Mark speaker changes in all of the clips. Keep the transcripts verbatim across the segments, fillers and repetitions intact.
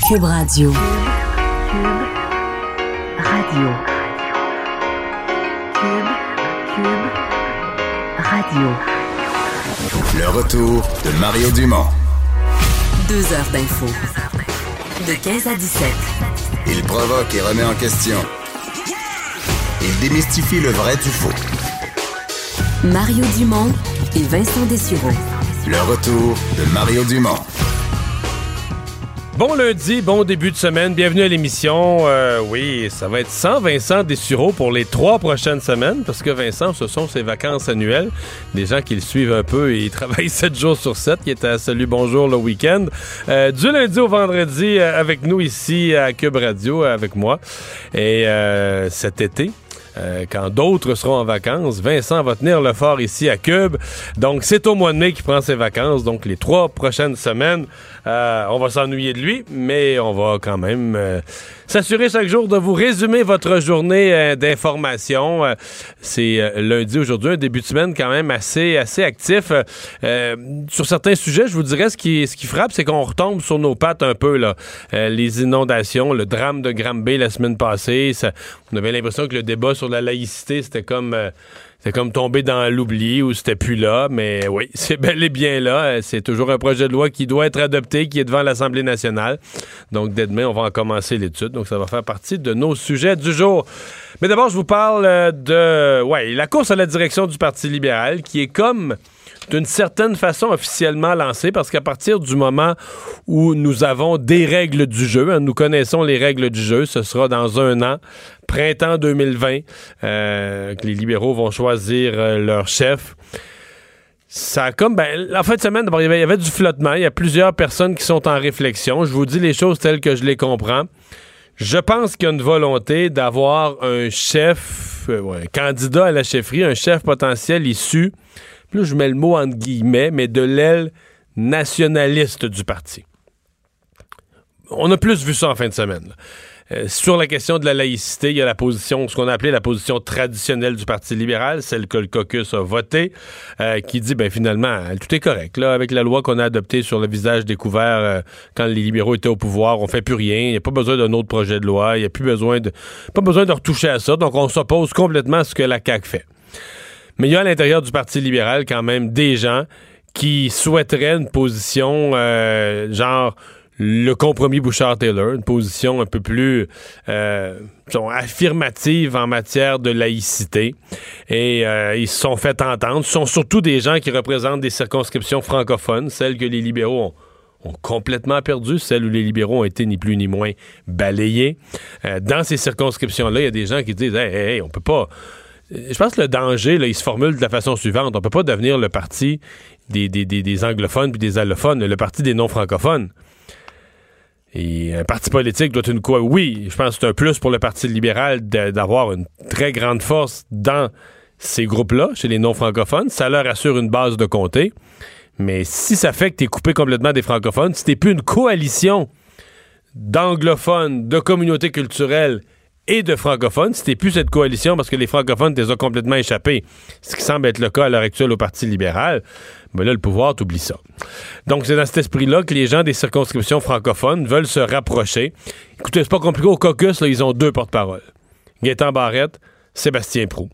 Speaker 1: Cube Radio.
Speaker 2: Cube Radio. Cube, Cube Radio.
Speaker 3: Le retour de Mario Dumont.
Speaker 1: Deux heures d'info. De quinze à dix-sept.
Speaker 3: Il provoque et remet en question. Il démystifie le vrai du faux.
Speaker 1: Mario Dumont et Vincent Dessureau.
Speaker 3: Le retour de Mario Dumont.
Speaker 4: Bon lundi, bon début de semaine, bienvenue à l'émission. Euh, oui, ça va être sans Vincent Dessureau pour les trois prochaines semaines, parce que Vincent, ce sont ses vacances annuelles. Des gens qui le suivent un peu, et il travaille sept jours sur sept, qui est à Salut Bonjour le week-end. Euh, du lundi au vendredi, euh, avec nous ici à Cube Radio, avec moi. Et euh, cet été, Euh, quand d'autres seront en vacances, Vincent va tenir le fort ici à Cube. Donc, c'est au mois de mai qu'il prend ses vacances. Donc, les trois prochaines semaines, euh, on va s'ennuyer de lui, mais on va quand même euh, s'assurer chaque jour de vous résumer votre journée euh, d'information. Euh, c'est euh, lundi aujourd'hui, un début de semaine quand même assez, assez actif. Euh, sur certains sujets, je vous dirais, ce qui, ce qui frappe, c'est qu'on retombe sur nos pattes un peu, là. Euh, les inondations, le drame de Granby la semaine passée, ça, on avait l'impression que le débat sur la laïcité, c'était comme euh, c'était comme tomber dans l'oubli ou c'était plus là, mais oui, c'est bel et bien là. C'est toujours un projet de loi qui doit être adopté, qui est devant l'Assemblée nationale. Donc, dès demain, on va en commencer l'étude. Donc, ça va faire partie de nos sujets du jour. Mais d'abord, je vous parle de ouais, la course à la direction du Parti libéral, qui est comme d'une certaine façon officiellement lancée, parce qu'à partir du moment où nous avons des règles du jeu, hein, nous connaissons les règles du jeu, ce sera dans un an, printemps deux mille vingt, euh, que les libéraux vont choisir euh, leur chef. Ça a comme, ben, en fin de semaine, d'abord, il y avait, il y avait du flottement, il y a plusieurs personnes qui sont en réflexion. Je vous dis les choses telles que je les comprends. Je pense qu'il y a une volonté d'avoir un chef, euh, ouais, un candidat à la chefferie, un chef potentiel issu, puis là, je mets le mot entre guillemets, mais de l'aile nationaliste du parti. On a plus vu ça en fin de semaine. Euh, sur la question de la laïcité, il y a la position, ce qu'on a appelé la position traditionnelle du Parti libéral, celle que le caucus a votée, euh, qui dit, ben finalement, tout est correct. Là, avec la loi qu'on a adoptée sur le visage découvert euh, quand les libéraux étaient au pouvoir, on fait plus rien. Il n'y a pas besoin d'un autre projet de loi. Il n'y a plus besoin de, pas besoin de retoucher à ça. Donc, on s'oppose complètement à ce que la C A Q fait. Mais il y a à l'intérieur du Parti libéral quand même des gens qui souhaiteraient une position euh, genre le compromis Bouchard-Taylor, une position un peu plus euh, affirmative en matière de laïcité. Et euh, ils se sont fait entendre. Ce sont surtout des gens qui représentent des circonscriptions francophones, celles que les libéraux ont ont complètement perdu, celles où les libéraux ont été ni plus ni moins balayés. Euh, dans ces circonscriptions-là, il y a des gens qui disent hey, hey, hey, on peut pas... Je pense que le danger, là, il se formule de la façon suivante. On peut pas devenir le parti des, des, des, des anglophones puis des allophones, le parti des non-francophones. Et un parti politique doit une quoi? Oui, je pense que c'est un plus pour le Parti libéral de, d'avoir une très grande force dans ces groupes-là, chez les non-francophones. Ça leur assure une base de comté. Mais si ça fait que t'es coupé complètement des francophones, si t'es plus une coalition d'anglophones, de communautés culturelles et de francophones, si t'es plus cette coalition parce que les francophones t'es ont complètement échappé, ce qui semble être le cas à l'heure actuelle au Parti libéral, ben là, le pouvoir, t'oublie ça. Donc, c'est dans cet esprit-là que les gens des circonscriptions francophones veulent se rapprocher. Écoutez, c'est pas compliqué. Au caucus, là, ils ont deux porte-paroles. Gaétan Barrette, Sébastien Proulx.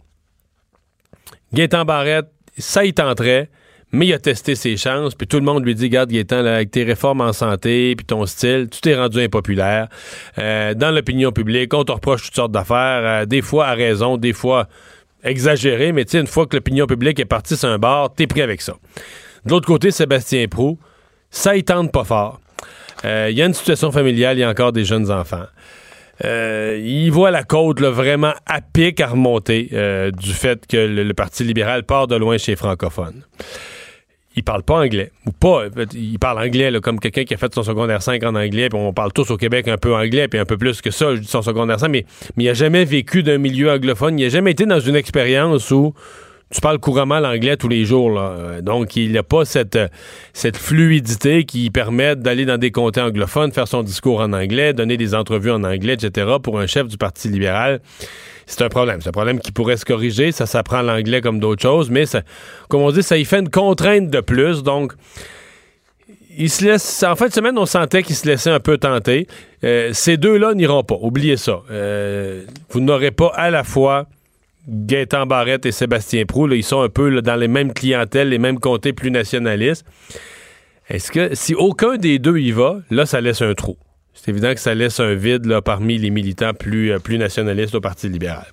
Speaker 4: Gaétan Barrette, ça y tenterait, mais il a testé ses chances, puis tout le monde lui dit, regarde Gaétan, là, avec tes réformes en santé, puis ton style, tu t'es rendu impopulaire. Euh, dans l'opinion publique, on te reproche toutes sortes d'affaires, euh, des fois à raison, des fois exagéré, mais tu sais, une fois que l'opinion publique est partie sur un bord, t'es pris avec ça. De l'autre côté, Sébastien Proulx, ça y tente pas fort. Il euh, y a une situation familiale, il y a encore des jeunes enfants. Euh, il voit la côte là, vraiment à pic à remonter euh, du fait que le, le Parti libéral part de loin chez les francophones. Il parle pas anglais. Ou pas. Il parle anglais là, comme quelqu'un qui a fait son secondaire cinq en anglais, puis on parle tous au Québec un peu anglais, puis un peu plus que ça, je dis son secondaire cinq, mais, mais il a jamais vécu d'un milieu anglophone. Il a jamais été dans une expérience où tu parles couramment l'anglais tous les jours, là. Donc, il n'a pas cette, cette fluidité qui permet d'aller dans des comtés anglophones, faire son discours en anglais, donner des entrevues en anglais, et cetera. Pour un chef du Parti libéral, c'est un problème. C'est un problème qui pourrait se corriger. Ça s'apprend l'anglais comme d'autres choses, mais ça, comme on dit, ça y fait une contrainte de plus. Donc, il se laisse, en fin de semaine, on sentait qu'il se laissait un peu tenter. Euh, ces deux-là n'iront pas. Oubliez ça. Euh, vous n'aurez pas à la fois Gaétan Barrette et Sébastien Proulx. Là, ils sont un peu là, dans les mêmes clientèles, les mêmes comtés plus nationalistes. Est-ce que si aucun des deux y va, là, ça laisse un trou. C'est évident que ça laisse un vide là, parmi les militants plus, euh, plus nationalistes au Parti libéral.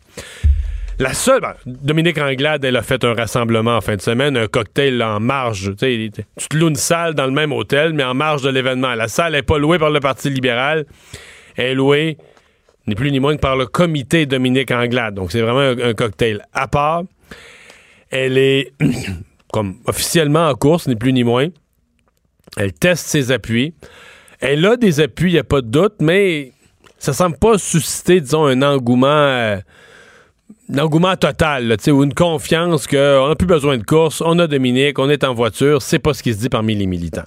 Speaker 4: La seule... Ben, Dominique Anglade, elle a fait un rassemblement en fin de semaine, un cocktail là, en marge. Tu te loues une salle dans le même hôtel, mais en marge de l'événement. La salle n'est pas louée par le Parti libéral. Elle est louée, ni plus ni moins que par le comité Dominique Anglade. Donc, c'est vraiment un, un cocktail à part. Elle est comme officiellement en course, ni plus ni moins. Elle teste ses appuis. Elle a des appuis, il n'y a pas de doute, mais ça semble pas susciter, disons, un engouement... Euh, un engouement total, là, ou une confiance qu'on n'a plus besoin de course, on a Dominique, on est en voiture, c'est pas ce qui se dit parmi les militants.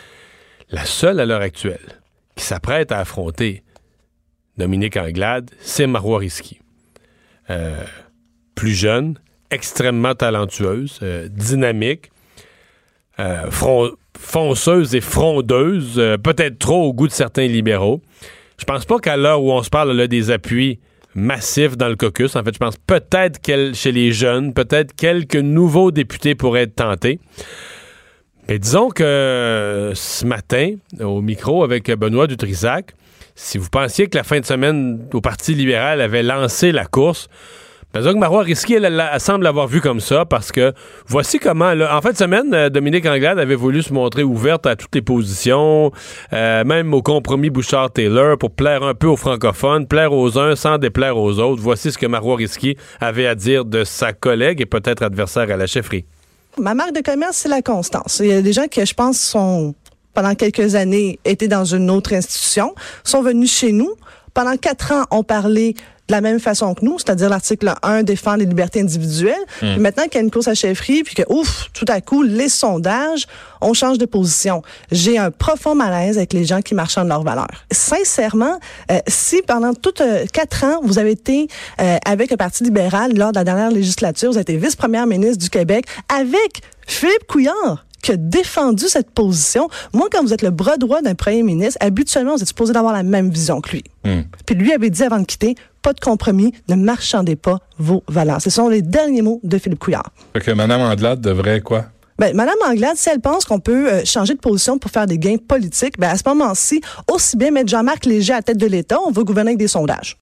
Speaker 4: La seule à l'heure actuelle qui s'apprête à affronter Dominique Anglade, c'est Marois Risky. Euh, plus jeune, extrêmement talentueuse, euh, dynamique, euh, front, fonceuse et frondeuse, euh, peut-être trop au goût de certains libéraux. Je pense pas qu'à l'heure où on se parle, elle a des appuis massif dans le caucus. En fait, je pense peut-être qu'elle, chez les jeunes, peut-être quelques nouveaux députés pourraient être tentés. Mais disons que euh, ce matin, au micro avec Benoît Dutrisac, si vous pensiez que la fin de semaine au Parti libéral avait lancé la course, ben, disons que Marois Risky, elle, elle, elle semble l'avoir vu comme ça parce que voici comment, là, en fin de semaine, Dominique Anglade avait voulu se montrer ouverte à toutes les positions, euh, même au compromis Bouchard-Taylor pour plaire un peu aux francophones, plaire aux uns sans déplaire aux autres. Voici ce que Marois Risky avait à dire de sa collègue et peut-être adversaire à la chefferie.
Speaker 5: Ma marque de commerce, c'est la constance. Il y a des gens qui, je pense, sont, pendant quelques années, étaient dans une autre institution, sont venus chez nous. Pendant quatre ans, ont parlé de la même façon que nous, c'est-à-dire l'article un défend les libertés individuelles. Mmh. Puis maintenant qu'il y a une course à chefferie, puis que, ouf, tout à coup, les sondages, on change de position. J'ai un profond malaise avec les gens qui marchandent leurs valeurs. Sincèrement, euh, si pendant toutes euh, quatre ans, vous avez été euh, avec le Parti libéral lors de la dernière législature, vous avez été vice-première ministre du Québec avec Philippe Couillard, qui a défendu cette position. Moi, quand vous êtes le bras droit d'un premier ministre, habituellement, vous êtes supposé d'avoir la même vision que lui. Mm. Puis lui avait dit avant de quitter, pas de compromis, ne marchandez pas vos valeurs. Ce sont les derniers mots de Philippe Couillard.
Speaker 6: Fait que Mme Anglade devrait quoi?
Speaker 5: Ben, Mme Anglade, si elle pense qu'on peut euh, changer de position pour faire des gains politiques, ben, à ce moment-ci, aussi bien mettre Jean-Marc Léger à la tête de l'État, on va gouverner avec des sondages.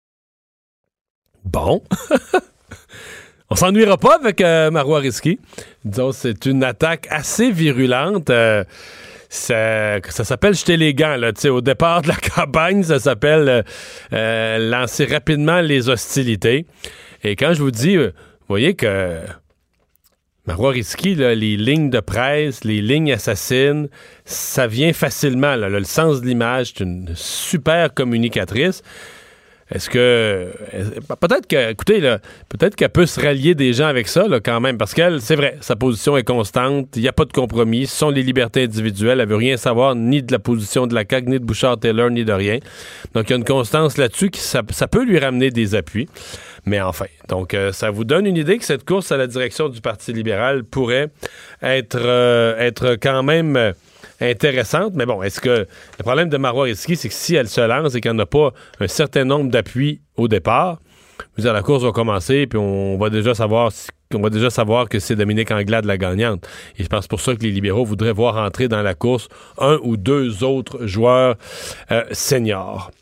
Speaker 4: Bon. On s'ennuiera pas avec euh, Marois Risky. Disons, c'est une attaque assez virulente. Euh, ça, ça s'appelle jeter les gants. Là. Au départ de la campagne, ça s'appelle euh, euh, lancer rapidement les hostilités. Et quand je vous dis, euh, vous voyez que Marois Risky, là, les lignes de presse, les lignes assassines, ça vient facilement. Là, là, le sens de l'image, c'est une super communicatrice. Est-ce que... Peut-être que... Écoutez, là, peut-être qu'elle peut se rallier des gens avec ça, là, quand même. Parce qu'elle, c'est vrai, sa position est constante. Il n'y a pas de compromis. Ce sont les libertés individuelles. Elle veut rien savoir ni de la position de la C A Q, ni de Bouchard-Taylor, ni de rien. Donc, il y a une constance là-dessus qui ça, ça peut lui ramener des appuis. Mais enfin, donc, euh, ça vous donne une idée que cette course à la direction du Parti libéral pourrait être, euh, être quand même... Euh, intéressante, mais bon, est-ce que le problème de Marois Risky, c'est que si elle se lance et qu'elle n'a pas un certain nombre d'appuis au départ, je veux dire, la course va commencer, puis on va déjà savoir on va déjà savoir que c'est Dominique Anglade la gagnante. Et je pense pour ça que les libéraux voudraient voir entrer dans la course un ou deux autres joueurs euh, seniors.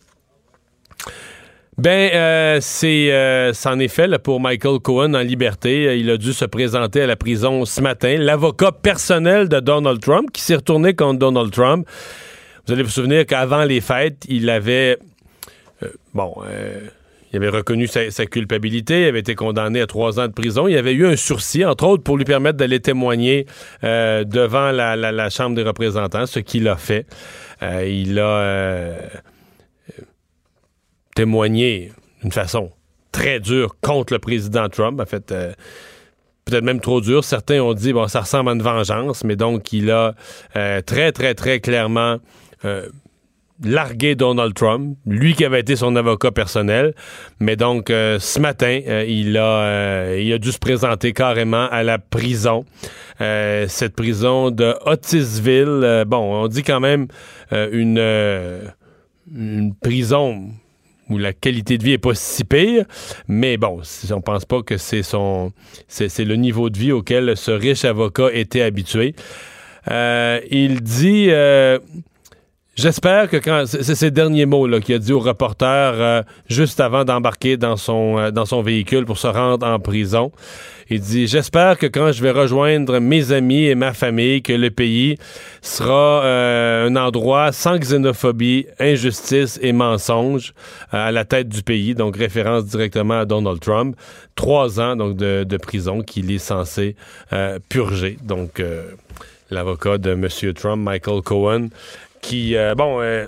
Speaker 4: Ben, euh, c'est, euh, c'en est fait là, pour Michael Cohen en liberté. Il a dû se présenter à la prison ce matin. L'avocat personnel de Donald Trump qui s'est retourné contre Donald Trump. Vous allez vous souvenir qu'avant les fêtes, il avait... Euh, bon... Euh, il avait reconnu sa, sa culpabilité, il avait été condamné à trois ans de prison. Il avait eu un sursis, entre autres, pour lui permettre d'aller témoigner euh, devant la, la, la Chambre des représentants, ce qu'il a fait. Euh, il a... Euh, témoigner d'une façon très dure contre le président Trump. En fait, euh, peut-être même trop dur. Certains ont dit, bon, ça ressemble à une vengeance, mais donc il a euh, très, très, très clairement euh, largué Donald Trump, lui qui avait été son avocat personnel. Mais donc, euh, ce matin, euh, il, a, euh, il a dû se présenter carrément à la prison. Euh, cette prison de Otisville. Euh, bon, on dit quand même euh, une, euh, une prison où la qualité de vie est pas si pire, mais bon, on pense pas que c'est son c'est, c'est le niveau de vie auquel ce riche avocat était habitué. Euh, il dit euh, j'espère que quand c'est, c'est ces derniers mots là, qu'il a dit au reporter euh, juste avant d'embarquer dans son euh, dans son véhicule pour se rendre en prison. Il dit « J'espère que quand je vais rejoindre mes amis et ma famille, que le pays sera euh, un endroit sans xénophobie, injustice et mensonge euh, à la tête du pays. » Donc, référence directement à Donald Trump. Trois ans donc de, de prison qu'il est censé euh, purger. Donc, euh, l'avocat de M. Trump, Michael Cohen, qui, euh, bon... Euh,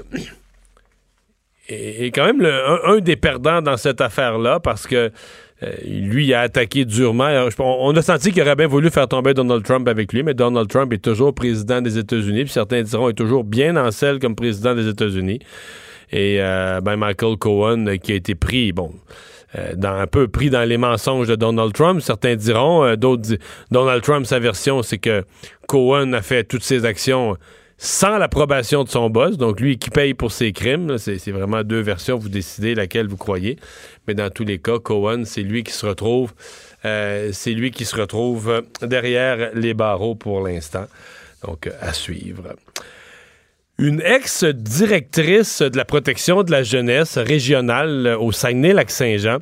Speaker 4: est quand même le, un, un des perdants dans cette affaire-là parce que euh, lui, il a attaqué durement. Alors, on, on a senti qu'il aurait bien voulu faire tomber Donald Trump avec lui, mais Donald Trump est toujours président des États-Unis, puis certains diront qu'il est toujours bien en selle comme président des États-Unis. Et euh, ben Michael Cohen euh, qui a été pris, bon... Euh, dans, un peu pris dans les mensonges de Donald Trump. Certains diront, euh, d'autres disent, Donald Trump, sa version, c'est que Cohen a fait toutes ses actions sans l'approbation de son boss, donc lui qui paye pour ses crimes. Là, c'est, c'est vraiment deux versions, vous décidez laquelle vous croyez. Mais dans tous les cas, Cohen, c'est lui qui se retrouve, euh, c'est lui qui se retrouve derrière les barreaux pour l'instant. Donc, euh, à suivre. Une ex-directrice de la protection de la jeunesse régionale au Saguenay-Lac-Saint-Jean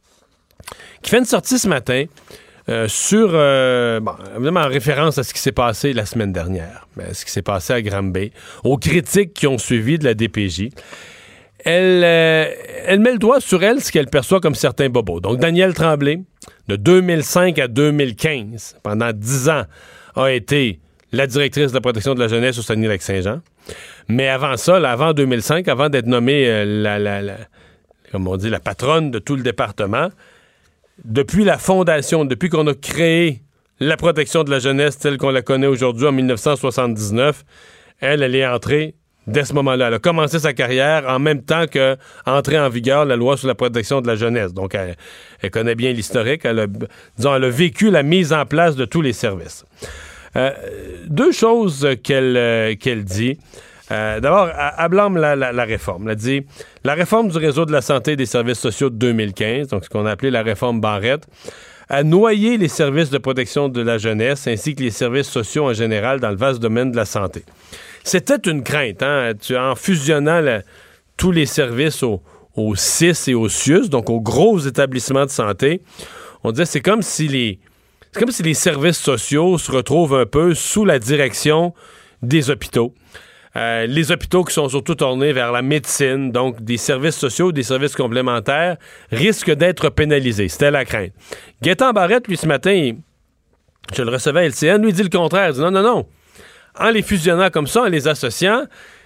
Speaker 4: qui fait une sortie ce matin euh, sur, euh, bon, évidemment en référence à ce qui s'est passé la semaine dernière, à ce qui s'est passé à Granby, aux critiques qui ont suivi de la D P J. Elle, euh, elle met le doigt sur elle, ce qu'elle perçoit comme certains bobos. Donc, Danielle Tremblay, de deux mille cinq à deux mille quinze, pendant dix ans, a été la directrice de la protection de la jeunesse au Saguenay-Lac-Saint-Jean. Mais avant ça, là, avant deux mille cinq, avant d'être nommée euh, la, la, la, comme on dit, la patronne de tout le département, depuis la fondation, depuis qu'on a créé la protection de la jeunesse telle qu'on la connaît aujourd'hui en dix-neuf cent soixante-dix-neuf, elle, elle est entrée dès ce moment-là. Elle a commencé sa carrière en même temps qu'entrer en vigueur la loi sur la protection de la jeunesse. Donc, elle, elle connaît bien l'historique. Elle a, disons, elle a vécu la mise en place de tous les services. Euh, deux choses qu'elle, euh, qu'elle dit. Euh, d'abord, elle, elle blâme la, la, la réforme. Elle dit la réforme du réseau de la santé et des services sociaux de deux mille quinze, donc ce qu'on a appelé la réforme Barrette, a noyé les services de protection de la jeunesse ainsi que les services sociaux en général dans le vaste domaine de la santé. C'était une crainte, hein, en fusionnant la, tous les services au, au C I S et au C I U S, donc aux gros établissements de santé. On disait c'est comme si les c'est comme si les services sociaux se retrouvent un peu sous la direction des hôpitaux. Euh, les hôpitaux qui sont surtout tournés vers la médecine, donc des services sociaux, des services complémentaires, risquent d'être pénalisés. C'était la crainte. Gaétan Barrette, lui, ce matin, il, je le recevais à L C N, lui, il dit le contraire. Il dit non, non, non. En les fusionnant comme ça, en les associant,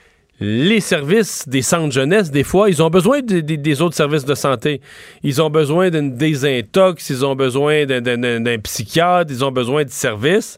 Speaker 4: les services des centres jeunesse, des fois, ils ont besoin de, de, des autres services de santé. Ils ont besoin d'une désintox, ils ont besoin d'un, d'un, d'un psychiatre, ils ont besoin de services.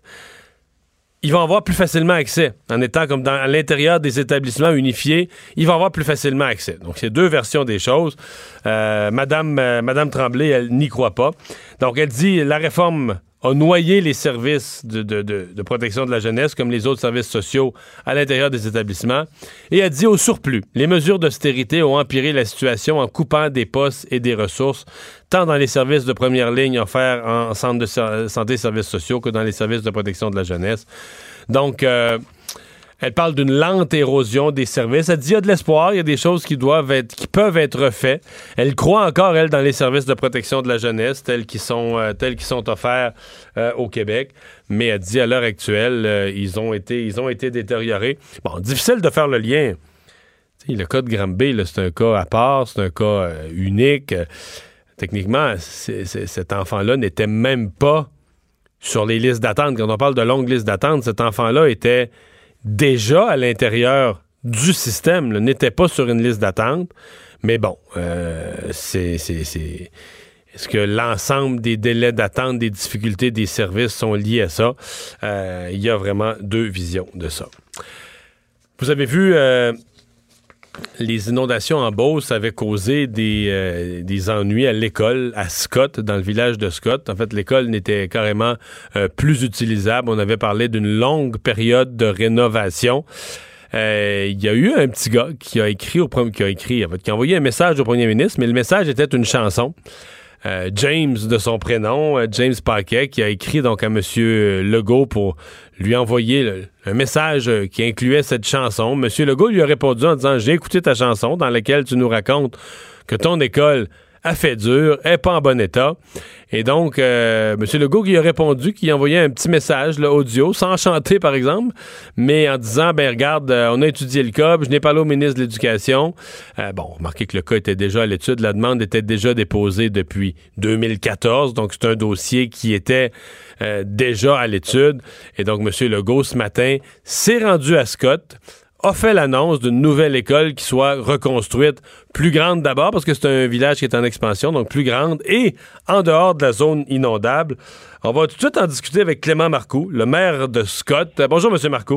Speaker 4: Ils vont avoir plus facilement accès. En étant comme dans, à l'intérieur des établissements unifiés, ils vont avoir plus facilement accès. Donc, c'est deux versions des choses. Euh, Madame, euh, Madame Tremblay, elle n'y croit pas. Donc, elle dit la réforme a noyé les services de, de, de, de protection de la jeunesse, comme les autres services sociaux à l'intérieur des établissements. Et elle dit au surplus, les mesures d'austérité ont empiré la situation en coupant des postes et des ressources, tant dans les services de première ligne offerts en centre de santé et services sociaux que dans les services de protection de la jeunesse. Donc, euh, elle parle d'une lente érosion des services. Elle dit qu'il y a de l'espoir, il y a des choses qui doivent être, qui peuvent être faites. Elle croit encore, elle, dans les services de protection de la jeunesse tels qu'ils sont, euh, tels qu'ils sont offerts euh, au Québec. Mais elle dit, à l'heure actuelle, euh, ils ont été, ils ont été détériorés. Bon, difficile de faire le lien. T'sais, le cas de Granby, là, c'est un cas à part, c'est un cas euh, unique. Euh, techniquement, c'est, c'est, cet enfant-là n'était même pas sur les listes d'attente. Quand on parle de longues listes d'attente, cet enfant-là était déjà à l'intérieur du système, là, n'était pas sur une liste d'attente. Mais bon, euh, c'est, c'est, c'est... est-ce que l'ensemble des délais d'attente, des difficultés des services sont liés à ça? Euh, il y a vraiment deux visions de ça. Vous avez vu... Euh, les inondations en Beauce avaient causé des, euh, des ennuis à l'école, à Scott, dans le village de Scott. En fait, l'école n'était carrément euh, plus utilisable. On avait parlé d'une longue période de rénovation. Il euh, y a eu un petit gars qui a écrit, au, qui a écrit, en fait, qui a envoyé un message au premier ministre, mais le message était une chanson. Euh, James, de son prénom, euh, James Paquet, qui a écrit donc à M. Legault pour lui envoyer le, un message euh, qui incluait cette chanson. M. Legault lui a répondu en disant « J'ai écouté ta chanson dans laquelle tu nous racontes que ton école a fait dur, est pas en bon état. » Et donc, euh, M. Legault qui a répondu, qui a envoyé un petit message là, audio, sans chanter par exemple, mais en disant, ben regarde, euh, on a étudié le cas, je n'ai parlé au ministre de l'Éducation. Euh, bon, remarquez que le cas était déjà à l'étude, la demande était déjà déposée depuis deux mille quatorze, donc c'est un dossier qui était euh, déjà à l'étude. Et donc, M. Legault, ce matin, s'est rendu à Scott, a fait l'annonce d'une nouvelle école qui soit reconstruite, plus grande d'abord, parce que c'est un village qui est en expansion, donc plus grande, et en dehors de la zone inondable. On va tout de suite en discuter avec Clément Marcoux, le maire de Scott. Euh, bonjour, M. Marcoux.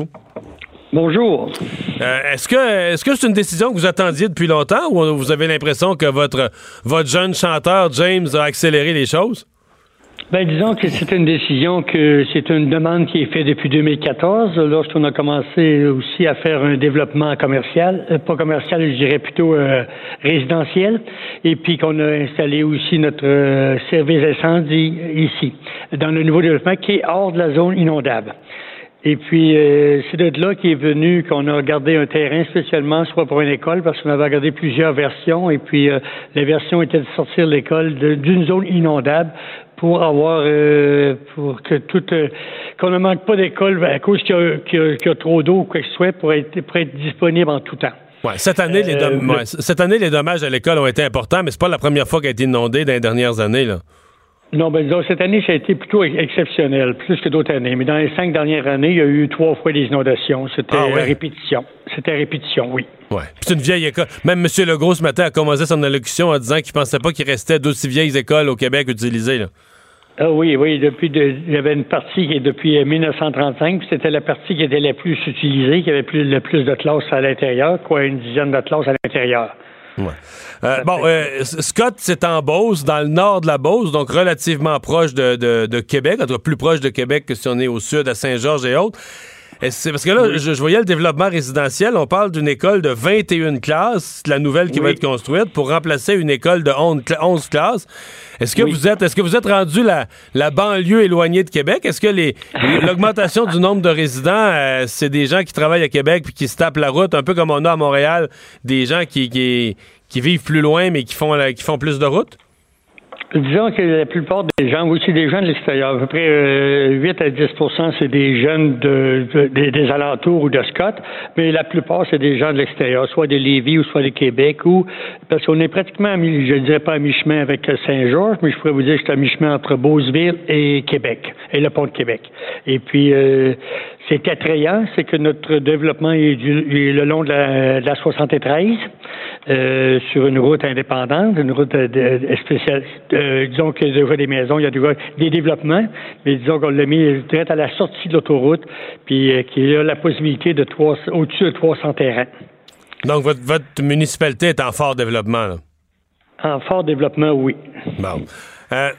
Speaker 7: Bonjour.
Speaker 4: Euh, est-ce que est-ce que c'est une décision que vous attendiez depuis longtemps, ou vous avez l'impression que votre, votre jeune chanteur, James, a accéléré les choses?
Speaker 7: Ben, disons que c'est une décision que c'est une demande qui est faite depuis deux mille quatorze, lorsqu'on a commencé aussi à faire un développement commercial, euh, pas commercial, je dirais plutôt euh, résidentiel, et puis qu'on a installé aussi notre euh, service incendie ici, dans le nouveau développement qui est hors de la zone inondable. Et puis, euh, c'est de là qu'est venu qu'on a regardé un terrain spécialement, soit pour une école, parce qu'on avait regardé plusieurs versions, et puis euh, la version était de sortir l'école de, d'une zone inondable pour avoir, euh, pour que tout, euh, qu'on ne manque pas d'école à cause qu'il y a, qu'il y a, qu'il y a trop d'eau ou quoi que ce soit pour être, pour être disponible en tout temps.
Speaker 4: Ouais, cette année, les dom- euh, ouais, cette année, les dommages à l'école ont été importants, mais c'est pas la première fois qu'elle a été inondée dans les dernières années, là.
Speaker 7: Non, ben disons, cette année, ça a été plutôt exceptionnel, plus que d'autres années. Mais dans les cinq dernières années, il y a eu trois fois des inondations. C'était ah ouais. à répétition. C'était à répétition, oui.
Speaker 4: Ouais. Puis c'est une vieille école. Même M. Legault, ce matin, a commencé son allocution en disant qu'il pensait pas qu'il restait d'aussi vieilles écoles au Québec utilisées, là.
Speaker 7: Ah oui, oui. Depuis, de, il y avait une partie qui est depuis dix-neuf cent trente-cinq, puis c'était la partie qui était la plus utilisée, qui avait plus, le plus de classes à l'intérieur, quoi, une dizaine de classes à l'intérieur.
Speaker 4: Ouais. Euh, bon, euh, Scott, c'est en Beauce, dans le nord de la Beauce, donc relativement proche de, de, de Québec, en tout cas plus proche de Québec que si on est au sud, à Saint-Georges et autres. Et c'est parce que là, oui. je, je voyais le développement résidentiel, on parle d'une école de vingt et une classes, la nouvelle qui oui. va être construite, pour remplacer une école de onze classes. Est-ce que oui. vous êtes est-ce que vous êtes rendu la, la banlieue éloignée de Québec? Est-ce que les, l'augmentation du nombre de résidents, euh, c'est des gens qui travaillent à Québec puis qui se tapent la route, un peu comme on a à Montréal, des gens qui, qui, qui vivent plus loin mais qui font, qui font plus de route?
Speaker 7: Disons que la plupart des gens, oui, c'est des gens de l'extérieur. À peu près euh, huit à dix pour cent, c'est des jeunes de, de, de, des alentours ou de Scott, mais la plupart, c'est des gens de l'extérieur, soit de Lévis ou soit de Québec, ou parce qu'on est pratiquement, à mi, je ne dirais pas à mi-chemin avec Saint-Georges, mais je pourrais vous dire que c'est à mi-chemin entre Beauceville et Québec, et le pont de Québec. Et puis, euh, c'est attrayant, c'est que notre développement est, du, est le long de la, de la soixante-treize, euh, sur une route indépendante, une route de, de, spéciale. Euh, disons qu'il y a déjà des maisons, il y a déjà des développements, mais disons qu'on l'a mis direct à la sortie de l'autoroute, puis euh, qu'il y a la possibilité de trois, au-dessus de trois cents terrains.
Speaker 4: Donc, votre, votre municipalité est en fort développement, là?
Speaker 7: En fort développement, oui.
Speaker 4: Bon. Euh,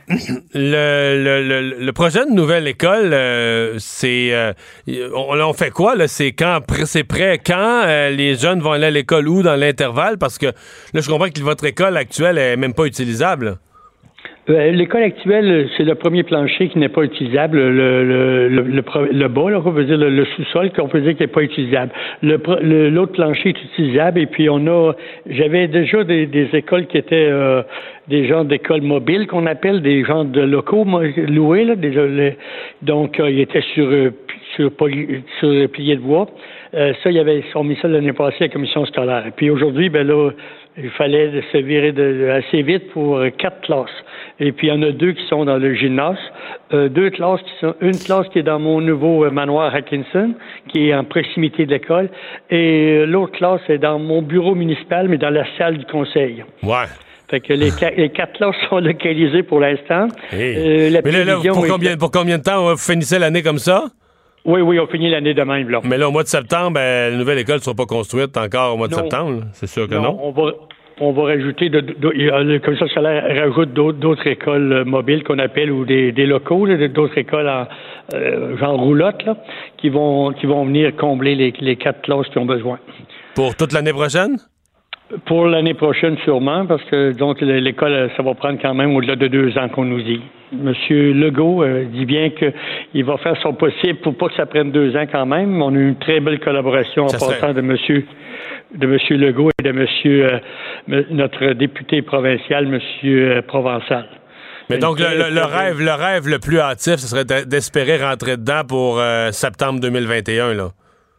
Speaker 4: le, le, le, le projet de nouvelle école, euh, c'est euh, on, on fait quoi là? C'est quand c'est prêt quand euh, les jeunes vont aller à l'école ou dans l'intervalle? Parce que là, je comprends que votre école actuelle est même pas utilisable.
Speaker 7: Euh, l'école actuelle, c'est le premier plancher qui n'est pas utilisable, le, le, le, le, le bas, là, on peut dire le, le sous-sol, qu'on peut dire qu'il n'est pas utilisable. Le, le, l'autre plancher est utilisable, et puis on a, j'avais déjà des, des écoles qui étaient euh, des genres d'écoles mobiles qu'on appelle, des genres de locaux loués, là, déjà, les, donc euh, ils étaient sur euh, sur, poly, sur plié de bois. Euh, ça, il y avait, on mis ça l'année passée à la commission scolaire. Et puis aujourd'hui, ben là, il fallait se virer de, assez vite pour euh, quatre classes. Et puis, il y en a deux qui sont dans le gymnase. Euh, deux classes qui sont, une classe qui est dans mon nouveau euh, manoir Atkinson, qui est en proximité de l'école. Et euh, l'autre classe est dans mon bureau municipal, mais dans la salle du conseil.
Speaker 4: Ouais.
Speaker 7: Fait que les, ca- les quatre classes sont localisées pour l'instant.
Speaker 4: Hey. Euh, la mais là, là pour, combien, pour combien de temps vous finissez l'année comme ça?
Speaker 7: Oui, oui, on finit l'année de même, là.
Speaker 4: Mais là, au mois de septembre, ben, la nouvelle école ne sera pas construite encore au mois de
Speaker 7: non.
Speaker 4: septembre. Là. C'est sûr que
Speaker 7: non.
Speaker 4: non.
Speaker 7: On va, on va rajouter, de, de, de, le commissaire scolaire rajoute d'autres, d'autres écoles mobiles qu'on appelle, ou des, des locaux, là, d'autres écoles en euh, genre roulotte, là, qui vont, qui vont venir combler les, les quatre classes qui ont besoin.
Speaker 4: Pour toute l'année prochaine?
Speaker 7: Pour l'année prochaine, sûrement, parce que donc l'école, ça va prendre quand même au-delà de deux ans qu'on nous dit. Monsieur Legault euh, dit bien qu'il va faire son possible pour pas que ça prenne deux ans quand même. On a eu une très belle collaboration en passant de Monsieur de Monsieur Legault et de Monsieur euh, notre député provincial, Monsieur euh, Provençal.
Speaker 4: Mais donc, le, le, le rêve le rêve le plus hâtif, ce serait d'espérer rentrer dedans pour euh, septembre deux mille vingt et un, là.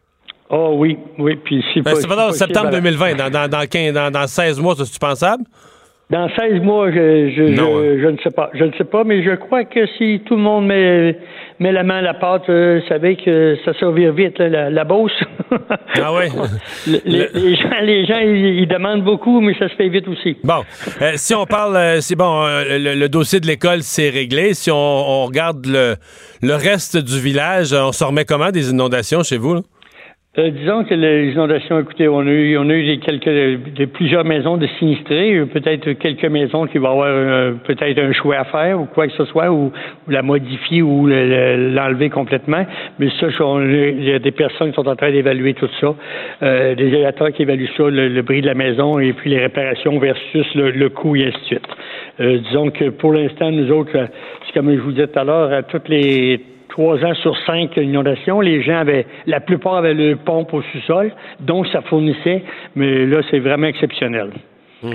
Speaker 7: Oh oui, oui. Puis si
Speaker 4: ben,
Speaker 7: pas,
Speaker 4: c'est pas dans
Speaker 7: si
Speaker 4: septembre
Speaker 7: possible,
Speaker 4: deux mille vingt, dans, dans, dans, quinze, dans, dans seize mois, c'est-tu pensable?
Speaker 7: Dans seize mois, je, je,
Speaker 4: non,
Speaker 7: je,
Speaker 4: hein.
Speaker 7: je ne sais pas. Je ne sais pas, mais je crois que si tout le monde met, met la main à la pâte, euh, vous savez que ça survire vite, là, la, la Beauce.
Speaker 4: Ah oui?
Speaker 7: les,
Speaker 4: le...
Speaker 7: les gens, les gens ils, ils demandent beaucoup, mais ça se fait vite aussi.
Speaker 4: Bon, euh, si on parle, euh, c'est bon, euh, le, le dossier de l'école, c'est réglé. Si on, on regarde le, le reste du village, on se remet comment des inondations chez vous, là?
Speaker 7: Euh, disons que les inondations, écoutez, on a eu, on a eu des quelques, de plusieurs maisons de sinistrés, peut-être quelques maisons qui vont avoir euh, peut-être un choix à faire ou quoi que ce soit, ou, ou la modifier ou le, le, l'enlever complètement. Mais ça, on, il y a des personnes qui sont en train d'évaluer tout ça, euh, des évaluateurs qui évaluent ça, le, le bris de la maison et puis les réparations versus le, le coût et ainsi de suite. Euh, disons que pour l'instant, nous autres, c'est comme je vous disais tout à l'heure, à toutes les trois ans sur cinq inondations, les gens avaient, la plupart avaient le pompe au sous-sol, donc ça fournissait, mais là, c'est vraiment exceptionnel.
Speaker 4: Mmh.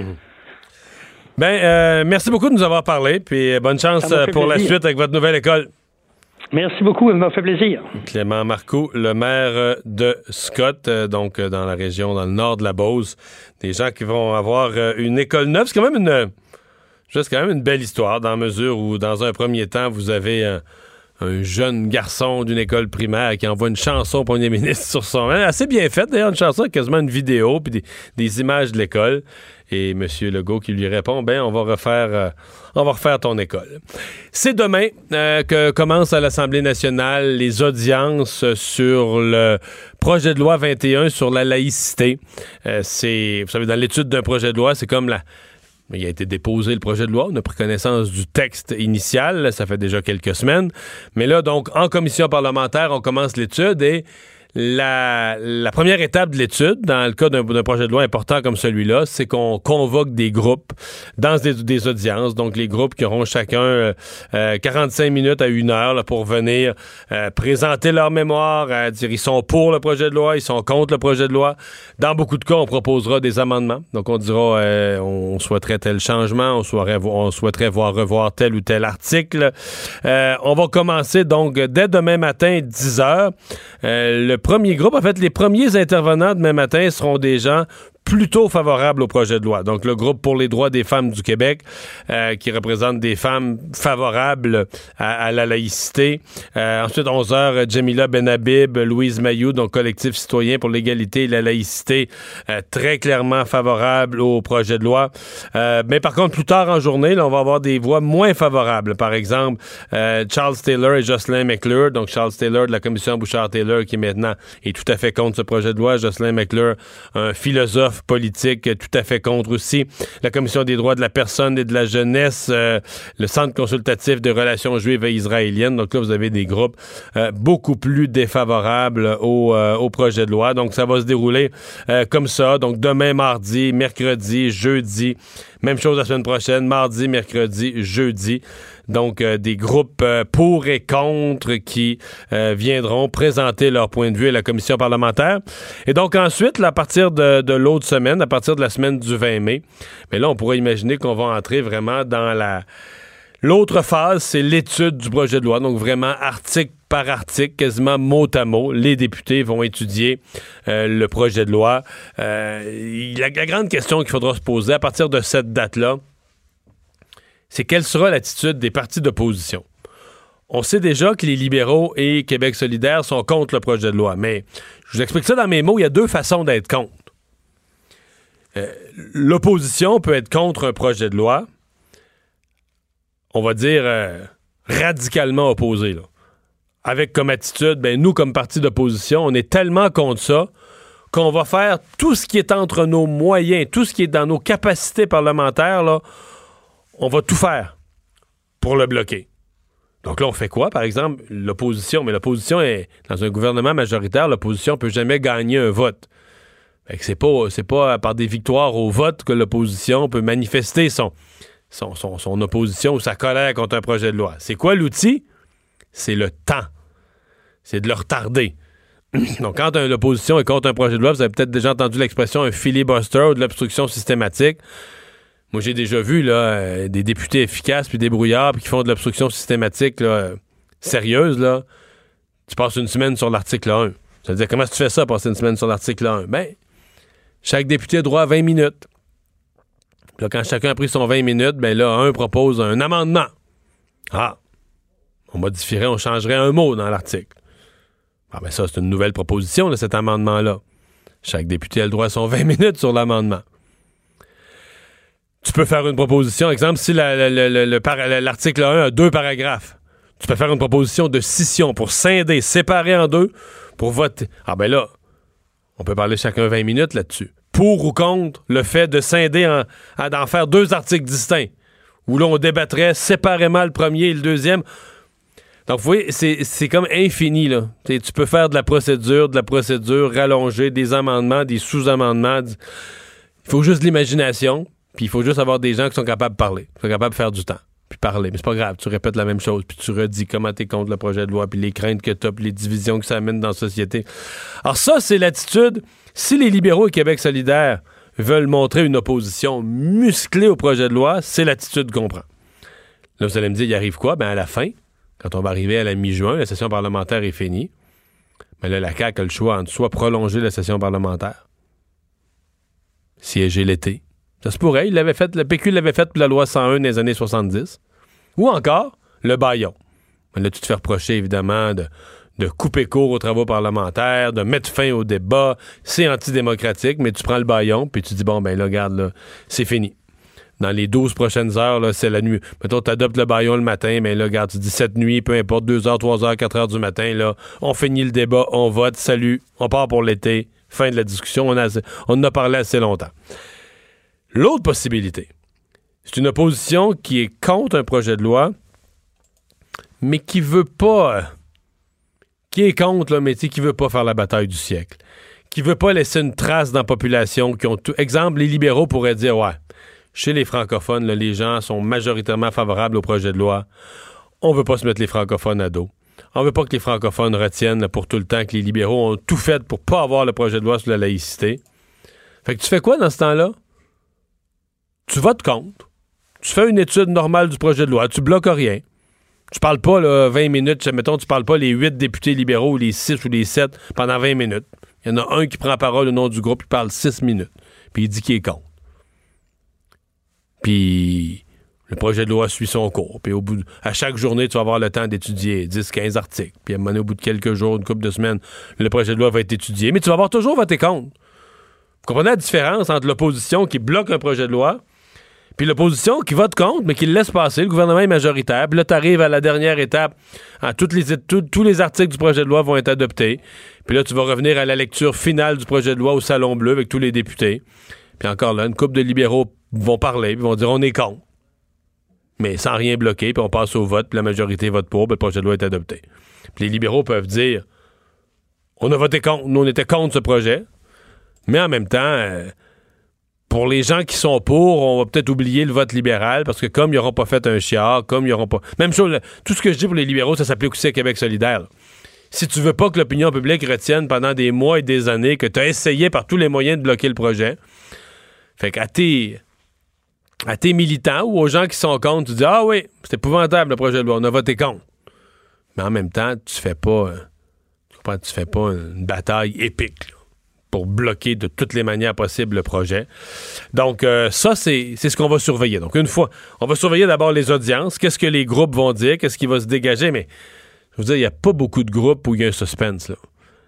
Speaker 4: Ben, euh, merci beaucoup de nous avoir parlé, puis bonne chance pour plaisir. La suite avec votre nouvelle école.
Speaker 7: Merci beaucoup, ça m'a fait plaisir.
Speaker 4: Clément Marcoux, le maire de Scott, donc dans la région, dans le nord de la Beauce, des gens qui vont avoir une école neuve. C'est quand même une, c'est quand même une belle histoire, dans la mesure où, dans un premier temps, vous avez un un jeune garçon d'une école primaire qui envoie une chanson au premier ministre sur son... Assez bien faite, d'ailleurs, une chanson, quasiment une vidéo, puis des, des images de l'école. Et M. Legault qui lui répond, ben on va refaire, euh, on va refaire ton école. C'est demain euh, que commencent à l'Assemblée nationale les audiences sur le projet de loi vingt et un sur la laïcité. Euh, c'est, vous savez, dans l'étude d'un projet de loi, c'est comme la... Il a été déposé le projet de loi. On a pris connaissance du texte initial. Ça fait déjà quelques semaines. Mais là, donc, en commission parlementaire, on commence l'étude et la, la première étape de l'étude, dans le cas d'un, d'un projet de loi important comme celui-là, c'est qu'on convoque des groupes dans des, des audiences. Donc, les groupes qui auront chacun euh, quarante-cinq minutes à une heure là, pour venir euh, présenter leur mémoire, à dire ils sont pour le projet de loi, ils sont contre le projet de loi. Dans beaucoup de cas, on proposera des amendements. Donc, on dira euh, on souhaiterait tel changement, on souhaiterait, on souhaiterait voir revoir tel ou tel article. Euh, on va commencer donc dès demain matin, dix heures. Euh, le premier groupe, en fait, les premiers intervenants demain matin seront des gens plutôt favorables au projet de loi. Donc, le groupe pour les droits des femmes du Québec, euh, qui représente des femmes favorables à, à la laïcité. Euh, ensuite, onze heures, Jamila Benhabib, Louise Mayou, donc collectif citoyen pour l'égalité et la laïcité, euh, très clairement favorable au projet de loi. Euh, mais par contre, plus tard en journée, là, on va avoir des voix moins favorables. Par exemple, euh, Charles Taylor et Jocelyn McClure. Donc, Charles Taylor de la commission Bouchard-Taylor, qui maintenant est tout à fait contre ce projet de loi. Jocelyn McClure, un philosophe politique tout à fait contre aussi. La Commission des droits de la personne et de la jeunesse, euh, le Centre consultatif des relations juives et israéliennes. Donc là, vous avez des groupes euh, beaucoup plus défavorables au, euh, au projet de loi. Donc ça va se dérouler euh, comme ça. Donc demain, mardi, mercredi, jeudi. Même chose la semaine prochaine, mardi, mercredi, jeudi. Donc, euh, des groupes euh, pour et contre qui euh, viendront présenter leur point de vue à la commission parlementaire. Et donc, ensuite, là, à partir de, de l'autre semaine, à partir de la semaine du vingt mai, mais là, on pourrait imaginer qu'on va entrer vraiment dans la... L'autre phase, c'est l'étude du projet de loi. Donc, vraiment, article par article, quasiment mot à mot, les députés vont étudier euh, le projet de loi. Euh, la, la grande question qu'il faudra se poser à partir de cette date-là, c'est quelle sera l'attitude des partis d'opposition. On sait déjà que les libéraux et Québec solidaire sont contre le projet de loi, mais je vous explique ça dans mes mots, il y a deux façons d'être contre. Euh, l'opposition peut être contre un projet de loi, on va dire euh, radicalement opposé, là. avec comme attitude, ben nous, comme parti d'opposition, on est tellement contre ça qu'on va faire tout ce qui est entre nos moyens, tout ce qui est dans nos capacités parlementaires, là, on va tout faire pour le bloquer. Donc là, on fait quoi? Par exemple, l'opposition. Mais l'opposition est dans un gouvernement majoritaire, l'opposition ne peut jamais gagner un vote. Fait que c'est pas, c'est pas par des victoires au vote que l'opposition peut manifester son, son, son, son opposition ou sa colère contre un projet de loi. C'est quoi l'outil? C'est le temps. C'est de le retarder. Donc, quand l'opposition est contre un projet de loi, vous avez peut-être déjà entendu l'expression un filibuster ou de l'obstruction systématique. Moi, j'ai déjà vu là, euh, des députés efficaces puis débrouillards puis qui font de l'obstruction systématique là, euh, sérieuse. Là. Tu passes une semaine sur l'article un. Ça veut dire, comment tu fais ça, passer une semaine sur l'article un? Ben, chaque député a droit à vingt minutes. Là, quand chacun a pris son vingt minutes, ben là, un propose un amendement. Ah! On modifierait, on changerait un mot dans l'article. Ah ben ça, c'est une nouvelle proposition, là, cet amendement-là. Chaque député a le droit à son vingt minutes sur l'amendement. Tu peux faire une proposition, exemple, si la, la, la, la, la, l'article un a deux paragraphes, tu peux faire une proposition de scission pour scinder, séparer en deux, pour voter. Ah ben là, on peut parler chacun vingt minutes là-dessus. Pour ou contre le fait de scinder, en, en, d'en faire deux articles distincts, où là, on débattrait séparément le premier et le deuxième. Donc, vous voyez, c'est, c'est comme infini, là. T'sais, tu peux faire de la procédure, de la procédure, rallonger, des amendements, des sous-amendements. Il faut juste de l'imagination. Puis il faut juste avoir des gens qui sont capables de parler, qui sont capables de faire du temps, puis parler. Mais c'est pas grave, tu répètes la même chose, puis tu redis comment t'es contre le projet de loi, puis les craintes que t'as, puis les divisions que ça amène dans la société. Alors ça, c'est l'attitude. Si les libéraux et Québec solidaire veulent montrer une opposition musclée au projet de loi, c'est l'attitude qu'on prend. Là, vous allez me dire, il arrive quoi? Ben à la fin, quand on va arriver à la mi-juin, la session parlementaire est finie. Mais là, la C A Q a le choix entre soit prolonger la session parlementaire, siéger l'été. Ça se pourrait. Il l'avait fait, le P Q l'avait fait pour la loi cent un dans les années soixante-dix. Ou encore, le bâillon. Là, tu te fais reprocher, évidemment, de, de couper court aux travaux parlementaires, de mettre fin au débat. C'est antidémocratique, mais tu prends le bâillon, puis tu dis, bon, ben là, regarde, là, c'est fini. Dans les douze prochaines heures, là, c'est la nuit. Mettons, tu adoptes le bâillon le matin, mais là, regarde, tu dis cette nuit, peu importe, deux heures, trois heures, quatre heures du matin, là, on finit le débat, on vote, salut, on part pour l'été, fin de la discussion, on, a, on en a parlé assez longtemps. L'autre possibilité, c'est une opposition qui est contre un projet de loi, mais qui veut pas... Euh, qui est contre, là, mais qui veut pas faire la bataille du siècle. Qui veut pas laisser une trace dans la population. Qui ont tout... Exemple, les libéraux pourraient dire, ouais, chez les francophones, là, les gens sont majoritairement favorables au projet de loi. On veut pas se mettre les francophones à dos. On veut pas que les francophones retiennent là, pour tout le temps que les libéraux ont tout fait pour pas avoir le projet de loi sur la laïcité. Fait que tu fais quoi dans ce temps-là? Tu votes contre, tu fais une étude normale du projet de loi, tu bloques rien. Tu parles pas là, vingt minutes, mettons, tu parles pas les huit députés libéraux ou les six ou les sept pendant vingt minutes. Il y en a un qui prend la parole au nom du groupe, il parle six minutes, puis il dit qu'il est contre. Puis le projet de loi suit son cours, puis au bout de, à chaque journée, tu vas avoir le temps d'étudier dix quinze articles, puis à un moment donné, au bout de quelques jours, une couple de semaines, le projet de loi va être étudié, mais tu vas avoir toujours voté contre. Vous comprenez la différence entre l'opposition qui bloque un projet de loi puis l'opposition qui vote contre, mais qui le laisse passer. Le gouvernement est majoritaire. Puis là, tu arrives à la dernière étape. Hein, toutes les, tout, tous les articles du projet de loi vont être adoptés. Puis là, tu vas revenir à la lecture finale du projet de loi au Salon Bleu avec tous les députés. Puis encore là, une couple de libéraux vont parler, puis vont dire on est contre. Mais sans rien bloquer, puis on passe au vote, puis la majorité vote pour, puis le projet de loi est adopté. Puis les libéraux peuvent dire on a voté contre, nous on était contre ce projet. Mais en même temps... Euh, Pour les gens qui sont pour, on va peut-être oublier le vote libéral parce que comme ils n'auront pas fait un chiard, comme ils n'auront pas... Même chose, tout ce que je dis pour les libéraux, ça s'applique aussi à Québec solidaire. Là. Si tu veux pas que l'opinion publique retienne pendant des mois et des années que tu as essayé par tous les moyens de bloquer le projet, fait qu'à tes, à tes militants ou aux gens qui sont contre, tu dis « Ah oui, c'est épouvantable le projet de loi, on a voté contre. » Mais en même temps, tu fais pas... Tu comprends, tu fais pas une bataille épique, là, pour bloquer de toutes les manières possibles le projet. Donc, euh, ça, c'est, c'est ce qu'on va surveiller. Donc, une fois, on va surveiller d'abord les audiences. Qu'est-ce que les groupes vont dire? Qu'est-ce qui va se dégager? Mais, je veux dire, il n'y a pas beaucoup de groupes où il y a un suspense, là.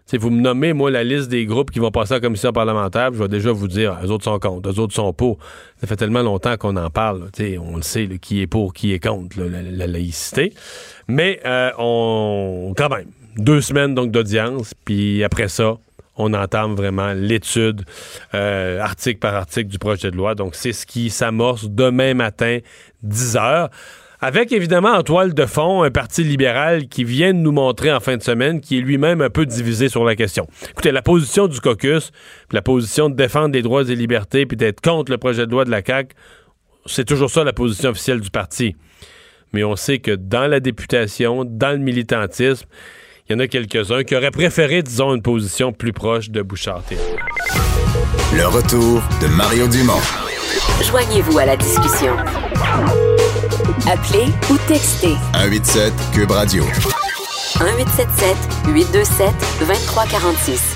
Speaker 4: Si vous me nommez, moi, la liste des groupes qui vont passer en commission parlementaire, je vais déjà vous dire, eux autres sont contre, eux autres sont pour. Ça fait tellement longtemps qu'on en parle. Là, on le sait, là, qui est pour, qui est contre là, la, la laïcité. Mais euh, on quand même, deux semaines donc d'audience, puis après ça, on entame vraiment l'étude euh, article par article du projet de loi. Donc, c'est ce qui s'amorce demain matin, dix heures. Avec, évidemment, en toile de fond, un parti libéral qui vient de nous montrer en fin de semaine qui est lui-même un peu divisé sur la question. Écoutez, la position du caucus, la position de défendre les droits et libertés puis d'être contre le projet de loi de la C A Q, c'est toujours ça la position officielle du parti. Mais on sait que dans la députation, dans le militantisme, il y en a quelques-uns qui auraient préféré, disons, une position plus proche de Bouchard-Thériault.
Speaker 3: Le retour de Mario Dumont.
Speaker 1: Joignez-vous à la discussion. Appelez ou textez.
Speaker 3: un huit sept Cube Radio.
Speaker 1: un huit sept sept huit deux sept deux trois quatre six.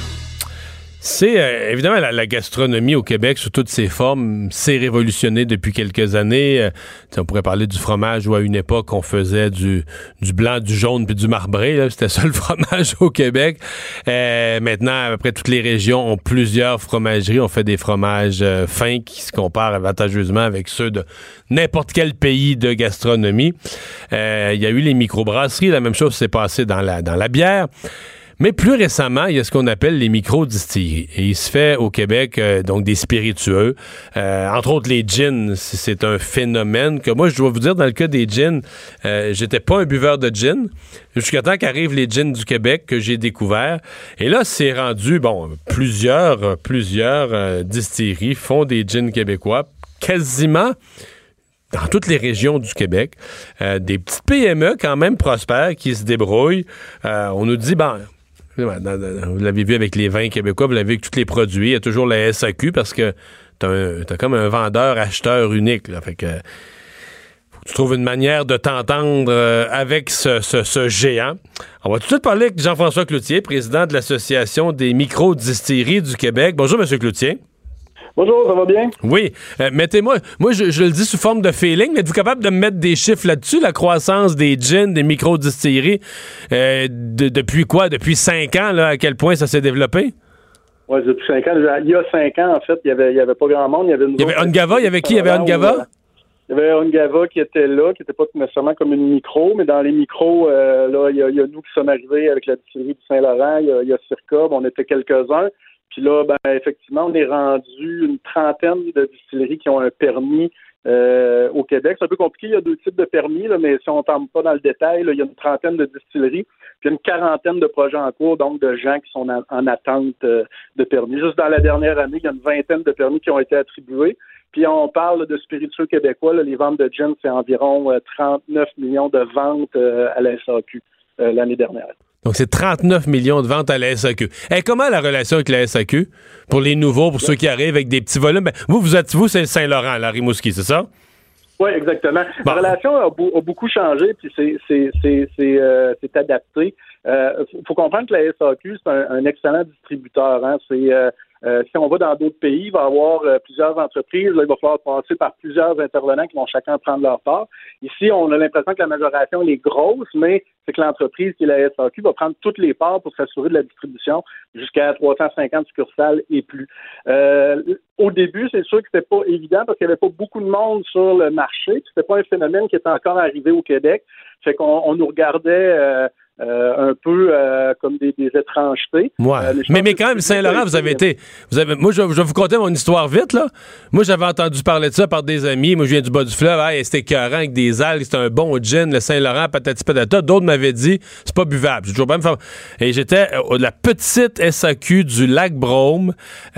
Speaker 4: C'est euh, évidemment la, la gastronomie au Québec sous toutes ses formes s'est révolutionnée depuis quelques années. Euh, on pourrait parler du fromage où à une époque on faisait du, du blanc, du jaune puis du marbré. Là, c'était ça le fromage au Québec. Euh, maintenant, après toutes les régions ont plusieurs fromageries. On fait des fromages euh, fins qui se comparent avantageusement avec ceux de n'importe quel pays de gastronomie. Euh, il y a eu les microbrasseries. La même chose s'est passée dans la, dans la bière. Mais plus récemment, il y a ce qu'on appelle les micro-distilleries. Et il se fait au Québec euh, donc des spiritueux. Euh, entre autres, les gins, c'est un phénomène que moi, je dois vous dire, dans le cas des gins, euh, j'étais pas un buveur de gin. Jusqu'à temps qu'arrivent les gins du Québec que j'ai découvert. Et là, c'est rendu, bon, plusieurs, plusieurs euh, distilleries font des gins québécois, quasiment dans toutes les régions du Québec. Euh, des petites P M E quand même prospères qui se débrouillent. Euh, on nous dit, bon... Vous l'avez vu avec les vins québécois, vous l'avez vu avec tous les produits. Il y a toujours la S A Q parce que t'as, un, t'as comme un vendeur-acheteur unique. Là. Fait que faut que tu trouves une manière de t'entendre euh, avec ce, ce, ce géant. On va tout de suite parler avec Jean-François Cloutier, président de l'Association des micro-distilleries du Québec. Bonjour, M. Cloutier.
Speaker 8: Bonjour, ça va bien?
Speaker 4: Oui. Euh, mettez-moi, moi, je, je le dis sous forme de feeling, mais êtes-vous capable de me mettre des chiffres là-dessus, la croissance des gins, des micro-distilleries, euh, de, depuis quoi? Depuis cinq ans, là, à quel point ça s'est développé?
Speaker 8: Oui, depuis cinq ans. Il y a cinq ans, en fait, il n'y avait, il y avait pas grand monde. Il y avait,
Speaker 4: il y avait Ungava, il y avait qui? Il y avait Ungava?
Speaker 8: Il y avait Ungava qui était là, qui n'était pas nécessairement comme une micro, mais dans les micros, euh, là, il y, a, il y a nous qui sommes arrivés avec la distillerie du Saint-Laurent, il y a, il y a Circa, on était quelques-uns. Puis là, ben effectivement, on est rendu une trentaine de distilleries qui ont un permis euh, au Québec. C'est un peu compliqué, il y a deux types de permis, là, mais si on ne tombe pas dans le détail, là, il y a une trentaine de distilleries, puis une quarantaine de projets en cours, donc de gens qui sont en, en attente euh, de permis. Juste dans la dernière année, il y a une vingtaine de permis qui ont été attribués. Puis on parle de spiritueux québécois, là, les ventes de gin, c'est environ euh, trente-neuf millions de ventes euh, à la S A Q euh, l'année dernière.
Speaker 4: Donc, c'est trente-neuf millions de ventes à la S A Q. Et comment la relation avec la S A Q? Pour les nouveaux, pour ceux qui arrivent avec des petits volumes. Ben, vous, vous êtes, vous, c'est le Saint-Laurent, la Rimouski, c'est ça?
Speaker 8: Oui, exactement.
Speaker 4: Bon.
Speaker 8: La relation a, a beaucoup changé, puis c'est, c'est, c'est, c'est, euh, c'est adapté. Il euh, faut comprendre que la S A Q, c'est un, un excellent distributeur. Hein? C'est... Euh, Euh, si on va dans d'autres pays, il va y avoir euh, plusieurs entreprises. Là, il va falloir passer par plusieurs intervenants qui vont chacun prendre leur part. Ici, on a l'impression que la majoration elle est grosse, mais c'est que l'entreprise qui est la S A Q va prendre toutes les parts pour s'assurer de la distribution jusqu'à trois cent cinquante succursales et plus. Euh, au début, c'est sûr que c'était pas évident parce qu'il n'y avait pas beaucoup de monde sur le marché. Puis c'était pas un phénomène qui était encore arrivé au Québec. Fait qu'on on nous regardait euh, Euh, un peu euh, comme des, des étrangetés.
Speaker 4: Ouais. Euh, mais, mais, mais quand même, Saint-Laurent, vous avez été... Vous avez, moi, je, je vais vous conter mon histoire vite, là. Moi, j'avais entendu parler de ça par des amis. Moi, je viens du bas du fleuve. Hey, c'était écœurant avec des algues. C'était un bon gin, le Saint-Laurent, patati patata. D'autres m'avaient dit, c'est pas buvable. J'ai toujours pas me faire... Et j'étais à la petite S A Q du Lac-Brome.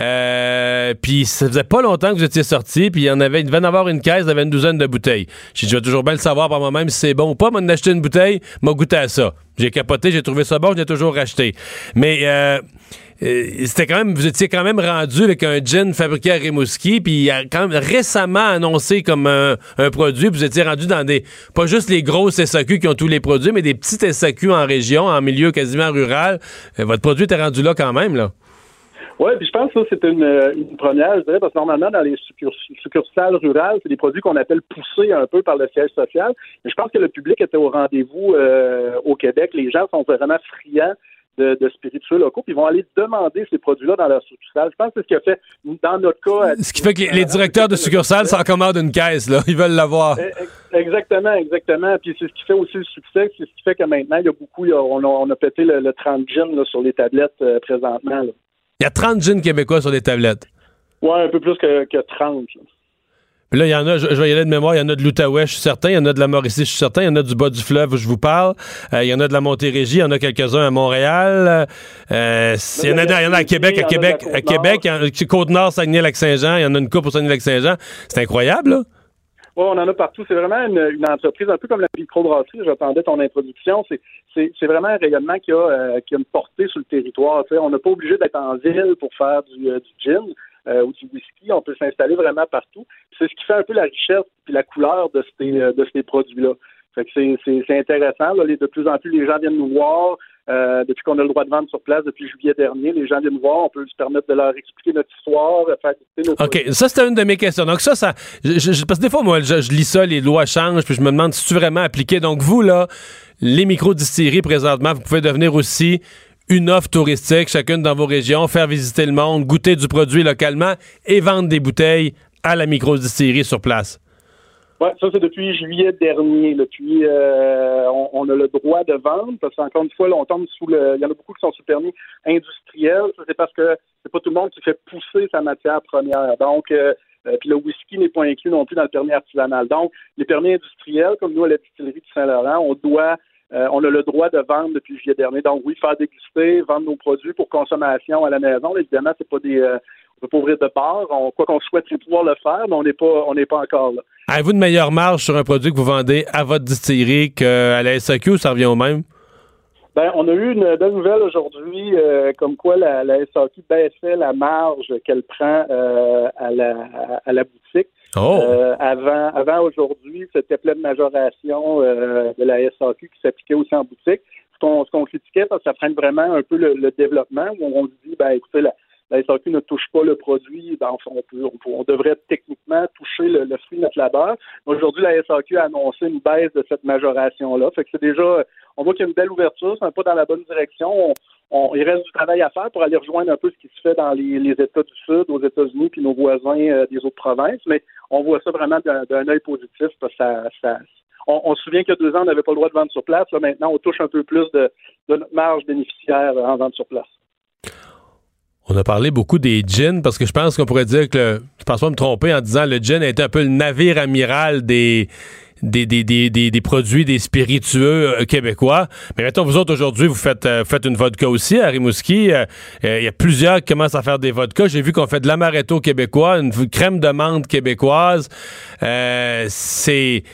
Speaker 4: Euh, puis ça faisait pas longtemps que vous étiez sortis. Puis il y en avait, il devait en avoir une caisse, il y avait une douzaine de bouteilles. J'ai dit, je vais toujours bien le savoir par moi-même si c'est bon ou pas. M'en acheter une bouteille, m'a goûté à ça. J'ai capoté, j'ai trouvé ça bon, je l'ai toujours racheté. Mais euh, euh, c'était quand même, vous étiez quand même rendu avec un gin fabriqué à Rimouski, puis il a quand même récemment annoncé comme un, un produit, puis vous étiez rendu dans des, pas juste les grosses S A Q qui ont tous les produits, mais des petites S A Q en région, en milieu quasiment rural. Euh, votre produit était rendu là quand même, là.
Speaker 8: Oui, puis je pense que ça, c'est une, une première, je dirais, parce que normalement, dans les succurs, succursales rurales, c'est des produits qu'on appelle poussés un peu par le siège social. Mais je pense que le public était au rendez-vous euh, au Québec. Les gens sont vraiment friands de, de spiritueux locaux, puis ils vont aller demander ces produits-là dans leur succursale. Je pense que c'est ce qui a fait, dans notre cas...
Speaker 4: Ce qui fait que les, les directeurs de succursales s'en commandent une caisse, là. Ils veulent l'avoir.
Speaker 8: Exactement, exactement. Puis c'est ce qui fait aussi le succès, c'est ce qui fait que maintenant, il y a beaucoup, il y a, on, a, on a pété le, le trente gin là, sur les tablettes euh, présentement. Là.
Speaker 4: Il y a trente gins québécois sur les tablettes.
Speaker 8: Oui, un peu plus que, que trente. Là.
Speaker 4: Puis là, il y en a, je, je vais y aller de mémoire, il y en a de l'Outaouais, je suis certain, il y en a de la Mauricie, je suis certain, il y en a du bas du fleuve où je vous parle, euh, il y en a de la Montérégie, il y en a quelques-uns à Montréal, euh, il y en a, il y en a à Québec, à Québec, à Québec, Côte-Nord, Saguenay-Lac-Saint-Jean, il y en a une coupe au Saguenay-Lac-Saint-Jean. C'est incroyable, là.
Speaker 8: Oui, on en a partout. C'est vraiment une, une entreprise, un peu comme la microbrasserie, j'attendais ton introduction. C'est, c'est, c'est vraiment un rayonnement qui a, euh, qui a une portée sur le territoire. Tu sais, on n'est pas obligé d'être en ville pour faire du, euh, du gin euh, ou du whisky. On peut s'installer vraiment partout. C'est ce qui fait un peu la richesse et la couleur de ces, de ces produits-là. Fait que c'est, c'est, c'est intéressant. Là. Les, de plus en plus, les gens viennent nous voir. Euh, depuis qu'on a le droit de vendre sur place depuis juillet dernier, les gens viennent nous voir, on peut se permettre de leur expliquer notre histoire, faire goûter nos
Speaker 4: OK,
Speaker 8: produits. Ça,
Speaker 4: c'était une de mes questions. Donc ça, ça je, je, parce que des fois, moi, je, je lis ça, les lois changent, puis je me demande si c'est vraiment appliqué. Donc vous, là, les micro-distilleries, présentement, vous pouvez devenir aussi une offre touristique, chacune dans vos régions, faire visiter le monde, goûter du produit localement et vendre des bouteilles à la micro-distillerie sur place.
Speaker 8: Oui, ça, c'est depuis juillet dernier. Là. Puis, euh, on, on a le droit de vendre, parce qu'encore une fois, là, on tombe sous le... Il y en a beaucoup qui sont sous le permis industriel. Ça, c'est parce que c'est pas tout le monde qui fait pousser sa matière première. Donc, euh, euh, puis le whisky n'est pas inclus non plus dans le permis artisanal. Donc, les permis industriels, comme nous, à la distillerie du Saint-Laurent, on doit... Euh, on a le droit de vendre depuis juillet dernier. Donc, oui, faire déguster, vendre nos produits pour consommation à la maison. Là, évidemment, c'est pas des... Euh, on peut pas ouvrir de bar, on, quoi qu'on souhaiterait pouvoir le faire, mais on n'est pas, on n'est pas encore là.
Speaker 4: Avez-vous une meilleure marge sur un produit que vous vendez à votre distillerie qu'à la S A Q ou ça revient au même?
Speaker 8: Ben, on a eu une belle nouvelle aujourd'hui, euh, comme quoi la, la S A Q baissait la marge qu'elle prend euh, à, la, à, à la boutique.
Speaker 4: Oh.
Speaker 8: Euh, avant, avant aujourd'hui, c'était pleine majoration euh, de la S A Q qui s'appliquait aussi en boutique. Ce qu'on, ce qu'on critiquait, parce que ça freine vraiment un peu le, le développement, où on se dit, ben écoutez, la La S A Q ne touche pas le produit, donc on, peut, on, peut, on devrait techniquement toucher le, le fruit de notre labeur. Aujourd'hui, la S A Q a annoncé une baisse de cette majoration-là. Fait que c'est déjà, on voit qu'il y a une belle ouverture, c'est un pas dans la bonne direction. On, on, il reste du travail à faire pour aller rejoindre un peu ce qui se fait dans les, les États du Sud, aux États-Unis, puis nos voisins euh, des autres provinces, mais on voit ça vraiment d'un, d'un œil positif, parce que ça, ça on, on se souvient qu'il y a deux ans, on n'avait pas le droit de vendre sur place. Là, maintenant, on touche un peu plus de, de notre marge bénéficiaire en vente sur place.
Speaker 4: On a parlé beaucoup des gins parce que je pense qu'on pourrait dire que, le, je pense pas me tromper en disant le gin est un peu le navire amiral des des, des, des, des, des produits, des spiritueux euh, québécois. Mais mettons, vous autres, aujourd'hui, vous faites, euh, faites une vodka aussi à Rimouski. Il euh, euh, y a plusieurs qui commencent à faire des vodkas. J'ai vu qu'on fait de l'amaretto québécois, une crème de menthe québécoise. Euh, c'est...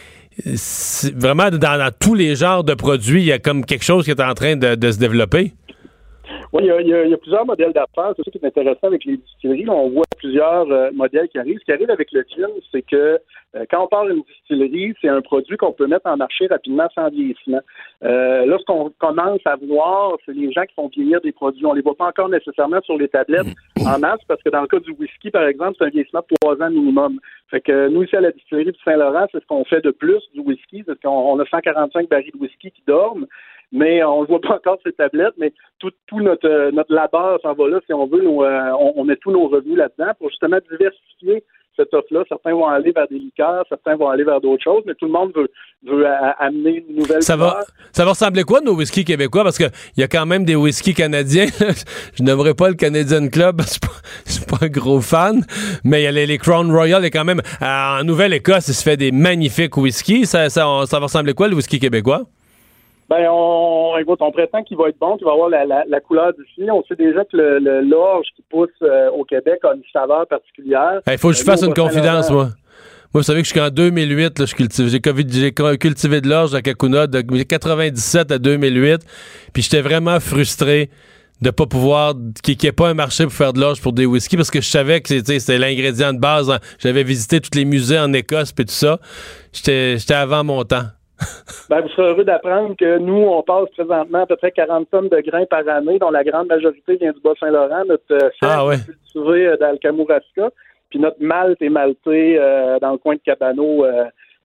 Speaker 4: c'est vraiment dans, dans tous les genres de produits, il y a comme quelque chose qui est en train de, de se développer.
Speaker 8: Oui, il y, a, il, y a, il y a plusieurs modèles d'affaires. C'est ça qui est intéressant avec les distilleries. Là, on voit plusieurs euh, modèles qui arrivent. Ce qui arrive avec le gin, c'est que euh, quand on part d'une distillerie, c'est un produit qu'on peut mettre en marché rapidement sans vieillissement. Euh, là, ce qu'on commence à voir, c'est les gens qui font vieillir des produits. On les voit pas encore nécessairement sur les tablettes en masse, parce que dans le cas du whisky, par exemple, c'est un vieillissement de trois ans minimum. Fait que nous, ici, à la distillerie du Saint-Laurent, c'est ce qu'on fait de plus du whisky. C'est qu'on on a cent quarante-cinq barils de whisky qui dorment. Mais on ne voit pas encore ces tablettes, mais tout, tout notre, euh, notre labeur s'en va là, si on veut, nos, euh, on, on met tous nos revenus là-dedans pour justement diversifier cette offre-là. Certains vont aller vers des liqueurs, certains vont aller vers d'autres choses, mais tout le monde veut, veut a, amener une nouvelle
Speaker 4: ça va, ça va ressembler quoi, nos whisky québécois? Parce qu'il y a quand même des whisky canadiens. Je n'aimerais pas le Canadian Club, je suis pas, je suis pas un gros fan, mais il y a les, les Crown Royal, et quand même, en Nouvelle-Écosse, il se fait des magnifiques whisky. Ça, ça, ça va ressembler quoi, le whisky québécois?
Speaker 8: Ben, on, écoute, on prétend qu'il va être bon, qu'il va avoir la, la, la couleur d'ici. On sait déjà que le, le, l'orge qui pousse euh, au Québec a une saveur particulière.
Speaker 4: Il hey, faut que je euh, fasse une confidence, moi. Moi, vous savez que jusqu'en deux mille huit, là, je cultive, j'ai, j'ai cultivé de l'orge à Kakuna de quatre-vingt-dix-sept à deux mille huit, puis j'étais vraiment frustré de pas pouvoir, qu'il n'y ait pas un marché pour faire de l'orge pour des whisky, parce que je savais que c'était, c'était l'ingrédient de base. Hein. J'avais visité tous les musées en Écosse et tout ça. J'étais, j'étais avant mon temps.
Speaker 8: Ben, vous serez heureux d'apprendre que nous, on passe présentement à peu près quarante tonnes de grains par année, dont la grande majorité vient du Bas-Saint-Laurent. Notre euh,
Speaker 4: ah, ouais.
Speaker 8: est cultivé euh, dans le Kamouraska, puis notre malt est malté euh, dans le coin de Cabano. Euh,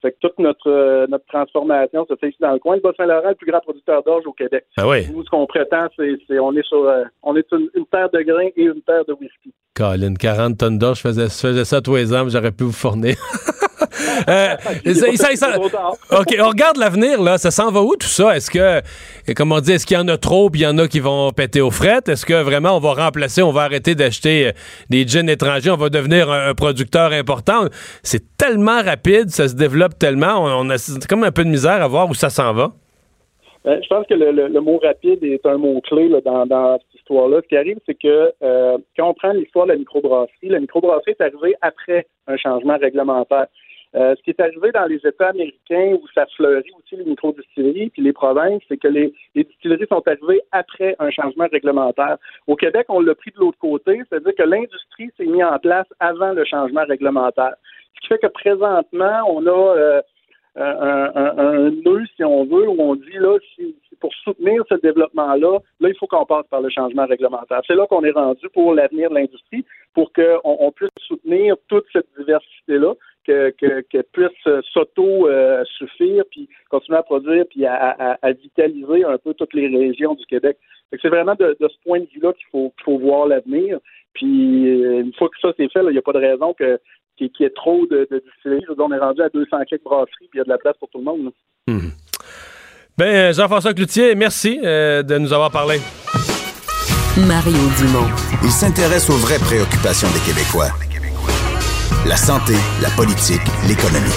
Speaker 8: Fait que toute notre euh, notre transformation se fait ici dans le coin. Le Bas-Saint-Laurent, le plus grand producteur d'orge au Québec.
Speaker 4: Ah oui.
Speaker 8: Nous, ce qu'on prétend, c'est, c'est on est sur euh, on est sur une, une terre de grains et une terre de whisky.
Speaker 4: Colin, quarante tonnes d'orge, je faisais, je faisais ça tous les ans, j'aurais pu vous fournir. euh, ça, ça, ça, OK, on regarde l'avenir, là. Ça s'en va où, tout ça? Est-ce que, comme on dit, est-ce qu'il y en a trop puis il y en a qui vont péter aux frettes? Est-ce que vraiment on va remplacer, on va arrêter d'acheter des gins étrangers, on va devenir un, un producteur important? C'est tellement rapide, ça se développe tellement, on, on a c'est comme un peu de misère à voir où ça s'en va.
Speaker 8: Ben, je pense que le, le, le mot rapide est un mot-clé là, dans, dans cette histoire-là. Ce qui arrive, c'est que euh, quand on prend l'histoire de la microbrasserie, la microbrasserie est arrivée après un changement réglementaire. Euh, ce qui est arrivé dans les États américains où ça fleurit aussi les microdistilleries puis les provinces, c'est que les, les distilleries sont arrivées après un changement réglementaire. Au Québec, on l'a pris de l'autre côté, c'est-à-dire que l'industrie s'est mise en place avant le changement réglementaire. Ce qui fait que présentement, on a euh, un, un, un nœud, si on veut, où on dit, là, si, si pour soutenir ce développement-là, là, il faut qu'on passe par le changement réglementaire. C'est là qu'on est rendu pour l'avenir de l'industrie, pour qu'on on puisse soutenir toute cette diversité-là, que, que, qu'elle puisse s'auto-suffire, euh, puis continuer à produire, puis à, à, à vitaliser un peu toutes les régions du Québec. Fait que c'est vraiment de, de ce point de vue-là qu'il faut, qu'il faut voir l'avenir. Puis euh, une fois que ça c'est fait, il n'y a pas de raison que qu'il y ait trop de, de distilleries. On est rendu à deux cents quelques brasseries, puis il y a de la place pour tout le monde.
Speaker 4: Mmh. Ben, Jean-François Cloutier, merci euh, de nous avoir parlé.
Speaker 1: Mario Dumont.
Speaker 3: Il s'intéresse aux vraies préoccupations des Québécois. La santé, la politique, l'économie.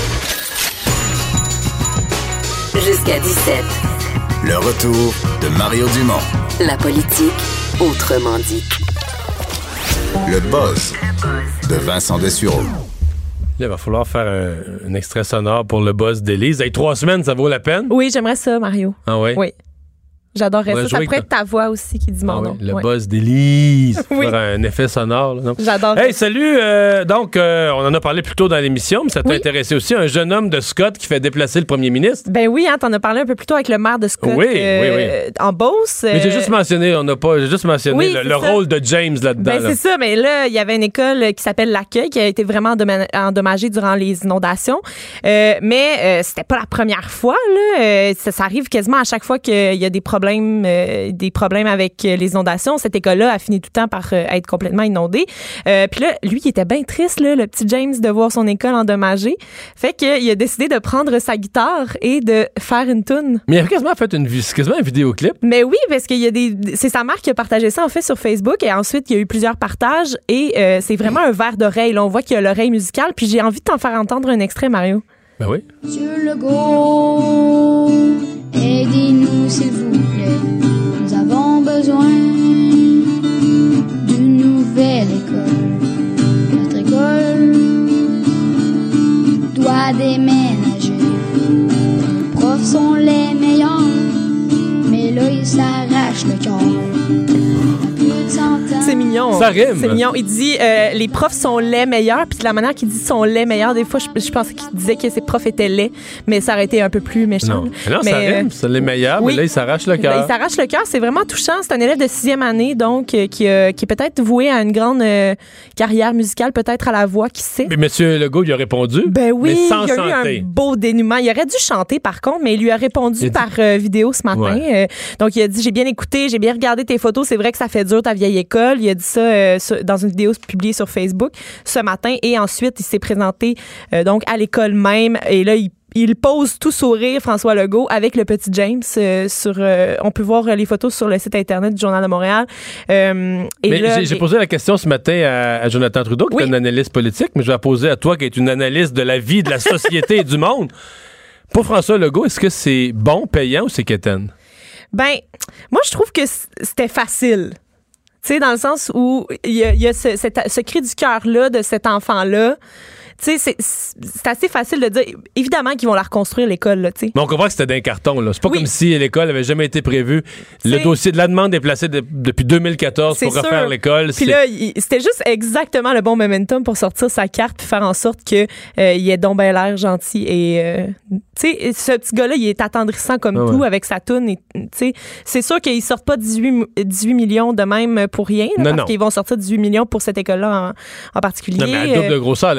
Speaker 1: Jusqu'à dix-sept.
Speaker 3: Le retour de Mario Dumont.
Speaker 1: La politique, autrement dit.
Speaker 3: Le buzz de Vincent Dessureau.
Speaker 4: Là, il va falloir faire un, un extrait sonore pour le buzz d'Élise. Hey, trois semaines, ça vaut la peine?
Speaker 9: Oui, j'aimerais ça, Mario.
Speaker 4: Ah oui?
Speaker 9: Oui. J'adorerais ça. Ça pourrait être ta voix aussi qui dit mon
Speaker 4: ah
Speaker 9: nom.
Speaker 4: Oui, le
Speaker 9: ouais.
Speaker 4: buzz d'Élise.
Speaker 9: Oui.
Speaker 4: Faire un effet sonore. Là, non?
Speaker 9: J'adore.
Speaker 4: Hey, salut. Euh, donc, euh, on en a parlé plus tôt dans l'émission, mais ça t'a
Speaker 9: oui.
Speaker 4: intéressé aussi. Un jeune homme de Scott qui fait déplacer le premier ministre.
Speaker 9: Ben oui, hein, t'en as parlé un peu plus tôt avec le maire de Scott.
Speaker 4: Oui,
Speaker 9: euh,
Speaker 4: oui, oui.
Speaker 9: En Beauce.
Speaker 4: Mais j'ai juste mentionné, on n'a pas, j'ai juste mentionné
Speaker 9: oui,
Speaker 4: le, le rôle de James là-dedans.
Speaker 9: Ben
Speaker 4: là.
Speaker 9: c'est ça, mais là, il y avait une école qui s'appelle L'Accueil qui a été vraiment endommagée durant les inondations. Euh, mais euh, c'était pas la première fois, là. Euh, ça, ça arrive quasiment à chaque fois qu'il y a des problèmes, euh, des problèmes avec les inondations. Cette école-là a fini tout le temps par euh, être complètement inondée. Euh, Puis là, lui, il était bien triste, là, le petit James, de voir son école endommagée. Fait qu'il a décidé de prendre sa guitare et de faire une toune.
Speaker 4: Mais il a quasiment fait une, quasiment un vidéoclip.
Speaker 9: Mais oui, parce qu'il y a des, c'est sa mère qui a partagé ça en fait sur Facebook et ensuite il y a eu plusieurs partages et euh, c'est vraiment un verre d'oreille. Là, on voit qu'il y a l'oreille musicale. Puis j'ai envie de t'en faire entendre un extrait, Mario.
Speaker 4: Ben oui.
Speaker 10: Monsieur Legault, aidez-nous s'il vous plaît. Nous avons besoin d'une nouvelle école. Notre école doit déménager. Les profs sont les meilleurs, mais là ils s'arrachent le cœur.
Speaker 9: C'est mignon.
Speaker 4: Ça rime.
Speaker 9: C'est mignon. Il dit euh, les profs sont les meilleurs. Puis de la manière qu'il dit sont les meilleurs, des fois, je, je pensais qu'il disait que ses profs étaient laids, mais ça aurait été un peu plus méchant.
Speaker 4: Non, mais non mais, ça rime. Euh, c'est les meilleurs, oui. Mais là, il s'arrache le cœur.
Speaker 9: Il s'arrache le cœur. C'est vraiment touchant. C'est un élève de sixième année, donc, euh, qui, euh, qui est peut-être voué à une grande euh, carrière musicale, peut-être à la voix, qui sait.
Speaker 4: Mais M. Legault, il a répondu.
Speaker 9: Ben oui,
Speaker 4: mais sans
Speaker 9: il y a
Speaker 4: chanter.
Speaker 9: eu un beau dénouement. Il aurait dû chanter, par contre, mais il lui a répondu il par dit... euh, vidéo ce matin. Ouais. Euh, donc, il a dit, j'ai bien écouté, j'ai bien regardé tes photos. C'est vrai que ça fait dur, ta vieille école. Il a dit ça euh, sur, dans une vidéo publiée sur Facebook ce matin. Et ensuite, il s'est présenté euh, donc à l'école même. Et là, il Il pose tout sourire, François Legault, avec le petit James. Euh, sur, euh, on peut voir les photos sur le site Internet du Journal de Montréal. Euh, et
Speaker 4: mais
Speaker 9: là,
Speaker 4: j'ai, j'ai posé la question ce matin à, à Jonathan Trudeau, qui oui. est un analyste politique, mais je vais la poser à toi, qui est une analyste de la vie, de la société et du monde. Pour François Legault, est-ce que c'est bon, payant ou c'est quétaine?
Speaker 9: Ben, moi, je trouve que c'était facile. Tu sais, dans le sens où il y a, y a ce, cette, ce cri du cœur-là de cet enfant-là. Tu sais, c'est, c'est assez facile de dire. Évidemment qu'ils vont la reconstruire, l'école, là, tu sais.
Speaker 4: Mais on comprend que c'était d'un carton, là. C'est pas
Speaker 9: oui.
Speaker 4: comme si l'école avait jamais été prévue. Le c'est... dossier de la demande est placé de, depuis deux mille quatorze c'est pour refaire sûr. L'école.
Speaker 9: Puis c'est... là, il, c'était juste exactement le bon momentum pour sortir sa carte puis faire en sorte qu'il euh, ait donc ben l'air gentil. Et, euh, tu sais, ce petit gars-là, il est attendrissant comme ah tout ouais. avec sa toune. Et, tu sais, c'est sûr qu'ils sortent pas dix-huit, dix-huit millions de même pour rien, là, non, parce non. qu'ils vont sortir dix-huit millions pour cette école-là en, en particulier.
Speaker 4: Non, mais à double grosseur, le village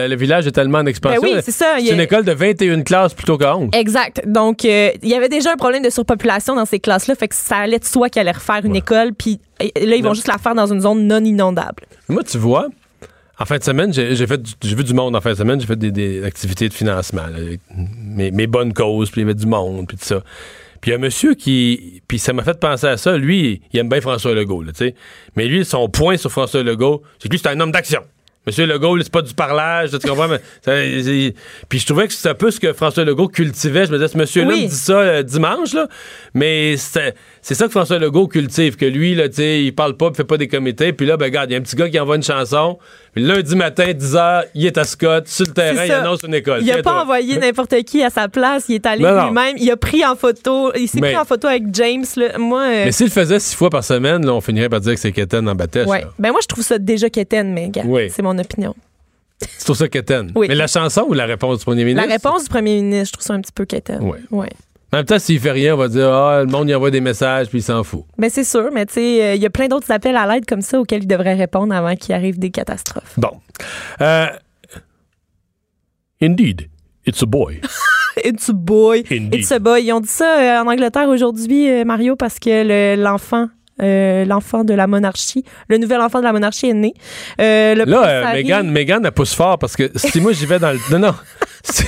Speaker 4: est tellement en expansion.
Speaker 9: Ben oui, c'est ça.
Speaker 4: C'est
Speaker 9: Il y a-
Speaker 4: une école de vingt et une classes plutôt qu'à onze.
Speaker 9: Exact. Donc, euh, il y avait déjà un problème de surpopulation dans ces classes-là, fait que ça allait de soi qu'ils allaient refaire une
Speaker 4: Ouais.
Speaker 9: école, puis là, ils vont
Speaker 4: Ouais.
Speaker 9: juste la faire dans une zone non inondable.
Speaker 4: Moi, tu vois, en fin de semaine, j'ai, j'ai fait, du- j'ai vu du monde en fin de semaine, j'ai fait des, des activités de financement, là, mes, mes bonnes causes, puis il y avait du monde, puis tout ça. Puis il y a un monsieur qui, puis ça m'a fait penser à ça, lui, il aime bien François Legault, là, tu sais. Mais lui, son point sur François Legault, c'est que lui, c'est un homme d'action. Monsieur Legault, là, c'est pas du parlage, tu comprends? Mais ça, c'est- puis je trouvais que c'est un peu ce que François Legault cultivait. Je me disais, ce monsieur-là
Speaker 9: Oui.
Speaker 4: me dit ça euh, dimanche, là, mais c'est, c'est ça que François Legault cultive, que lui, là, tu sais, il parle pas, il fait pas des comités, puis là, ben, regarde, il y a un petit gars qui envoie une chanson, puis lundi matin, dix heures, il est à Scott, sur le terrain,
Speaker 9: C'est
Speaker 4: il
Speaker 9: ça.
Speaker 4: annonce une école.
Speaker 9: Il a
Speaker 4: Tiens-toi.
Speaker 9: pas envoyé n'importe qui à sa place, il est allé
Speaker 4: Non, non.
Speaker 9: lui-même, il a pris en photo, il s'est
Speaker 4: Mais-
Speaker 9: pris en photo avec James. Là. Moi, euh,
Speaker 4: Mais s'il le faisait six fois par semaine, là, on finirait par dire que c'est Kéten en bâtèche.
Speaker 9: ouais.
Speaker 4: là.
Speaker 9: Ben moi, je trouve ça déjà quétaine, mais gars,
Speaker 4: Oui.
Speaker 9: c'est mon opinion.
Speaker 4: C'est pour ça Kéten.
Speaker 9: Oui.
Speaker 4: Mais la chanson ou la réponse du premier
Speaker 9: La
Speaker 4: ministre?
Speaker 9: réponse du premier ministre, je trouve ça un petit peu quétaine.
Speaker 4: Ouais.
Speaker 9: Ouais.
Speaker 4: En même temps, s'il fait rien, on va dire, ah, le monde, il envoie des messages, puis il s'en fout.
Speaker 9: Ben c'est sûr, mais tu sais, euh, il y a plein d'autres appels à l'aide comme ça auxquels il devrait répondre avant qu'il arrive des catastrophes.
Speaker 4: Bon. Euh, Indeed, it's a boy.
Speaker 9: It's a boy.
Speaker 4: Indeed.
Speaker 9: It's a boy. Ils ont dit ça euh, en Angleterre aujourd'hui, euh, Mario, parce que le- l'enfant, euh, l'enfant de la monarchie, le nouvel enfant de la monarchie est né. Euh, le
Speaker 4: Là,
Speaker 9: prince
Speaker 4: euh,
Speaker 9: Harry-
Speaker 4: Meghan, Meghan, elle pousse fort parce que si moi j'y vais dans le. Non, non. Si,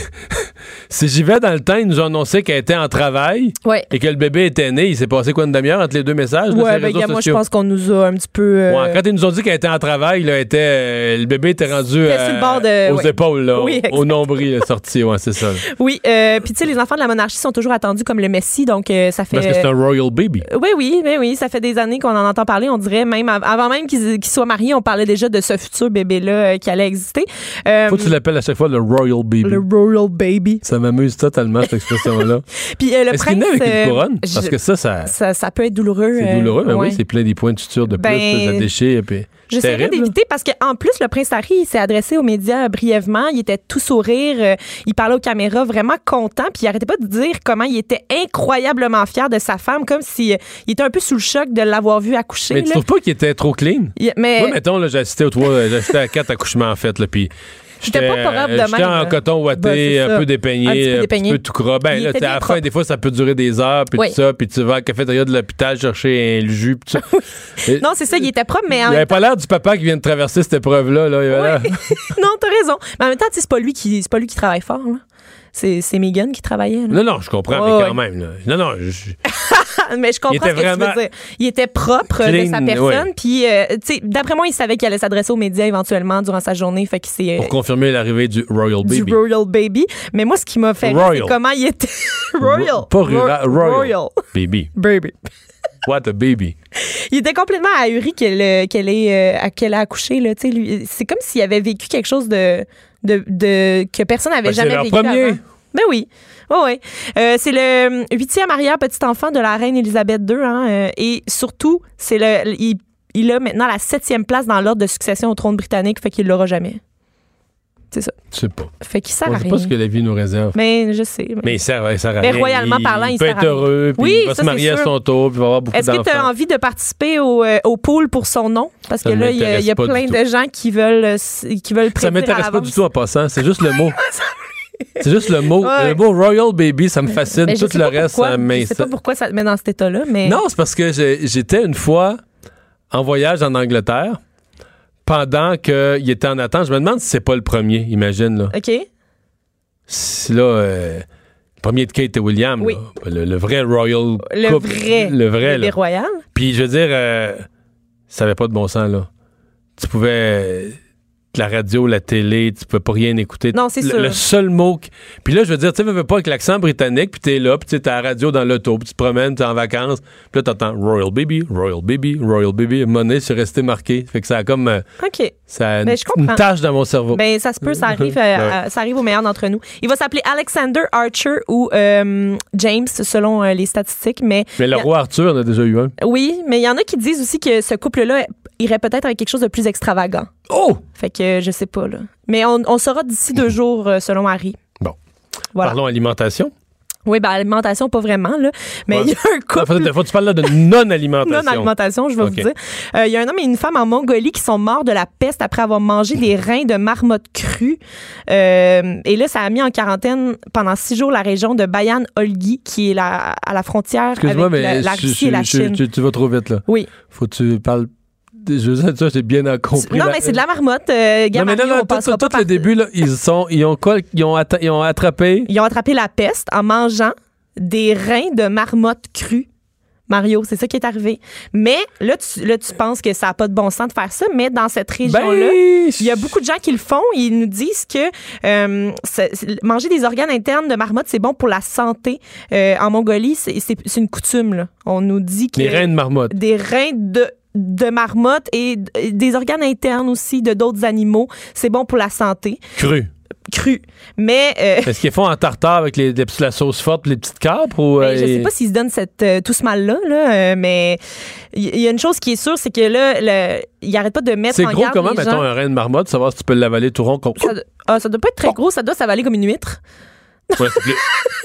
Speaker 4: si j'y vais dans le temps, ils nous ont annoncé qu'elle était en travail
Speaker 9: Ouais.
Speaker 4: et que le bébé était né. Il s'est passé quoi, une demi-heure entre les deux messages? là,
Speaker 9: Ouais,
Speaker 4: sur les
Speaker 9: ben,
Speaker 4: réseaux
Speaker 9: gars, moi, je
Speaker 4: sociaux?
Speaker 9: pense qu'on nous a un petit peu. euh,
Speaker 4: Ouais, quand ils nous ont dit qu'elle était en travail, là, elle était, euh, le bébé était rendu
Speaker 9: C'était
Speaker 4: euh,
Speaker 9: sur le bord de-
Speaker 4: aux
Speaker 9: ouais.
Speaker 4: épaules, là,
Speaker 9: Oui,
Speaker 4: au-
Speaker 9: exact.
Speaker 4: au nombril là, sorti. Ouais, c'est ça. là.
Speaker 9: Oui, euh, puis tu sais, les enfants de la monarchie sont toujours attendus comme le Messie, donc euh, ça fait.
Speaker 4: Parce que c'est un royal baby.
Speaker 9: Oui, oui, oui, oui, ça fait des années qu'on en entend parler. On dirait même av- avant même qu'ils qu'ils soient mariés, on parlait déjà de ce futur bébé-là euh, qui allait exister. Euh,
Speaker 4: Faut que tu l'appelles à chaque fois le royal baby.
Speaker 9: le royal baby.
Speaker 4: Ça m'amuse totalement, cette expression-là.
Speaker 9: Puis euh, le
Speaker 4: Est-ce qu'il
Speaker 9: prince.
Speaker 4: naît avec
Speaker 9: euh,
Speaker 4: une couronne?
Speaker 9: je-
Speaker 4: Parce que ça, ça,
Speaker 9: ça, ça peut être douloureux.
Speaker 4: c'est
Speaker 9: euh,
Speaker 4: douloureux. Mais
Speaker 9: ouais.
Speaker 4: oui, c'est plein des points de suture de plus.
Speaker 9: Ben,
Speaker 4: là, ça déchire. Puis...
Speaker 9: J'essaierais
Speaker 4: terrible, là.
Speaker 9: d'éviter parce qu'en plus, le prince Harry, il s'est adressé aux médias brièvement. Il était tout sourire. euh, il parlait aux caméras vraiment content. Puis il arrêtait pas de dire comment il était incroyablement fier de sa femme, comme s'il il était un peu sous le choc de l'avoir vu accoucher.
Speaker 4: Mais tu
Speaker 9: là.
Speaker 4: trouves pas qu'il était trop clean?
Speaker 9: Il- mais
Speaker 4: Moi, mettons, là, j'ai assisté aux trois, j'ai assisté à quatre accouchements, en fait, là, puis
Speaker 9: J'étais pas pas robe de
Speaker 4: j'étais
Speaker 9: même,
Speaker 4: en
Speaker 9: là.
Speaker 4: coton ouaté,
Speaker 9: Ben, c'est
Speaker 4: un
Speaker 9: ça.
Speaker 4: peu dépeigné,
Speaker 9: Un petit peu
Speaker 4: un petit
Speaker 9: dépeigné.
Speaker 4: peu tout croix. Ben,
Speaker 9: Il
Speaker 4: là,
Speaker 9: était
Speaker 4: t'sais, à
Speaker 9: bien
Speaker 4: la fin,
Speaker 9: propre.
Speaker 4: des fois, ça peut durer des heures, puis
Speaker 9: Oui.
Speaker 4: tout ça, puis tu vas à la cafétéria de l'hôpital chercher un jus, puis tout ça. Et-
Speaker 9: non, c'est ça, il était propre, mais
Speaker 4: il
Speaker 9: en
Speaker 4: avait
Speaker 9: même temps.
Speaker 4: pas l'air du papa qui vient de traverser cette épreuve-là. Là. Il avait l'air-
Speaker 9: Non, t'as raison. Mais en même temps, tu sais, c'est pas lui qui, c'est pas lui qui travaille fort. Là. C'est, c'est Meghan qui travaillait. Là.
Speaker 4: Non, non, je comprends,
Speaker 9: Ouais,
Speaker 4: mais quand
Speaker 9: ouais.
Speaker 4: même. Là. Non, non, je-
Speaker 9: Mais je comprends
Speaker 4: Il
Speaker 9: ce que
Speaker 4: était
Speaker 9: tu
Speaker 4: vraiment
Speaker 9: veux dire. Il était propre
Speaker 4: clean,
Speaker 9: de sa personne.
Speaker 4: ouais.
Speaker 9: Puis, euh, tu sais, d'après moi, il savait qu'il allait s'adresser aux médias éventuellement durant sa journée. Fait qu'il s'est.
Speaker 4: pour confirmer l'arrivée du Royal
Speaker 9: du
Speaker 4: Baby.
Speaker 9: Royal Baby. Mais moi, ce qui m'a fait rire,
Speaker 4: Royal.
Speaker 9: c'est comment il était. Royal.
Speaker 4: Ro- Pas rura-
Speaker 9: Ro-
Speaker 4: Royal.
Speaker 9: Royal.
Speaker 4: Baby.
Speaker 9: Baby.
Speaker 4: What a baby.
Speaker 9: Il était complètement ahuri qu'elle, euh, qu'elle ait, euh, qu'elle ait accouché. Là. Tu sais, lui, c'est comme s'il avait vécu quelque chose de, de, de que personne n'avait
Speaker 4: Ben, c'est
Speaker 9: jamais
Speaker 4: leur
Speaker 9: vécu
Speaker 4: premier.
Speaker 9: avant. Ben oui. Oui, oui. Euh, c'est le huitième arrière-petit-enfant de la reine Élisabeth deux. Hein, euh, et surtout, c'est le, il, il a maintenant la septième place dans l'ordre de succession au trône britannique, fait qu'il l'aura jamais. C'est ça.
Speaker 4: Je sais pas.
Speaker 9: Fait qu'il sert
Speaker 4: On
Speaker 9: à
Speaker 4: sait
Speaker 9: rien.
Speaker 4: pas ce que la vie nous réserve.
Speaker 9: Mais je sais.
Speaker 4: Mais il sert, il sert à
Speaker 9: Mais
Speaker 4: rien.
Speaker 9: royalement
Speaker 4: il,
Speaker 9: parlant, il
Speaker 4: peut
Speaker 9: sert
Speaker 4: être
Speaker 9: à
Speaker 4: heureux, puis
Speaker 9: Oui,
Speaker 4: il va
Speaker 9: ça,
Speaker 4: se marier
Speaker 9: c'est
Speaker 4: à
Speaker 9: sûr.
Speaker 4: son tour, puis il va avoir beaucoup
Speaker 9: Est-ce
Speaker 4: d'enfants.
Speaker 9: que tu as envie de participer au, euh, au pool pour son nom? Parce
Speaker 4: Ça
Speaker 9: que là, il y a,
Speaker 4: m'intéresse
Speaker 9: il y a
Speaker 4: pas du
Speaker 9: plein
Speaker 4: tout.
Speaker 9: de gens qui veulent, euh, s- qui veulent
Speaker 4: Ça
Speaker 9: prédire à
Speaker 4: m'intéresse pas
Speaker 9: l'avance.
Speaker 4: du tout en passant. C'est juste le mot. C'est juste le mot.
Speaker 9: Ouais.
Speaker 4: Le mot Royal Baby, ça me fascine.
Speaker 9: Mais je
Speaker 4: Tout
Speaker 9: sais
Speaker 4: le
Speaker 9: pas
Speaker 4: reste,
Speaker 9: pourquoi,
Speaker 4: ça m'in-
Speaker 9: Je sais pas pourquoi ça te met dans cet état-là, mais...
Speaker 4: Non, c'est parce que j'ai- j'étais une fois en voyage en Angleterre pendant qu'il était en attente. Je me demande si c'est pas le premier, imagine. Là.
Speaker 9: OK.
Speaker 4: Si là, euh, le premier de Kate et William,
Speaker 9: Oui.
Speaker 4: là, le, le vrai Royal
Speaker 9: Le
Speaker 4: couple,
Speaker 9: vrai
Speaker 4: le vrai,
Speaker 9: bébé
Speaker 4: là.
Speaker 9: royal.
Speaker 4: Puis je veux dire, euh, ça avait pas de bon sens, là. Tu pouvais... euh, la radio, la télé, tu peux pas rien écouter.
Speaker 9: Non, c'est
Speaker 4: le,
Speaker 9: sûr.
Speaker 4: Le seul mot... qui- Puis là, je veux dire, tu sais, veux pas avec l'accent britannique, puis t'es là, puis tu sais, t'as la radio dans l'auto, puis tu te promènes, t'es en vacances, puis là, t'entends Royal Baby, Royal Baby, Royal Baby. Monnaie, c'est resté marqué. Fait que ça a comme... euh,
Speaker 9: OK.
Speaker 4: ça a
Speaker 9: Ben,
Speaker 4: une,
Speaker 9: je comprends.
Speaker 4: une tache dans mon cerveau.
Speaker 9: Ben, ça se peut, ça arrive, euh,
Speaker 4: Ouais.
Speaker 9: à- ça arrive au meilleur d'entre nous. Il va s'appeler Alexander Archer ou euh, James, selon euh, les statistiques, mais...
Speaker 4: Mais le
Speaker 9: il y a-
Speaker 4: roi Arthur en a déjà eu un.
Speaker 9: Oui, mais il y en a qui disent aussi que ce couple-là irait peut-être avec quelque chose de plus extravagant.
Speaker 4: Oh!
Speaker 9: Fait que euh, je sais pas, là. Mais on, on saura d'ici deux jours, euh, selon Harry.
Speaker 4: Bon.
Speaker 9: Voilà.
Speaker 4: Parlons alimentation.
Speaker 9: Oui, ben alimentation, pas vraiment, là. Mais il ouais. y a un couple...
Speaker 4: Faut, faut que tu parles là de non-alimentation.
Speaker 9: Non-alimentation, je vais okay. vous dire. Il euh, y a un homme et une femme en Mongolie qui sont morts de la peste après avoir mangé des reins de marmotte crus. Euh, et là, ça a mis en quarantaine pendant six jours la région de Bayan-Olgi, qui est la, à la frontière
Speaker 4: Excuse-moi,
Speaker 9: avec
Speaker 4: mais
Speaker 9: la, la Russie
Speaker 4: je,
Speaker 9: et la
Speaker 4: je,
Speaker 9: Chine.
Speaker 4: Tu, tu vas trop vite, là.
Speaker 9: Oui.
Speaker 4: Faut que tu parles... Je sais, ça, j'ai bien compris.
Speaker 9: Non,
Speaker 4: la...
Speaker 9: mais c'est de la marmotte. Euh,
Speaker 4: non, mais non, non, tout, tout, tout par... le début, là, ils, sont, ils, ont quoi, ils, ont atta- ils ont attrapé...
Speaker 9: Ils ont attrapé la peste en mangeant des reins de marmotte crus. Mario, c'est ça qui est arrivé. Mais là, tu, là, tu penses que ça n'a pas de bon sens de faire ça, mais dans cette région-là, ben... il y a beaucoup de gens qui le font. Ils nous disent que euh, c'est, c'est, manger des organes internes de marmotte, c'est bon pour la santé. Euh, en Mongolie, c'est, c'est, c'est une coutume. Là. On nous dit que...
Speaker 4: Des reins de marmotte.
Speaker 9: Des reins de... de marmotte et des organes internes aussi de d'autres animaux. C'est bon pour la santé.
Speaker 4: Cru.
Speaker 9: Cru. Mais... Euh,
Speaker 4: Est-ce qu'ils font en tartare avec les, les, la sauce forte et les petites capres? Ou,
Speaker 9: ben, je
Speaker 4: et...
Speaker 9: sais pas s'ils se donnent cette, euh, tout ce mal-là, là, euh, mais il y, y a une chose qui est sûre, c'est que là, le, ils n'arrêtent pas de mettre
Speaker 4: c'est
Speaker 9: en
Speaker 4: gros
Speaker 9: garde
Speaker 4: comment,
Speaker 9: les
Speaker 4: mettons,
Speaker 9: gens.
Speaker 4: un rein de marmotte, savoir si tu peux l'avaler tout rond? Comme...
Speaker 9: Ça, ah, ça doit pas être très gros, ça doit s'avaler comme une huître.
Speaker 4: Ouais, c'est plus...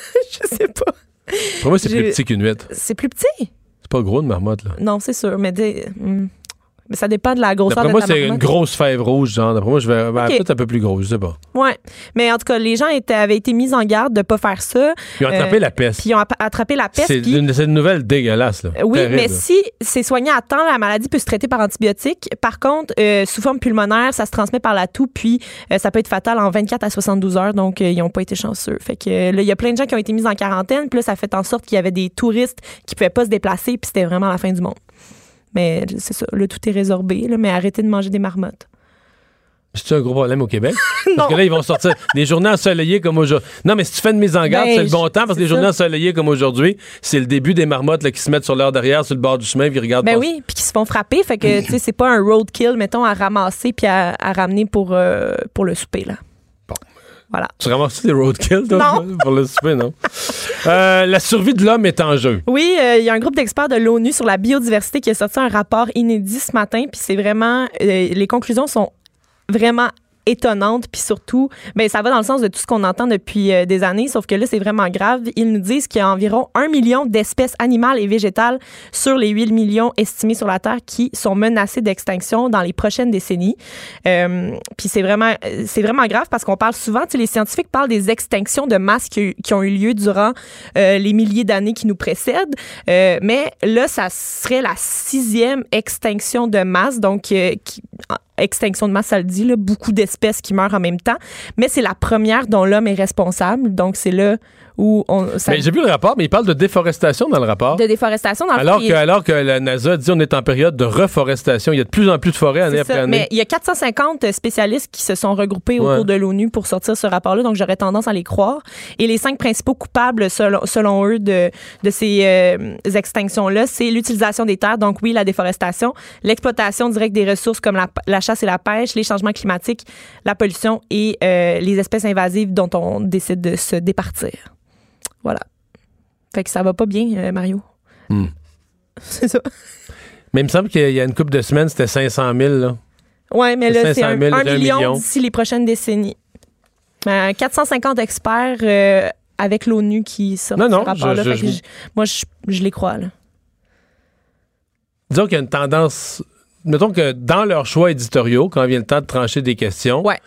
Speaker 9: je sais pas.
Speaker 4: Pour moi, c'est
Speaker 9: J'ai...
Speaker 4: plus petit qu'une huître.
Speaker 9: C'est plus petit?
Speaker 4: C'est pas gros, une marmotte, là.
Speaker 9: Non, c'est sûr, mais... Des, mm. Mais ça dépend de la grosseur de la marmotte.
Speaker 4: D'après moi, c'est une grosse fève rouge, genre. D'après moi, je vais ben, okay. peut-être un peu plus gros, je sais pas.
Speaker 9: Oui, mais en tout cas, les gens étaient, avaient été mis en garde de ne pas faire ça.
Speaker 4: Ils ont attrapé
Speaker 9: euh,
Speaker 4: la peste.
Speaker 9: Puis ils ont attrapé la peste.
Speaker 4: C'est,
Speaker 9: puis...
Speaker 4: une, c'est une nouvelle dégueulasse, là.
Speaker 9: Oui,
Speaker 4: Terrible,
Speaker 9: mais
Speaker 4: là.
Speaker 9: si c'est soigné à temps, la maladie peut se traiter par antibiotiques. Par contre, euh, sous forme pulmonaire, ça se transmet par la toux, puis euh, ça peut être fatal en vingt-quatre à soixante-douze heures, donc euh, ils n'ont pas été chanceux. Fait que euh, là, il y a plein de gens qui ont été mis en quarantaine, puis là, ça fait en sorte qu'il y avait des touristes qui ne pouvaient pas se déplacer, puis c'était vraiment la fin du monde. Mais c'est ça, là, tout est résorbé, là, mais arrêtez de manger des marmottes.
Speaker 4: C'est un gros problème au Québec?
Speaker 9: Non.
Speaker 4: Parce que là, ils vont sortir des journées ensoleillées comme aujourd'hui. Non, mais si tu fais une mise en garde, ben, c'est le bon temps, parce que les journées ensoleillées comme aujourd'hui, c'est le début des marmottes là, qui se mettent sur leur derrière, sur le bord du chemin, puis ils regardent.
Speaker 9: Ben
Speaker 4: pas...
Speaker 9: oui, puis qui se font frapper. Fait que, tu sais, c'est pas un roadkill, mettons, à ramasser puis à, à ramener pour, euh, pour le souper, là.
Speaker 4: Bon.
Speaker 9: Voilà.
Speaker 4: Tu ramasses des roadkill, toi,
Speaker 9: non.
Speaker 4: pour le souper, non? euh, la survie de l'homme est en jeu.
Speaker 9: Oui, il euh, y a un groupe d'experts de l'ONU sur la biodiversité qui a sorti un rapport inédit ce matin, puis c'est vraiment... Euh, les conclusions sont vraiment étonnante, puis surtout, ben ça va dans le sens de tout ce qu'on entend depuis euh, des années, sauf que là, c'est vraiment grave. Ils nous disent qu'il y a environ un million d'espèces animales et végétales sur les huit millions estimés sur la Terre qui sont menacées d'extinction dans les prochaines décennies. Euh, puis c'est vraiment, c'est vraiment grave parce qu'on parle souvent, tu sais, les scientifiques parlent des extinctions de masse qui, qui ont eu lieu durant euh, les milliers d'années qui nous précèdent, euh, mais là, ça serait la sixième extinction de masse, donc euh, qui... extinction de masse, ça le dit, là, beaucoup d'espèces qui meurent en même temps, mais c'est la première dont l'homme est responsable, donc c'est là où on... Ça...
Speaker 4: Mais j'ai vu le rapport, mais il parle de déforestation dans le rapport.
Speaker 9: De déforestation dans le
Speaker 4: alors
Speaker 9: fond,
Speaker 4: que,
Speaker 9: il...
Speaker 4: alors que la NASA dit on est en période de reforestation. Il y a de plus en plus de forêts année après année.
Speaker 9: Mais il y a quatre cent cinquante spécialistes qui se sont regroupés ouais. autour de l'ONU pour sortir ce rapport-là, donc j'aurais tendance à les croire. Et les cinq principaux coupables, selon, selon eux, de, de ces euh, extinctions-là, c'est l'utilisation des terres, donc oui, la déforestation, l'exploitation directe des ressources comme la, la chasse et la pêche, les changements climatiques, la pollution et euh, les espèces invasives dont on décide de se départir. Voilà. Fait que ça va pas bien, euh, Mario.
Speaker 4: Mm.
Speaker 9: C'est ça.
Speaker 4: Mais il me semble qu'il y a une couple de semaines, c'était cinq cent mille, là.
Speaker 9: Oui, mais là, c'est un,
Speaker 4: mille,
Speaker 9: un million,
Speaker 4: million
Speaker 9: d'ici les prochaines décennies. Euh, quatre cent cinquante experts euh, avec l'ONU qui sortent
Speaker 4: non, non,
Speaker 9: ce rapport-là.
Speaker 4: je, je,
Speaker 9: je, moi, je, je les crois, là.
Speaker 4: Disons qu'il y a une tendance... Mettons que dans leurs choix éditoriaux, quand vient le temps de trancher des questions...
Speaker 9: Ouais.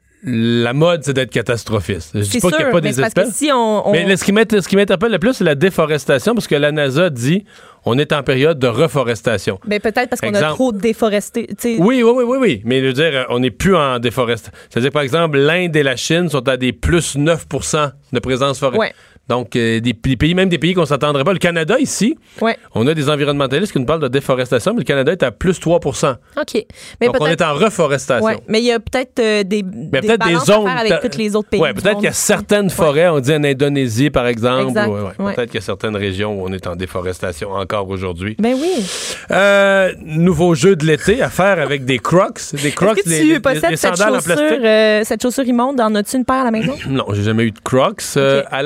Speaker 4: La mode, c'est d'être catastrophiste. Je
Speaker 9: c'est
Speaker 4: dis pas
Speaker 9: sûr,
Speaker 4: qu'il n'y a pas
Speaker 9: mais
Speaker 4: des
Speaker 9: parce que
Speaker 4: espèces.
Speaker 9: Si on, on...
Speaker 4: Mais là, ce qui m'interpelle le plus, c'est la déforestation, parce que la NASA dit on est en période de reforestation.
Speaker 9: Ben peut-être parce qu'on
Speaker 4: exemple,
Speaker 9: a trop déforesté. T'sais.
Speaker 4: Oui, oui, oui, oui, oui. Mais je veux dire, on n'est plus en déforestation. C'est-à-dire, par exemple, l'Inde et la Chine sont à des plus neuf pour cent de présence forestière.
Speaker 9: Ouais.
Speaker 4: Donc, euh, des, des pays, même des pays qu'on ne s'attendrait pas. Le Canada, ici,
Speaker 9: ouais.
Speaker 4: on a des environnementalistes qui nous parlent de déforestation, mais le Canada est à plus trois pour cent.
Speaker 9: OK. Mais
Speaker 4: donc, on est en reforestation.
Speaker 9: Ouais. Mais il y a peut-être euh, des,
Speaker 4: mais
Speaker 9: des
Speaker 4: peut-être
Speaker 9: balances
Speaker 4: des zones,
Speaker 9: à faire avec tous les autres pays.
Speaker 4: Oui, peut-être qu'il y a certaines forêts, ouais. on dit en Indonésie, par exemple.
Speaker 9: Exact.
Speaker 4: Ouais, ouais.
Speaker 9: Ouais.
Speaker 4: Peut-être qu'il y a certaines régions où on est en déforestation encore aujourd'hui.
Speaker 9: Ben oui.
Speaker 4: Euh, nouveau jeu de l'été à faire avec des Crocs. Des Crocs,
Speaker 9: Est-ce que tu
Speaker 4: les,
Speaker 9: possèdes
Speaker 4: les, les
Speaker 9: cette
Speaker 4: sandales
Speaker 9: chaussure,
Speaker 4: en plastique?
Speaker 9: Euh, cette chaussure immonde, en as-tu une paire à la maison?
Speaker 4: Non, j'ai jamais eu de Crocs. Euh,
Speaker 9: okay.
Speaker 4: À la maison,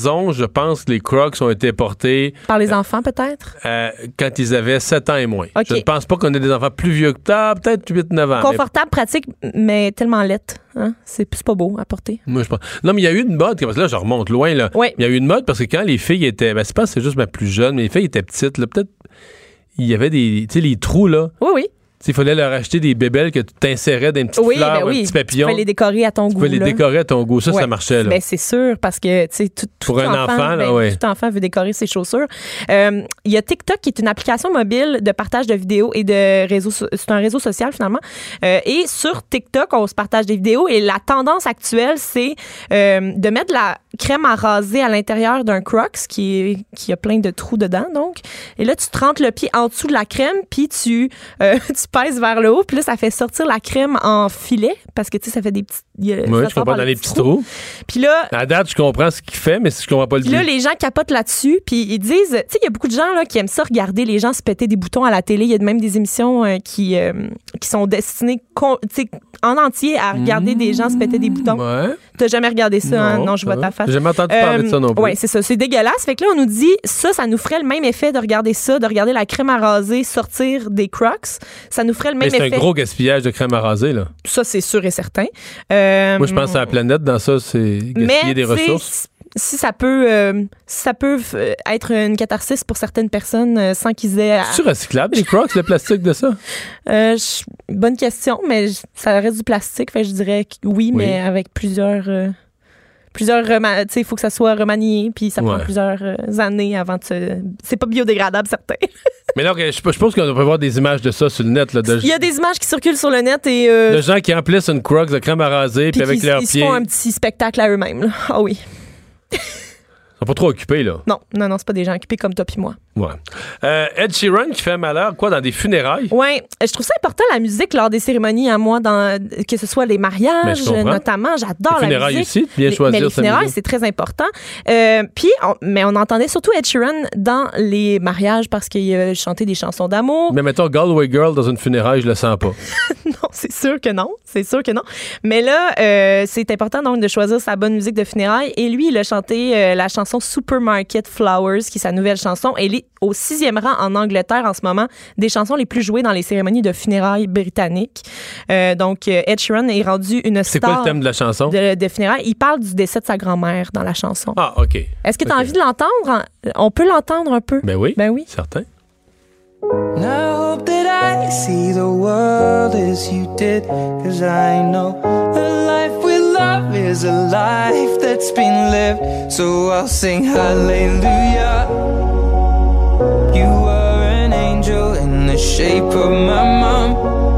Speaker 4: raison, je pense que les Crocs ont été portés...
Speaker 9: Par les enfants, peut-être?
Speaker 4: Euh, quand ils avaient sept ans et moins.
Speaker 9: Okay.
Speaker 4: Je ne pense pas qu'on ait des enfants plus vieux que ça, peut-être huit neuf ans.
Speaker 9: Confortable, mais... pratique, mais tellement lettre. Hein? C'est, c'est pas beau à porter.
Speaker 4: Moi, je pense. Non, mais il y a eu une mode, parce que là, je remonte loin, là.
Speaker 9: Oui.
Speaker 4: Il y a eu une mode parce que quand les filles étaient... Ben, c'est pas c'est juste ma plus jeune, mais les filles étaient petites, là, peut-être... Il y avait des... Tu sais, les trous, là.
Speaker 9: Oui, oui.
Speaker 4: Il fallait leur acheter des bébelles que tu t'insérais dans une petite
Speaker 9: oui,
Speaker 4: fleur
Speaker 9: ben
Speaker 4: ou
Speaker 9: oui.
Speaker 4: un petit papillon.
Speaker 9: Tu pouvais les décorer à ton
Speaker 4: tu
Speaker 9: goût.
Speaker 4: Tu pouvais les décorer à ton goût. Ça,
Speaker 9: ouais.
Speaker 4: ça marchait. Là.
Speaker 9: Ben, c'est sûr, parce que tu sais, tout, tout,
Speaker 4: Pour un
Speaker 9: enfant,
Speaker 4: enfant, là,
Speaker 9: ben,
Speaker 4: ouais.
Speaker 9: tout enfant veut décorer ses chaussures. Euh, il y a TikTok qui est une application mobile de partage de vidéos et de réseaux. C'est un réseau social, finalement. Euh, et sur TikTok, on se partage des vidéos et la tendance actuelle, c'est euh, de mettre de la crème à raser à l'intérieur d'un Crocs qui, est, qui a plein de trous dedans, donc. Et là, tu te rentres le pied en dessous de la crème, puis tu, euh, tu pèses vers le haut, puis là, ça fait sortir la crème en filet, parce que, tu sais, ça fait des petits...
Speaker 4: Oui, je comprends, dans les petits trous.
Speaker 9: Puis là...
Speaker 4: À date, je comprends ce qu'il fait, mais je comprends pas le but.
Speaker 9: Puis là, les gens capotent là-dessus, puis ils disent... Tu sais, il y a beaucoup de gens là, qui aiment ça, regarder les gens se péter des boutons à la télé. Il y a même des émissions euh, qui, euh, qui sont destinées con, en entier à regarder mmh, des gens se péter des boutons.
Speaker 4: Ouais.
Speaker 9: T'as jamais regardé ça,
Speaker 4: non,
Speaker 9: hein? Non, je vois ta face.
Speaker 4: J'ai jamais entendu parler euh, de ça non plus.
Speaker 9: Oui, c'est ça. C'est dégueulasse. Fait que là, on nous dit, ça, ça nous ferait le même effet de regarder ça, de regarder la crème à raser sortir des Crocs. Ça nous ferait le même
Speaker 4: mais c'est
Speaker 9: effet.
Speaker 4: C'est un gros gaspillage de crème à raser, là.
Speaker 9: Ça, c'est sûr et certain. Euh,
Speaker 4: Moi, je pense à la planète, dans ça, c'est gaspiller
Speaker 9: mais,
Speaker 4: des ressources.
Speaker 9: Si ça peut, euh, si ça peut euh, être une catharsis pour certaines personnes euh, sans qu'ils aient... À...
Speaker 4: C'est-tu recyclable, les Crocs, le plastique de ça?
Speaker 9: Euh, je, bonne question, mais je, ça reste du plastique. Fait que je dirais que oui, oui. mais avec plusieurs... Euh, plusieurs rema- tu sais, il faut que ça soit remanié, puis ça prend ouais. plusieurs euh, années avant de se... C'est pas biodégradable, certain.
Speaker 4: Mais là, je, je pense qu'on peut voir des images de ça sur le net. Là, de...
Speaker 9: Il y a des images qui circulent sur le net et... Euh,
Speaker 4: de gens qui emplissent une Crocs de crème à raser, puis avec leurs
Speaker 9: pieds...
Speaker 4: pieds...
Speaker 9: Ils se font un petit spectacle à eux-mêmes. Ah oui.
Speaker 4: Ils sont pas trop occupés, là.
Speaker 9: Non, non, non, c'est pas des gens occupés comme toi puis moi.
Speaker 4: Ouais. Euh, Ed Sheeran qui fait malheur, quoi, dans des funérailles?
Speaker 9: Oui, je trouve ça important, la musique, lors des cérémonies, à moi, dans, que ce soit les mariages, notamment. J'adore
Speaker 4: les
Speaker 9: la musique.
Speaker 4: funérailles aussi, bien choisir
Speaker 9: mais les funérailles,
Speaker 4: musique.
Speaker 9: C'est très important. Euh, puis, on, mais on entendait surtout Ed Sheeran dans les mariages parce qu'il euh, chantait des chansons d'amour.
Speaker 4: Mais mettons Galway Girl dans une funéraille, je le sens pas.
Speaker 9: Non, c'est sûr que non. C'est sûr que non. Mais là, euh, c'est important donc de choisir sa bonne musique de funérailles. Et lui, il a chanté euh, la chanson Supermarket Flowers, qui est sa nouvelle chanson. Elle est au sixième rang en Angleterre en ce moment, des chansons les plus jouées dans les cérémonies de funérailles britanniques. Euh, donc, Ed Sheeran est rendu une
Speaker 4: c'est
Speaker 9: star.
Speaker 4: C'est quoi le thème de la chanson?
Speaker 9: De, de funérailles. Il parle du décès de sa grand-mère dans la chanson.
Speaker 4: Ah, OK.
Speaker 9: Est-ce que tu as
Speaker 4: okay.
Speaker 9: envie de l'entendre? On peut l'entendre un peu?
Speaker 4: Ben oui.
Speaker 9: Ben oui.
Speaker 4: Certain.
Speaker 11: And I hope that I see the world as you did, 'cause I know a life with love is a life that's been lived. So I'll sing hallelujah. You were an angel in the shape of my mom.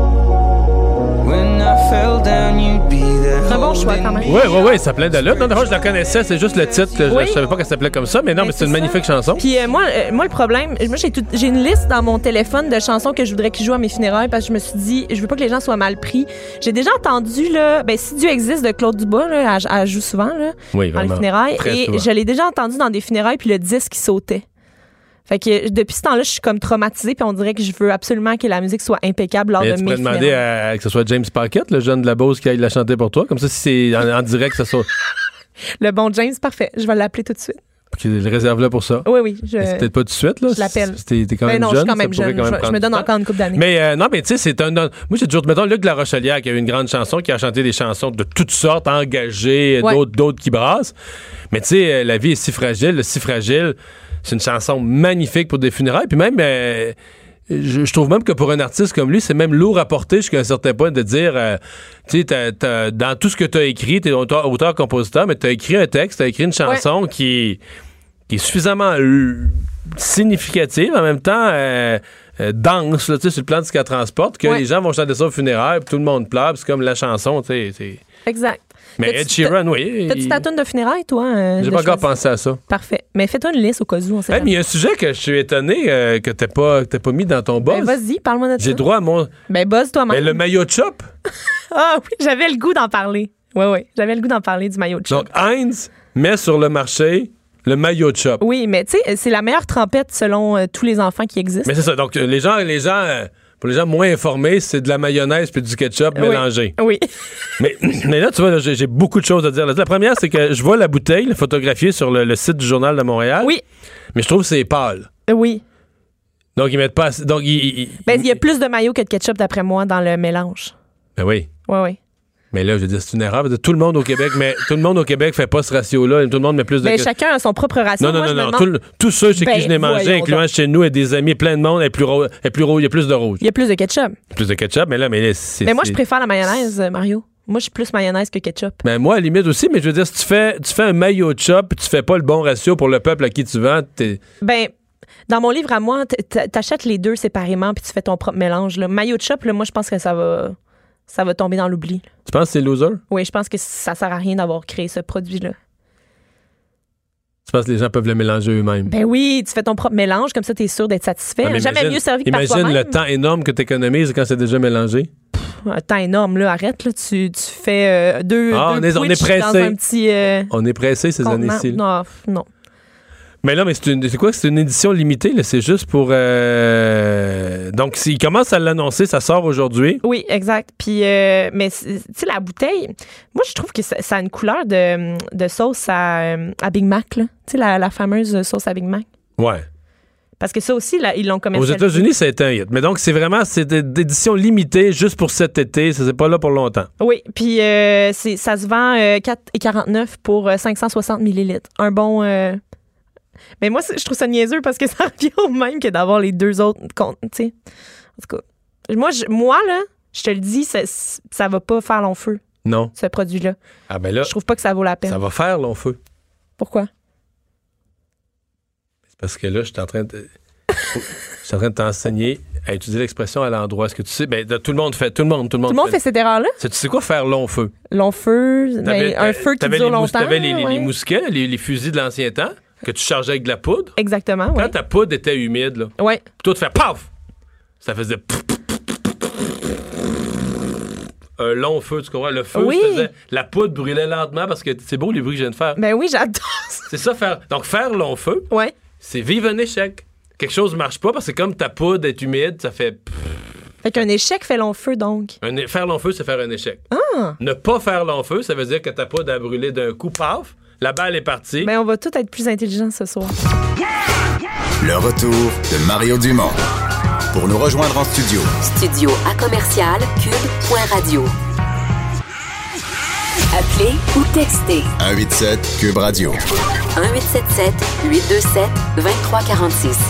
Speaker 11: When I fell down, you'd be there.
Speaker 9: C'est un bon choix quand même.
Speaker 4: Oui, oui, oui, ça plaît de là. Non, non, je la connaissais, c'est juste le titre. Que
Speaker 9: oui.
Speaker 4: Je, je savais pas qu'elle s'appelait comme ça, mais non, mais, mais c'est, c'est une ça. Magnifique chanson.
Speaker 9: Puis euh, moi, euh, moi, le problème, moi, j'ai, tout, j'ai une liste dans mon téléphone de chansons que je voudrais qu'ils jouent à mes funérailles parce que je me suis dit, je veux pas que les gens soient mal pris. J'ai déjà entendu, là, ben, Si Dieu existe de Claude Dubois, là, elle, elle joue souvent, là,
Speaker 4: oui,
Speaker 9: dans
Speaker 4: vraiment.
Speaker 9: les funérailles.
Speaker 4: Très
Speaker 9: et
Speaker 4: souvent.
Speaker 9: je l'ai déjà entendu dans des funérailles, puis le disque, il sautait. Fait que depuis ce temps-là, je suis comme traumatisée, puis on dirait que je veux absolument que la musique soit impeccable lors
Speaker 4: mais
Speaker 9: de
Speaker 4: tu
Speaker 9: mes
Speaker 4: pourrais demander à, que ce soit James Paquette, le jeune de la Beauce, qui aille la chanter pour toi. Comme ça, si c'est en, en direct, ça soit...
Speaker 9: Le bon James, parfait. Je vais l'appeler tout de suite.
Speaker 4: Okay, je réserve là pour ça.
Speaker 9: Oui, oui. Je...
Speaker 4: C'est peut-être pas tout de suite, là.
Speaker 9: Je l'appelle.
Speaker 4: T'es, t'es quand même
Speaker 9: mais non,
Speaker 4: jeune.
Speaker 9: je suis quand même jeune.
Speaker 4: Quand même
Speaker 9: je, je me donne encore une couple d'années.
Speaker 4: Mais euh, non, mais tu sais, c'est un. Moi, j'ai toujours. Mettons, Luc La Rochelière, qui a eu une grande chanson, qui a chanté des chansons de toutes sortes, engagées, ouais. d'autres, d'autres qui brassent. Mais tu sais, La vie est si fragile, si fragile. C'est une chanson magnifique pour des funérailles. Puis même, euh, je, je trouve même que pour un artiste comme lui, c'est même lourd à porter jusqu'à un certain point de dire, euh, tu sais, t'as, t'as, dans tout ce que tu as écrit, tu es auteur, auteur, compositeur, mais tu as écrit un texte, tu as écrit une chanson ouais. qui, qui est suffisamment euh, significative, en même temps euh, euh, dense, là, sur le plan de ce qu'elle transporte, que ouais. les gens vont chanter ça au funéraire, puis tout le monde pleure, puis c'est comme la chanson, tu sais. C'est...
Speaker 9: Exact.
Speaker 4: Mais Ed Sheeran, oui.
Speaker 9: T'as-tu il... ta toune de funérailles, toi? Euh,
Speaker 4: J'ai pas encore pensé à ça.
Speaker 9: Parfait. Mais fais-toi une liste au cas où. On sait
Speaker 4: hey, mais il y a un sujet que je suis étonné euh, que t'as pas, que t'as pas mis dans ton buzz.
Speaker 9: Ben, vas-y, parle-moi de ça.
Speaker 4: J'ai droit à mon...
Speaker 9: Ben, buzz toi-même.
Speaker 4: Ben, le maillot de Chop.
Speaker 9: Ah oui, j'avais le goût d'en parler. Oui, oui, j'avais le goût d'en parler du maillot de Chop.
Speaker 4: Donc, Heinz met sur le marché le maillot de Chop.
Speaker 9: Oui, mais tu sais, c'est la meilleure trempette selon euh, tous les enfants qui existent.
Speaker 4: Mais c'est ça. Donc, les gens... Les gens euh, pour les gens moins informés, c'est de la mayonnaise puis du ketchup
Speaker 9: Oui.
Speaker 4: mélangé.
Speaker 9: Oui.
Speaker 4: Mais, mais là, tu vois, là, j'ai, j'ai beaucoup de choses à dire. Là. La première, c'est que je vois la bouteille là, photographiée sur le, le site du Journal de Montréal.
Speaker 9: Oui.
Speaker 4: Mais je trouve que c'est pâle.
Speaker 9: Oui.
Speaker 4: Donc, ils mettent pas assez, donc, ils, ils,
Speaker 9: Ben, il y a plus de mayo que de ketchup, d'après moi, dans le mélange.
Speaker 4: Ben oui.
Speaker 9: Oui, oui.
Speaker 4: Mais là, je veux dire, c'est une erreur. Tout le monde au Québec, mais tout le monde au Québec fait pas ce ratio-là. Tout le monde met plus de.
Speaker 9: Ben, chacun a son propre ratio.
Speaker 4: Non, non,
Speaker 9: moi,
Speaker 4: non,
Speaker 9: je me
Speaker 4: non.
Speaker 9: demande...
Speaker 4: Tout le- tous ceux chez
Speaker 9: Ben,
Speaker 4: qui je n'ai mangé,
Speaker 9: voyons
Speaker 4: incluant
Speaker 9: donc.
Speaker 4: chez nous et des amis, plein de monde, est plus rouge, est plus rouge, il y a plus de rouge.
Speaker 9: Il y a plus de ketchup.
Speaker 4: Mais là, mais là, c'est.
Speaker 9: Mais moi, je
Speaker 4: c'est-
Speaker 9: préfère la mayonnaise, euh, Mario. Moi, je suis plus mayonnaise que ketchup.
Speaker 4: Ben moi, à la limite aussi, mais je veux dire, si tu fais, tu fais un mayo chop, tu fais pas le bon ratio pour le peuple à qui tu vends, t'es.
Speaker 9: Ben, dans mon livre à moi, t- t- t'achètes les deux séparément puis tu fais ton propre mélange. Là. Mayo chop, là, moi, je pense que ça va, ça va tomber dans l'oubli.
Speaker 4: Tu penses que c'est loser?
Speaker 9: Oui, je pense que ça sert à rien d'avoir créé ce produit-là.
Speaker 4: Tu penses que les gens peuvent le mélanger eux-mêmes?
Speaker 9: Ben oui, tu fais ton propre mélange, comme ça, t'es sûr d'être satisfait.
Speaker 4: Ah, mais
Speaker 9: Jamais
Speaker 4: imagine-
Speaker 9: mieux servi que par
Speaker 4: Imagine
Speaker 9: toi-même.
Speaker 4: le temps énorme que tu économises quand c'est déjà mélangé.
Speaker 9: Un temps énorme, là. Arrête, là. Tu, tu fais euh, deux,
Speaker 4: Ah,
Speaker 9: deux
Speaker 4: on est- on est
Speaker 9: Twitch dans
Speaker 4: pressé.
Speaker 9: un petit euh,
Speaker 4: On est pressé ces
Speaker 9: contenant.
Speaker 4: années-ci. là.
Speaker 9: Non, non.
Speaker 4: Mais là, mais c'est, une, c'est quoi? C'est une édition limitée, là. C'est juste pour. euh, Donc, s'il commence à l'annoncer, ça sort aujourd'hui.
Speaker 9: Oui, exact. Puis, euh, mais tu sais, la bouteille, moi, je trouve que ça, ça a une couleur de, de sauce à, à Big Mac, là. Tu sais, la, la fameuse sauce à Big Mac.
Speaker 4: Ouais.
Speaker 9: Parce que ça aussi, là, ils l'ont
Speaker 4: Aux
Speaker 9: commercialisé.
Speaker 4: États-Unis, ça a été un hit. Mais donc, c'est vraiment c'est d- d'édition limitée juste pour cet été. Ça, c'est pas là pour longtemps.
Speaker 9: Oui, puis euh, c'est, ça se vend euh, quatre virgule quarante-neuf pour euh, cinq cent soixante millilitres. Un bon... euh, Mais moi, c'est- je trouve ça niaiseux parce que ça revient au même que d'avoir les deux autres comptes, tu sais. En tout cas, moi, je, moi là, je te le dis, ça, ça va pas faire long feu,
Speaker 4: Non.
Speaker 9: ce produit-là.
Speaker 4: Ah, ben là,
Speaker 9: Je trouve pas que ça vaut la peine.
Speaker 4: ça va faire long feu.
Speaker 9: Pourquoi?
Speaker 4: C'est parce que là, je suis en train de. Je suis en train de t'enseigner à utiliser l'expression à l'endroit. Est-ce que tu sais? Ben, de- tout le monde fait. Tout le monde, tout le monde
Speaker 9: Tout le monde fait cette erreur-là?
Speaker 4: Tu sais quoi faire long feu?
Speaker 9: Long feu,
Speaker 4: T'avais-
Speaker 9: ben, un feu qui
Speaker 4: t'avais
Speaker 9: dure
Speaker 4: les mous-
Speaker 9: longtemps.
Speaker 4: T'avais les, les,
Speaker 9: ouais.
Speaker 4: les mousquets, les, les fusils de l'ancien temps, que tu chargeais avec de la poudre.
Speaker 9: Exactement,
Speaker 4: Quand
Speaker 9: oui.
Speaker 4: ta poudre était humide, là,
Speaker 9: Ouais.
Speaker 4: puis toi, tu fais paf! Ça faisait pff, pff, pff, pff, pff, pff. Un long feu, tu comprends? Le feu,
Speaker 9: Oui.
Speaker 4: se faisait. La poudre brûlait lentement parce que c'est beau les bruits que je viens de faire.
Speaker 9: Ben oui, j'adore ça.
Speaker 4: C'est ça, faire. Donc, faire long feu,
Speaker 9: Ouais.
Speaker 4: c'est vivre un échec. Quelque chose ne marche pas parce que comme ta poudre est humide, ça fait. pff.
Speaker 9: Fait qu'un échec fait long feu, donc.
Speaker 4: Un é- faire long feu, c'est faire un échec.
Speaker 9: Ah!
Speaker 4: Ne pas faire long feu, ça veut dire que ta poudre a brûlé d'un coup, paf, la balle est partie.
Speaker 9: Ben, on va tous être plus intelligents ce soir.
Speaker 3: Le retour de Mario Dumont. Pour nous rejoindre en studio,
Speaker 1: Studio à commercial cube point radio. Appelez ou textez
Speaker 3: un huit sept Cube Radio.
Speaker 1: un huit sept sept huit deux sept deux trois quatre six.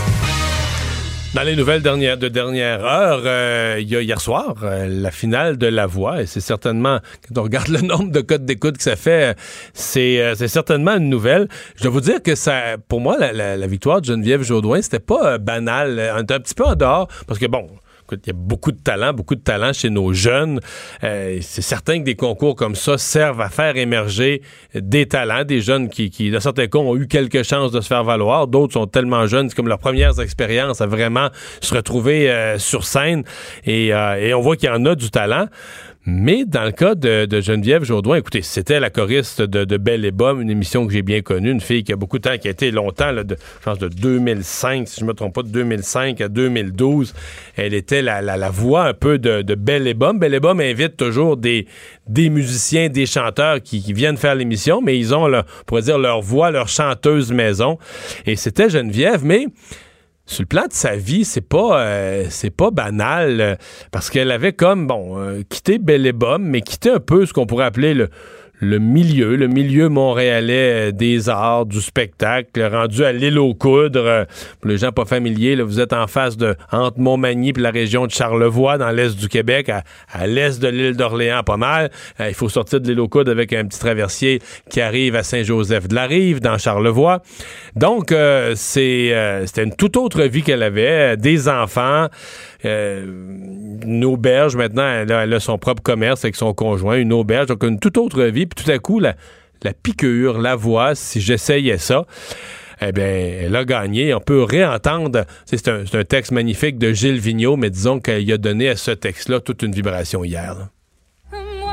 Speaker 4: Dans les nouvelles dernières, de dernière heure, euh, il y a hier soir euh, la finale de La Voix, et c'est certainement, quand on regarde le nombre de codes d'écoute que ça fait, c'est, euh, c'est certainement une nouvelle. Je dois vous dire que ça, pour moi, la, la, la victoire de Geneviève Jodoin, c'était pas euh, banal. On était un petit peu en dehors, parce que bon, écoute, il y a beaucoup de talent, beaucoup de talent chez nos jeunes. Euh, c'est certain que des concours comme ça servent à faire émerger des talents, des jeunes qui, qui, dans certains cas, ont eu quelques chances de se faire valoir. D'autres sont tellement jeunes, c'est comme leurs premières expériences à vraiment se retrouver euh, sur scène. Et, euh, et on voit qu'il y en a du talent. Mais dans le cas de, de Geneviève Jodoin, écoutez, c'était la choriste de, de Belle et Bomme, une émission que j'ai bien connue, une fille qui a beaucoup de temps, qui a été longtemps, là, de, je pense de deux mille cinq, si je ne me trompe pas, de deux mille cinq à deux mille douze. Elle était la, la, la voix un peu de, de Belle et Bomme. Belle et Bomme invite toujours des, des musiciens, des chanteurs qui, qui viennent faire l'émission, mais ils ont, là, on pourrait dire, leur voix, leur chanteuse maison. Et c'était Geneviève, mais... Sur le plan de sa vie, c'est pas euh, c'est pas banal euh, parce qu'elle avait comme bon euh, quitté Belle et Bomme, mais quitté un peu ce qu'on pourrait appeler le le milieu, le milieu montréalais euh, des arts, du spectacle, rendu à l'île aux Coudres. Euh, pour les gens pas familiers, là, vous êtes en face de entre Montmagny et la région de Charlevoix, dans l'est du Québec, à, à l'est de l'île d'Orléans, pas mal. Euh, il faut sortir de l'île aux Coudres avec un petit traversier qui arrive à Saint-Joseph-de-la-Rive, dans Charlevoix. Donc, euh, c'est euh, c'était une toute autre vie qu'elle avait, euh, des enfants, euh, une auberge. Maintenant, elle a, elle a son propre commerce avec son conjoint, une auberge, donc une toute autre vie. Puis tout à coup, la, la piqûre, la voix, si j'essayais ça, eh bien, elle a gagné. On peut réentendre. C'est un, c'est un texte magnifique de Gilles Vigneault, mais disons qu'il a donné à ce texte-là toute une vibration hier. Là.
Speaker 11: Moi,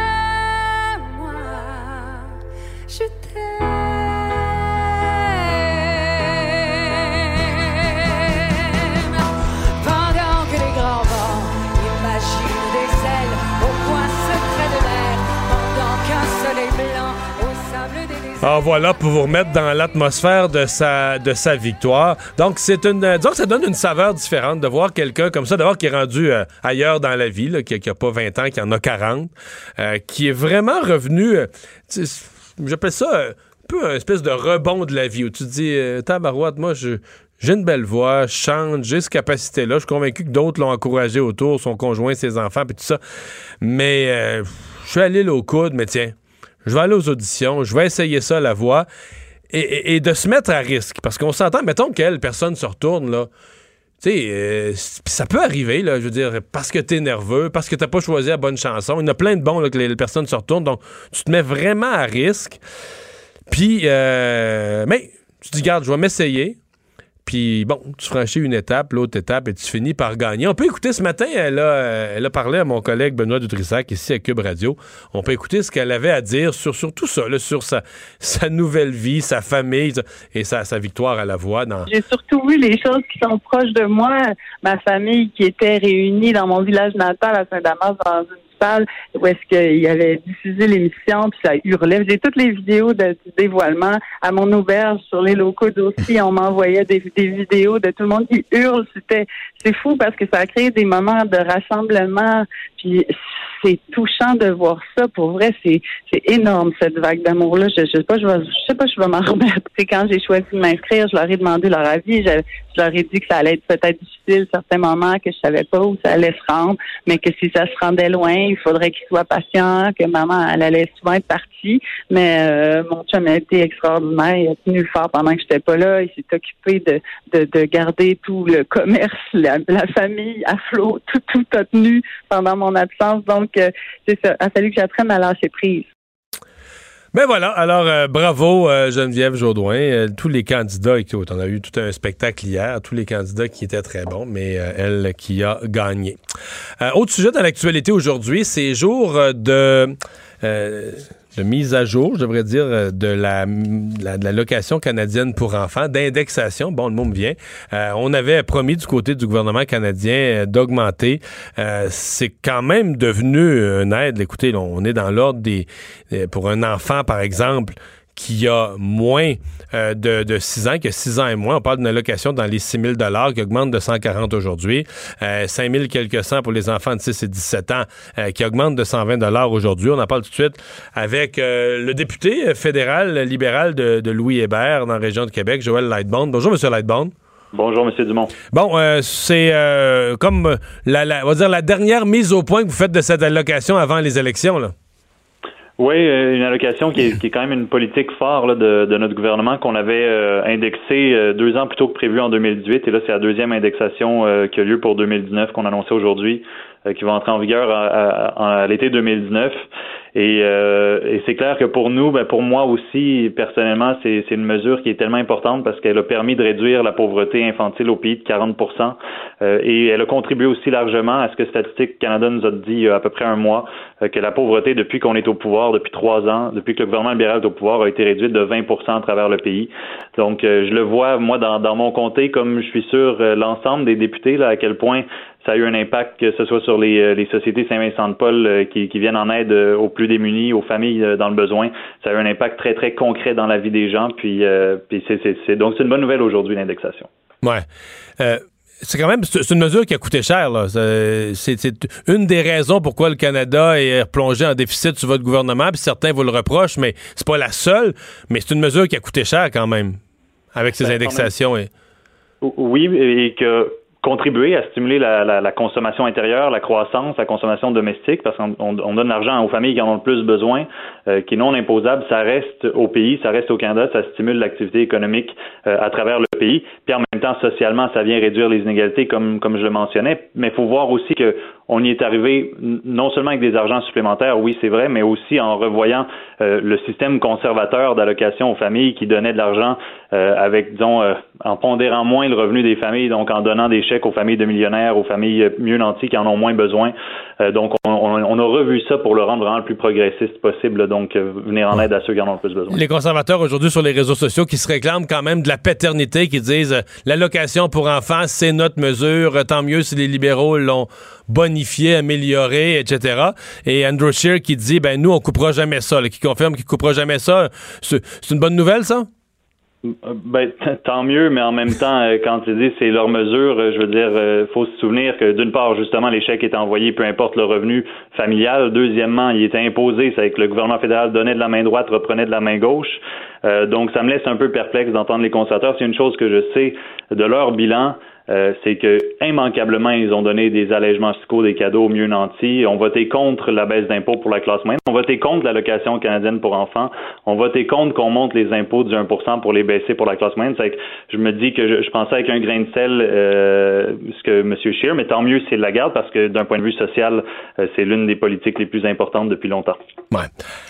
Speaker 11: moi, je t'aime. Pendant que les grands vents
Speaker 4: Ah, voilà, pour vous remettre dans l'atmosphère de sa, de sa victoire. Donc, c'est une, disons que ça donne une saveur différente de voir quelqu'un comme ça, d'abord qui est rendu euh, ailleurs dans la vie, là, qui n'a pas vingt ans, qui en a quarante, euh, qui est vraiment revenu, euh, j'appelle ça euh, un peu une espèce de rebond de la vie, où tu te dis, euh, tabarouette, moi, je... J'ai une belle voix, je chante, j'ai cette capacité-là. Je suis convaincu que d'autres l'ont encouragé autour, son conjoint, ses enfants, puis tout ça. Mais euh, je suis allé là au coude, mais tiens, je vais aller aux auditions, je vais essayer ça, la voix, et, et, et de se mettre à risque. Parce qu'on s'entend, mettons qu'elle, personne se retourne, là. Tu sais, euh, ça peut arriver, là, je veux dire, parce que t'es nerveux, parce que t'as pas choisi la bonne chanson. Il y en a plein de bons, là, que les, les personnes se retournent, donc tu te mets vraiment à risque. Puis, euh, mais tu te dis, garde, je vais m'essayer. Puis, bon, tu franchis une étape, l'autre étape, et tu finis par gagner. On peut écouter ce matin, elle a, elle a parlé à mon collègue Benoît Dutrissac, ici à Cube Radio. On peut écouter ce qu'elle avait à dire sur, sur tout ça, là, sur sa, sa nouvelle vie, sa famille et sa, sa victoire à la voix. Dans...
Speaker 12: J'ai surtout vu les choses qui sont proches de moi. Ma famille qui était réunie dans mon village natal à Saint-Damas dans une où est-ce qu'il avait diffusé l'émission, puis ça hurlait. J'ai toutes les vidéos de, du dévoilement à mon auberge sur les locaux aussi. On m'envoyait des, des vidéos de tout le monde qui hurle. C'était, c'est fou parce que ça a créé des moments de rassemblement. Puis c'est touchant de voir ça. Pour vrai, c'est, c'est énorme cette vague d'amour-là. Je, je sais pas, je vais, je sais pas, je vais m'en remettre. C'est quand j'ai choisi de m'inscrire, je leur ai demandé leur avis. Je, je leur ai dit que ça allait être peut-être difficile certains moments, que je savais pas où ça allait se rendre, mais que si ça se rendait loin, il faudrait qu'il soit patient, que maman, elle allait souvent être partie. Mais euh, mon chum a été extraordinaire. Il a tenu le fort pendant que j'étais pas là. Il s'est occupé de, de, de garder tout le commerce, la, la famille à flot. Tout, tout a tenu pendant mon absence. Donc, euh, c'est ça. Il a fallu que j'apprenne à lâcher prise.
Speaker 4: Ben voilà, alors euh, bravo euh, Geneviève Jaudoin, euh, tous les candidats, écoute, on a eu tout un spectacle hier, tous les candidats qui étaient très bons, mais euh, elle qui a gagné. Euh, autre sujet dans l'actualité aujourd'hui, c'est jour de... Euh, de mise à jour, je devrais dire, de la, la, de la location canadienne pour enfants, d'indexation, bon, le mot me vient. Euh, on avait promis du côté du gouvernement canadien euh, d'augmenter. Euh, c'est quand même devenu une aide. Écoutez, là, on est dans l'ordre des... Euh, pour un enfant, par exemple, qui a moins euh, de, de six ans, qui a six ans et moins. On parle d'une allocation dans les six mille dollars qui augmente de cent quarante aujourd'hui. Euh, cinq mille quelques cents pour les enfants de six et dix-sept ans euh, qui augmente de cent vingt dollars aujourd'hui. On en parle tout de suite avec euh, le député fédéral libéral de, de Louis-Hébert dans la région de Québec, Joël Lightbound. Bonjour, M. Lightbound.
Speaker 13: Bonjour, M. Dumont.
Speaker 4: Bon, euh, c'est euh, comme la, la, on va dire la dernière mise au point que vous faites de cette allocation avant les élections, là.
Speaker 13: Oui, une allocation qui est, qui est quand même une politique phare là, de, de notre gouvernement qu'on avait euh, indexée euh, deux ans plus tôt que prévu en deux mille dix-huit. Et là, c'est la deuxième indexation euh, qui a lieu pour deux mille dix-neuf qu'on annonçait aujourd'hui, euh, qui va entrer en vigueur à, à, à l'été deux mille dix-neuf. Et, euh, et c'est clair que pour nous, ben pour moi aussi, personnellement, c'est, c'est une mesure qui est tellement importante parce qu'elle a permis de réduire la pauvreté infantile au pays de quarante pour cent euh, et elle a contribué aussi largement à ce que Statistique Canada nous a dit il y a à peu près un mois, euh, que la pauvreté, depuis qu'on est au pouvoir, depuis trois ans, depuis que le gouvernement libéral est au pouvoir, a été réduite de vingt pour cent à travers le pays. Donc, euh, je le vois, moi, dans, dans mon comté, comme je suis sûr euh, l'ensemble des députés, là, à quel point ça a eu un impact, que ce soit sur les, les sociétés Saint-Vincent-de-Paul euh, qui, qui viennent en aide euh, aux plus démunis, aux familles euh, dans le besoin. Ça a eu un impact très, très concret dans la vie des gens. Puis, euh, puis c'est, c'est, c'est, donc, c'est une bonne nouvelle aujourd'hui, l'indexation.
Speaker 4: Ouais. Euh, c'est quand même c'est une mesure qui a coûté cher, là. C'est, c'est, c'est une des raisons pourquoi le Canada est plongé en déficit sur votre gouvernement, puis certains vous le reprochent, mais c'est pas la seule. Mais c'est une mesure qui a coûté cher quand même, avec ces ben, indexations. Et...
Speaker 13: Oui, et que... contribuer à stimuler la, la, la consommation intérieure, la croissance, la consommation domestique, parce qu'on on, on donne l'argent aux familles qui en ont le plus besoin, euh, qui est non imposable, ça reste au pays, ça reste au Canada, ça stimule l'activité économique euh, à travers le pays. Puis en même temps, socialement, ça vient réduire les inégalités, comme comme je le mentionnais. Mais il faut voir aussi que on y est arrivé non seulement avec des argents supplémentaires, oui, c'est vrai, mais aussi en revoyant euh, le système conservateur d'allocation aux familles qui donnait de l'argent euh, avec, disons, euh, en pondérant moins le revenu des familles, donc en donnant des chèques aux familles de millionnaires, aux familles mieux nanties qui en ont moins besoin. Euh, donc, on, on, on a revu ça pour le rendre vraiment le plus progressiste possible, donc euh, venir en aide à ceux qui en ont le plus besoin.
Speaker 4: Les conservateurs aujourd'hui sur les réseaux sociaux qui se réclament quand même de la paternité, qui disent euh, l'allocation pour enfants, c'est notre mesure, euh, tant mieux si les libéraux l'ont bonifié, amélioré, et cetera. Et Andrew Scheer qui dit, ben nous, on coupera jamais ça, là, qui confirme qu'il coupera jamais ça. C'est, c'est une bonne nouvelle, ça?
Speaker 13: Ben, t- tant mieux, mais en même temps, euh, quand tu dis c'est leur mesure, euh, je veux dire, euh, faut se souvenir que d'une part, justement, les chèques étaient envoyés, peu importe le revenu familial. Deuxièmement, il était imposé, c'est que le gouvernement fédéral donnait de la main droite, reprenait de la main gauche. Euh, donc, ça me laisse un peu perplexe d'entendre les conservateurs. C'est une chose que je sais de leur bilan. Euh, c'est que immanquablement, ils ont donné des allègements fiscaux, des cadeaux mieux nantis. On voté contre la baisse d'impôts pour la classe moyenne. On voté contre l'allocation canadienne pour enfants. On voté contre qu'on monte les impôts du un pour cent pour les baisser pour la classe moyenne. C'est que je me dis que je, je pensais avec un grain de sel euh, ce que M. Scheer, mais tant mieux s'il la garde parce que d'un point de vue social, euh, c'est l'une des politiques les plus importantes depuis longtemps.
Speaker 4: Ouais.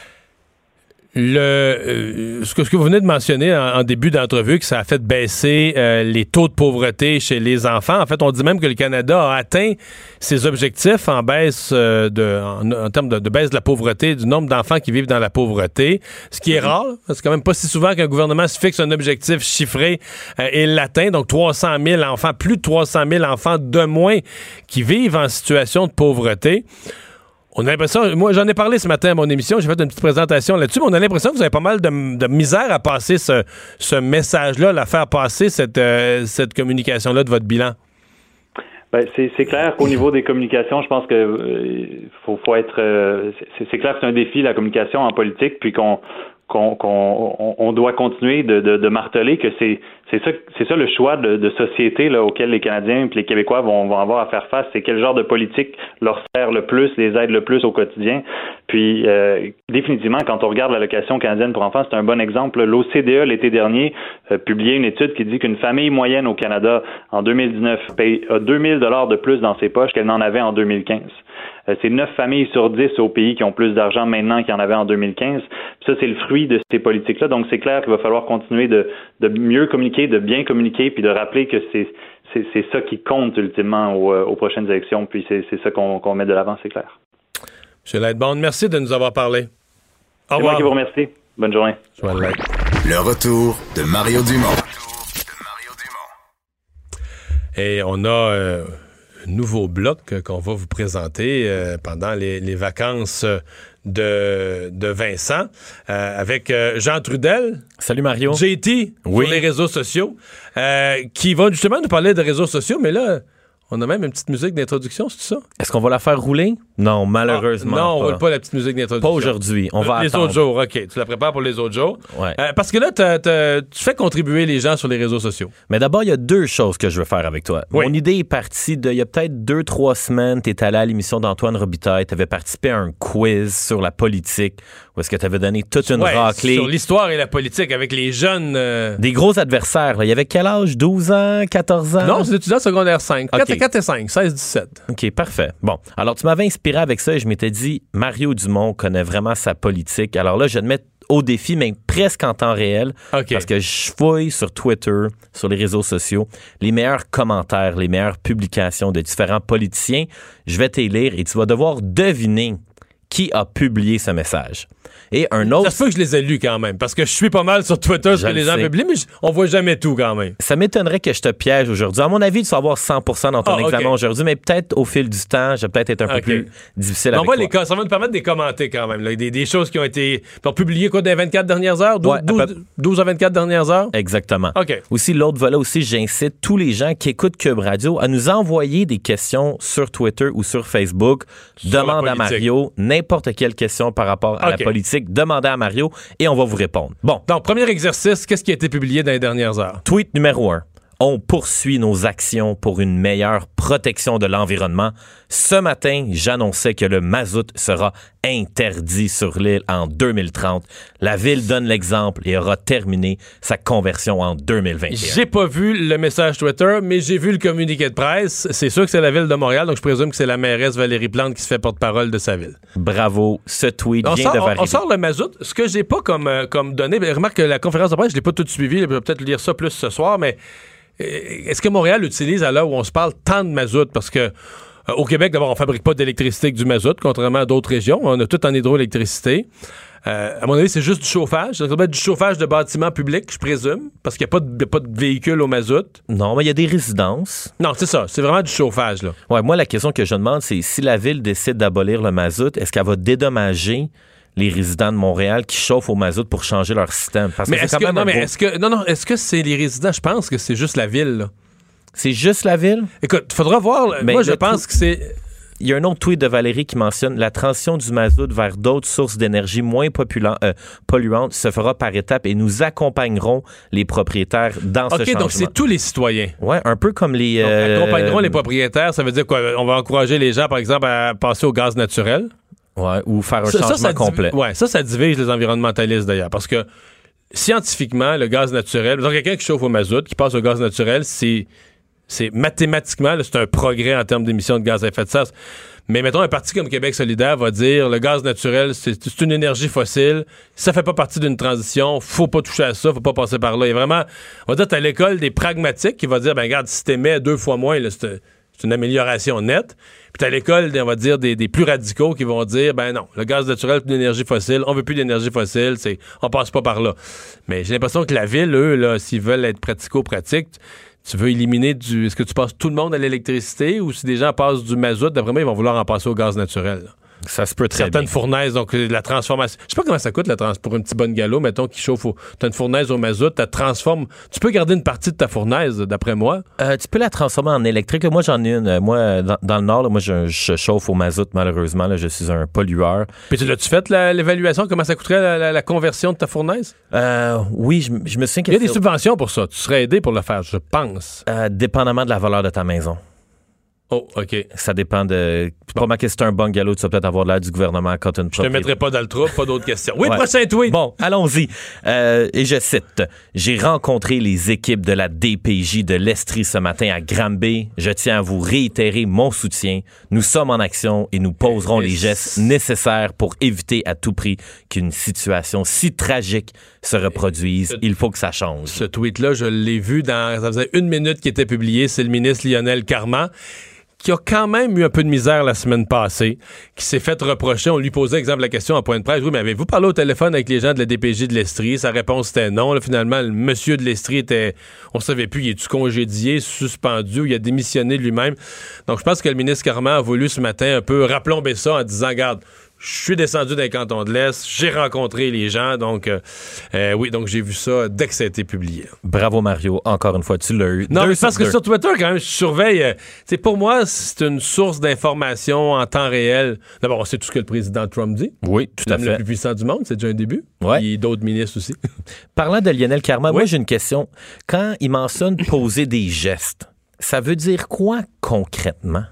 Speaker 4: Le, euh, ce, que, ce que vous venez de mentionner en, en début d'entrevue, que ça a fait baisser euh, les taux de pauvreté chez les enfants. En fait, on dit même que le Canada a atteint ses objectifs en baisse euh, de, en, en termes de, de baisse de la pauvreté, du nombre d'enfants qui vivent dans la pauvreté, ce qui est rare. C'est quand même pas si souvent qu'un gouvernement se fixe un objectif chiffré euh, et l'atteint. Donc, trois cent mille enfants, plus de trois cent mille enfants de moins qui vivent en situation de pauvreté. On a l'impression, moi j'en ai parlé ce matin à mon émission, j'ai fait une petite présentation là-dessus, mais on a l'impression que vous avez pas mal de, de misère à passer ce, ce message-là, à faire passer cette, euh, cette communication-là de votre bilan.
Speaker 13: Ben, c'est, c'est clair qu'au niveau des communications, je pense que euh, faut, faut être. Euh, c'est, c'est clair que c'est un défi la communication en politique, puis qu'on qu'on, qu'on on doit continuer de, de, de marteler que c'est c'est ça c'est ça le choix de, de société là auquel les Canadiens et les Québécois vont, vont avoir à faire face. C'est quel genre de politique leur sert le plus, les aide le plus au quotidien. Puis euh, définitivement, quand on regarde l'allocation canadienne pour enfants, c'est un bon exemple. L'O C D E l'été dernier a publié une étude qui dit qu'une famille moyenne au Canada en deux mille dix-neuf paye a deux mille dollars de plus dans ses poches qu'elle n'en avait en deux mille quinze. C'est neuf familles sur dix au pays qui ont plus d'argent maintenant qu'il y en avait en deux mille quinze. Puis ça, c'est le fruit de ces politiques-là. Donc, c'est clair qu'il va falloir continuer de, de mieux communiquer, de bien communiquer, puis de rappeler que c'est, c'est, c'est ça qui compte ultimement aux, aux prochaines élections. Puis c'est, c'est ça qu'on, qu'on met de l'avant, c'est clair.
Speaker 4: M. Lightbound, merci de nous avoir parlé.
Speaker 13: Au revoir. C'est moi qui vous remercie. Bonne journée.
Speaker 3: Le retour de Mario Dumont.
Speaker 4: Et on a... Euh nouveau bloc qu'on va vous présenter euh, pendant les, les vacances de, de Vincent euh, avec euh, Jean Trudel.
Speaker 14: Salut Mario.
Speaker 4: J T
Speaker 14: oui.
Speaker 4: sur les réseaux sociaux euh, qui va justement nous parler de réseaux sociaux, mais là, on a même une petite musique d'introduction, c'est ça?
Speaker 14: Est-ce qu'on va la faire rouler? Non, malheureusement.
Speaker 4: Ah, non, on
Speaker 14: pas.
Speaker 4: roule pas la petite musique d'introduction.
Speaker 14: Pas aujourd'hui. On va
Speaker 4: les
Speaker 14: attendre.
Speaker 4: autres jours, OK. Tu la prépares pour les autres jours.
Speaker 14: Ouais.
Speaker 4: Euh, parce que là, t'as, t'as, tu fais contribuer les gens sur les réseaux sociaux.
Speaker 14: Mais d'abord, il y a deux choses que je veux faire avec toi.
Speaker 4: Oui.
Speaker 14: Mon idée est partie de, il y a peut-être deux, trois semaines, tu es allé à l'émission d'Antoine Robitaille, tu avais participé à un quiz sur la politique, où est-ce que tu avais donné toute une
Speaker 4: ouais,
Speaker 14: raclée.
Speaker 4: Sur l'histoire et la politique avec les jeunes... Euh...
Speaker 14: Des gros adversaires. Là. Il y avait quel âge? douze ans? quatorze ans?
Speaker 4: Non, c'est étudiant secondaire cinq.
Speaker 14: Okay.
Speaker 4: quatre et cinq, seize dix-sept.
Speaker 14: OK, parfait. Bon, alors tu m'avais inspiré avec ça et je m'étais dit, Mario Dumont connaît vraiment sa politique. Alors là, je vais te mettre au défi, mais presque en temps réel,
Speaker 4: okay.
Speaker 14: parce que je fouille sur Twitter, sur les réseaux sociaux, les meilleurs commentaires, les meilleures publications de différents politiciens. Je vais te les lire et tu vas devoir deviner qui a publié ce message. Et un autre...
Speaker 4: Ça se peut que je les ai lus quand même, parce que je suis pas mal sur Twitter ce que les gens publient, mais je, on voit jamais tout quand même.
Speaker 14: Ça m'étonnerait que je te piège aujourd'hui. À mon avis, tu vas avoir cent pour cent dans ton ah, examen okay. aujourd'hui, mais peut-être au fil du temps, je vais peut-être être un okay. peu plus difficile
Speaker 4: on
Speaker 14: avec
Speaker 4: va
Speaker 14: toi.
Speaker 4: Les, ça va nous permettre de les commenter quand même. Là. Des, des choses qui ont été publiées quoi, dans les vingt-quatre dernières heures? douze, ouais, douze, peu... douze à vingt-quatre dernières heures?
Speaker 14: Exactement.
Speaker 4: Okay.
Speaker 14: Aussi, l'autre volet aussi, j'incite tous les gens qui écoutent Cube Radio à nous envoyer des questions sur Twitter ou sur Facebook. Sur Demande à Mario n'importe quelle question par rapport à okay. la politique. Demandez à Mario et on va vous répondre. Bon.
Speaker 4: Donc, premier exercice, qu'est-ce qui a été publié dans les dernières heures?
Speaker 14: Tweet numéro un. On poursuit nos actions pour une meilleure protection de l'environnement. Ce matin, j'annonçais que le mazout sera interdit sur l'île en deux mille trente. La ville donne l'exemple et aura terminé sa conversion en deux mille vingt et un.
Speaker 4: J'ai pas vu le message Twitter, mais j'ai vu le communiqué de presse. C'est sûr que c'est la ville de Montréal, donc je présume que c'est la mairesse Valérie Plante qui se fait porte-parole de sa ville.
Speaker 14: Bravo, ce tweet
Speaker 4: on
Speaker 14: vient
Speaker 4: sort,
Speaker 14: de
Speaker 4: on,
Speaker 14: valider.
Speaker 4: on sort le mazout. Ce que j'ai pas comme, euh, comme donné, ben, remarque que la conférence de presse, je l'ai pas toute suivie. Je vais peut-être lire ça plus ce soir, mais est-ce que Montréal utilise à l'heure où on se parle tant de mazout? Parce que Euh, au Québec, d'abord, on fabrique pas d'électricité avec du mazout, contrairement à d'autres régions. On a tout en hydroélectricité. Euh, à mon avis, c'est juste du chauffage. Ça doit être du chauffage de bâtiments publics, je présume, parce qu'il n'y a, a pas de véhicules au mazout.
Speaker 14: Non, mais il y a des résidences.
Speaker 4: Non, c'est ça. C'est vraiment du chauffage, là.
Speaker 14: Ouais, moi, la question que je demande, c'est si la ville décide d'abolir le mazout, est-ce qu'elle va dédommager les résidents de Montréal qui chauffent au mazout pour changer leur système? Parce
Speaker 4: mais
Speaker 14: que
Speaker 4: est-ce
Speaker 14: c'est
Speaker 4: que,
Speaker 14: quand même
Speaker 4: non, mais
Speaker 14: beau...
Speaker 4: est-ce que, non, non, est-ce que c'est les résidents? Je pense que c'est juste la ville, là.
Speaker 14: C'est juste la ville?
Speaker 4: Écoute, il faudra voir.
Speaker 14: Mais
Speaker 4: moi, je
Speaker 14: le
Speaker 4: pense
Speaker 14: tout...
Speaker 4: que c'est...
Speaker 14: Il y a un autre tweet de Valérie qui mentionne la transition du mazout vers d'autres sources d'énergie moins popula- euh, polluantes se fera par étapes et nous accompagnerons les propriétaires dans
Speaker 4: okay,
Speaker 14: ce changement.
Speaker 4: OK, donc c'est tous les citoyens.
Speaker 14: Oui, un peu comme les...
Speaker 4: Donc,
Speaker 14: euh,
Speaker 4: accompagneront les propriétaires, ça veut dire quoi? On va encourager les gens, par exemple, à passer au gaz naturel.
Speaker 14: Oui, ou faire un
Speaker 4: ça,
Speaker 14: changement
Speaker 4: ça, ça
Speaker 14: complet.
Speaker 4: Oui, ça, ça divise les environnementalistes, d'ailleurs, parce que scientifiquement, le gaz naturel, donc quelqu'un qui chauffe au mazout, qui passe au gaz naturel, c'est... C'est mathématiquement, là, c'est un progrès en termes d'émissions de gaz à effet de serre. Mais mettons, un parti comme Québec solidaire va dire le gaz naturel, c'est, c'est une énergie fossile, ça fait pas partie d'une transition, faut pas toucher à ça, faut pas passer par là. Il y a vraiment, on va dire, t'as l'école des pragmatiques qui va dire, ben regarde, si t'émets deux fois moins, là, c'est, c'est une amélioration nette. Puis t'as l'école, on va dire, des, des plus radicaux qui vont dire, ben non, le gaz naturel, c'est une énergie fossile, on veut plus d'énergie fossile, c'est, on passe pas par là. Mais j'ai l'impression que la ville, eux, là, s'ils veulent être pratico-pratiques, tu veux éliminer du... Est-ce que tu passes tout le monde à l'électricité ou si des gens passent du mazout, d'après moi, ils vont vouloir en passer au gaz naturel, là.
Speaker 14: Ça se peut très
Speaker 4: Certaines
Speaker 14: bien.
Speaker 4: fournaises, donc la transformation. Je sais pas comment ça coûte la trans- pour un petit bon galop, mettons, qui chauffe au. T'as une fournaise au mazout, tu transformes. Tu peux garder une partie de ta fournaise, d'après moi.
Speaker 14: Euh, tu peux la transformer en électrique. Moi, j'en ai une. Moi, dans, dans le Nord, là, moi, je, je chauffe au mazout, malheureusement. Là, je suis un pollueur.
Speaker 4: Puis tu l'as-tu fait, la, l'évaluation? Comment ça coûterait la, la, la conversion de ta fournaise?
Speaker 14: Euh, oui, je, je me souviens qu'il
Speaker 4: y a des subventions pour ça. Tu serais aidé pour le faire, je pense.
Speaker 14: Euh, dépendamment de la valeur de ta maison.
Speaker 4: Oh, OK.
Speaker 14: Ça dépend de... Bon. Probablement que c'est un bungalow, tu vas peut-être avoir l'aide du gouvernement quand tu as une
Speaker 4: propriété. Je te mettrai pas dans le trou, pas d'autres questions. Oui, ouais. Prochain tweet.
Speaker 14: Bon, allons-y. Euh, et je cite. « J'ai rencontré les équipes de la D P J de l'Estrie ce matin à Granby. Je tiens à vous réitérer mon soutien. Nous sommes en action et nous poserons yes. les gestes nécessaires pour éviter à tout prix qu'une situation si tragique se reproduise. Il faut que ça change. »
Speaker 4: Ce tweet-là, je l'ai vu dans... Ça faisait une minute qu'il était publié. C'est le ministre Lionel Carman, qui a quand même eu un peu de misère la semaine passée, qui s'est fait reprocher. On lui posait, exemple, la question en point de presse. Oui, mais avez-vous parlé au téléphone avec les gens de la D P J de l'Estrie? Sa réponse était non. Là, finalement, le monsieur de l'Estrie était... On savait plus, il est-tu congédié, suspendu, ou il a démissionné lui-même. Donc, je pense que le ministre Carman a voulu ce matin un peu raplomber ça en disant, regarde, je suis descendu dans les cantons de l'Est, j'ai rencontré les gens, donc euh, euh, oui, donc j'ai vu ça dès que ça a été publié.
Speaker 14: Bravo Mario, encore une fois, tu l'as eu.
Speaker 4: Non, mais parce que sur Twitter, quand même, je surveille, euh, c'est pour moi, c'est une source d'information en temps réel. D'abord, on sait tout ce que le président Trump dit.
Speaker 14: Oui, tout à fait.
Speaker 4: Le plus puissant du monde, c'est déjà un début.
Speaker 14: Ouais.
Speaker 4: Et d'autres ministres aussi.
Speaker 14: Parlant de Lionel Carman,
Speaker 4: oui.
Speaker 14: moi j'ai une question. Quand il mentionne poser des gestes, ça veut dire quoi concrètement?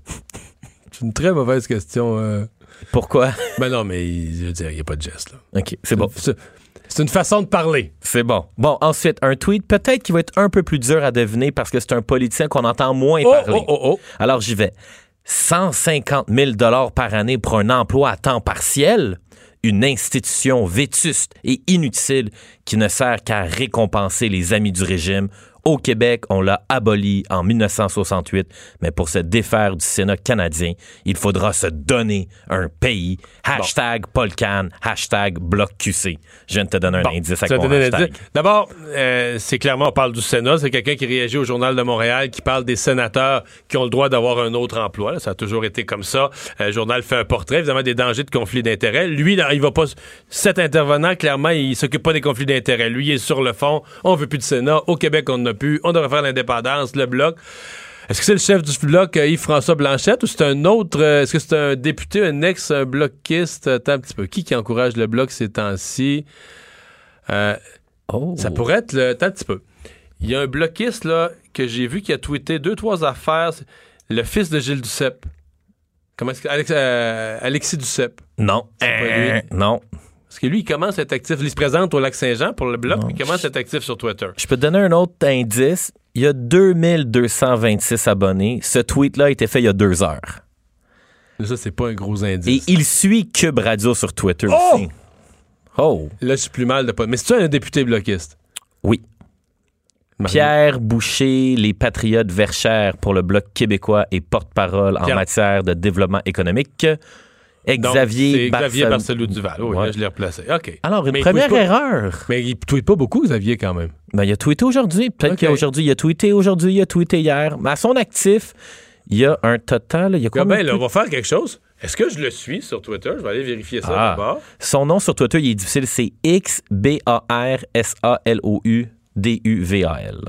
Speaker 4: C'est une très mauvaise question. Euh...
Speaker 14: Pourquoi?
Speaker 4: Ben non, mais je veux dire, il n'y a pas de geste, là.
Speaker 14: OK, c'est bon.
Speaker 4: C'est, c'est une façon de parler.
Speaker 14: C'est bon. Bon, ensuite, un tweet peut-être qui va être un peu plus dur à deviner parce que c'est un politicien qu'on entend moins
Speaker 4: oh,
Speaker 14: parler.
Speaker 4: Oh, oh, oh.
Speaker 14: Alors, j'y vais. cent cinquante mille dollars par année pour un emploi à temps partiel? Une institution vétuste et inutile qui ne sert qu'à récompenser les amis du régime. Au Québec, on l'a aboli en dix-neuf cent soixante-huit, mais pour se défaire du Sénat canadien, il faudra se donner un pays. Hashtag bon. Paul Can, hashtag Bloc Q C. Je viens de te donner un bon, indice avec mon hashtag.
Speaker 4: D'abord, euh, c'est clairement, on parle du Sénat, c'est quelqu'un qui réagit au Journal de Montréal, qui parle des sénateurs qui ont le droit d'avoir un autre emploi. Là, ça a toujours été comme ça. Euh, le journal fait un portrait, évidemment, des dangers de conflit d'intérêts. Lui, là, il va pas... Cet intervenant, clairement, il s'occupe pas des conflits d'intérêts. Lui, il est sur le fond. On veut plus de Sénat. Au Québec, on n'a plus. On devrait faire l'indépendance, le Bloc. Est-ce que c'est le chef du Bloc, Yves-François Blanchette, ou c'est un autre... Euh, est-ce que c'est un député, un ex-bloquiste? Attends un petit peu. Qui qui encourage le Bloc ces temps-ci? Euh, oh. Ça pourrait être le... Attends un petit peu. Il y a un bloquiste, là, que j'ai vu qui a tweeté deux, trois affaires. Le fils de Gilles Duceppe. Comment est-ce que... Alex, euh, Alexis Duceppe.
Speaker 14: Non. Euh, non.
Speaker 4: Parce que lui, il commence à être actif. Il se présente au Lac-Saint-Jean pour le Bloc, mais il commence à être actif sur Twitter.
Speaker 14: Je peux te donner un autre indice. Il y a deux mille deux cent vingt-six abonnés. Ce tweet-là a été fait il y a deux heures.
Speaker 4: Ça, c'est pas un gros indice.
Speaker 14: Et il suit Cube Radio sur Twitter
Speaker 4: oh!
Speaker 14: aussi. Oh!
Speaker 4: Là, je suis plus mal de pas... Mais c'est-tu un député bloquiste?
Speaker 14: Oui. Pierre Boucher, les Patriotes Verchères pour le Bloc québécois et porte-parole en
Speaker 4: Pierre.
Speaker 14: matière de développement économique. Xavier,
Speaker 4: Donc, Xavier
Speaker 14: Barcel...
Speaker 4: Barcelou-Duval. Oui,
Speaker 14: Ouais.
Speaker 4: là, je l'ai replacé. OK.
Speaker 14: Alors, une
Speaker 4: Mais il
Speaker 14: première
Speaker 4: tweet pas-
Speaker 14: erreur.
Speaker 4: Mais il ne tweet pas beaucoup, Xavier, quand même.
Speaker 14: Ben, il a tweeté aujourd'hui. Peut-être
Speaker 4: Okay.
Speaker 14: qu'aujourd'hui, il a tweeté aujourd'hui, il a tweeté hier. Mais à son actif, il y a un total. Il y a combien
Speaker 4: Ben,
Speaker 14: de
Speaker 4: là, on
Speaker 14: tweets?
Speaker 4: va faire quelque chose. Est-ce que je le suis sur Twitter? Je vais aller vérifier ça
Speaker 14: Ah.
Speaker 4: d'abord.
Speaker 14: Son nom sur Twitter, il est difficile. C'est X B A R S A L O U D U V A L.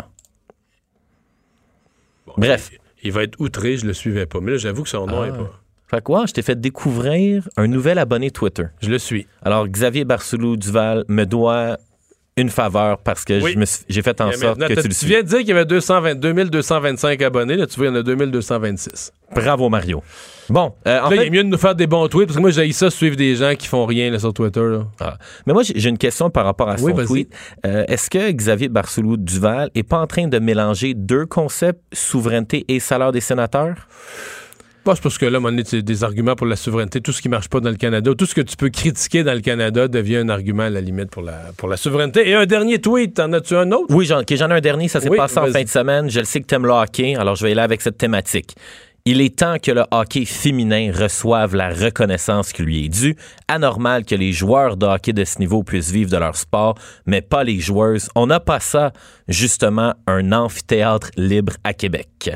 Speaker 4: Bon,
Speaker 14: Bref.
Speaker 4: Il, il va être outré, je le suivais pas. Mais là, j'avoue que son nom
Speaker 14: Ah.
Speaker 4: est pas.
Speaker 14: Fait quoi? Je t'ai fait découvrir un nouvel abonné Twitter.
Speaker 4: Je le suis.
Speaker 14: Alors, Xavier Barcelou-Duval me doit une faveur parce que
Speaker 4: Oui.
Speaker 14: je me suis- j'ai fait en
Speaker 4: Mais
Speaker 14: sorte
Speaker 4: maintenant,
Speaker 14: que
Speaker 4: t'as-
Speaker 14: tu le
Speaker 4: tu
Speaker 14: suis.
Speaker 4: viens de dire qu'il y avait deux cent vingt, deux mille deux cent vingt-cinq abonnés. Là, tu vois, il y en a deux mille deux cent vingt-six.
Speaker 14: Bravo, Mario. Bon, euh, en
Speaker 4: là,
Speaker 14: fait...
Speaker 4: il est mieux de nous faire des bons tweets parce que moi, j'ai ça suivre des gens qui font rien là, sur Twitter. Là.
Speaker 14: Ah. Mais moi, j'ai j'ai une question par rapport à son
Speaker 4: Oui, vas-y.
Speaker 14: tweet. Euh, Est-ce que Xavier Barcelou-Duval est pas en train de mélanger deux concepts, souveraineté et salaire des sénateurs?
Speaker 4: Pas parce que là, à un moment donné, c'est des arguments pour la souveraineté. Tout ce qui marche pas dans le Canada, tout ce que tu peux critiquer dans le Canada devient un argument à la limite pour la, pour la souveraineté. Et un dernier tweet, en as-tu un autre?
Speaker 14: Oui, j'en ok, j'en ai un dernier. Ça s'est
Speaker 4: Oui,
Speaker 14: passé en
Speaker 4: vas-y.
Speaker 14: fin de semaine. Je le sais que tu aimes le hockey, alors je vais y aller avec cette thématique. Il est temps que le hockey féminin reçoive la reconnaissance qui lui est due. Anormal que les joueurs de hockey de ce niveau puissent vivre de leur sport, mais pas les joueuses. On n'a pas ça, justement, un amphithéâtre libre à Québec.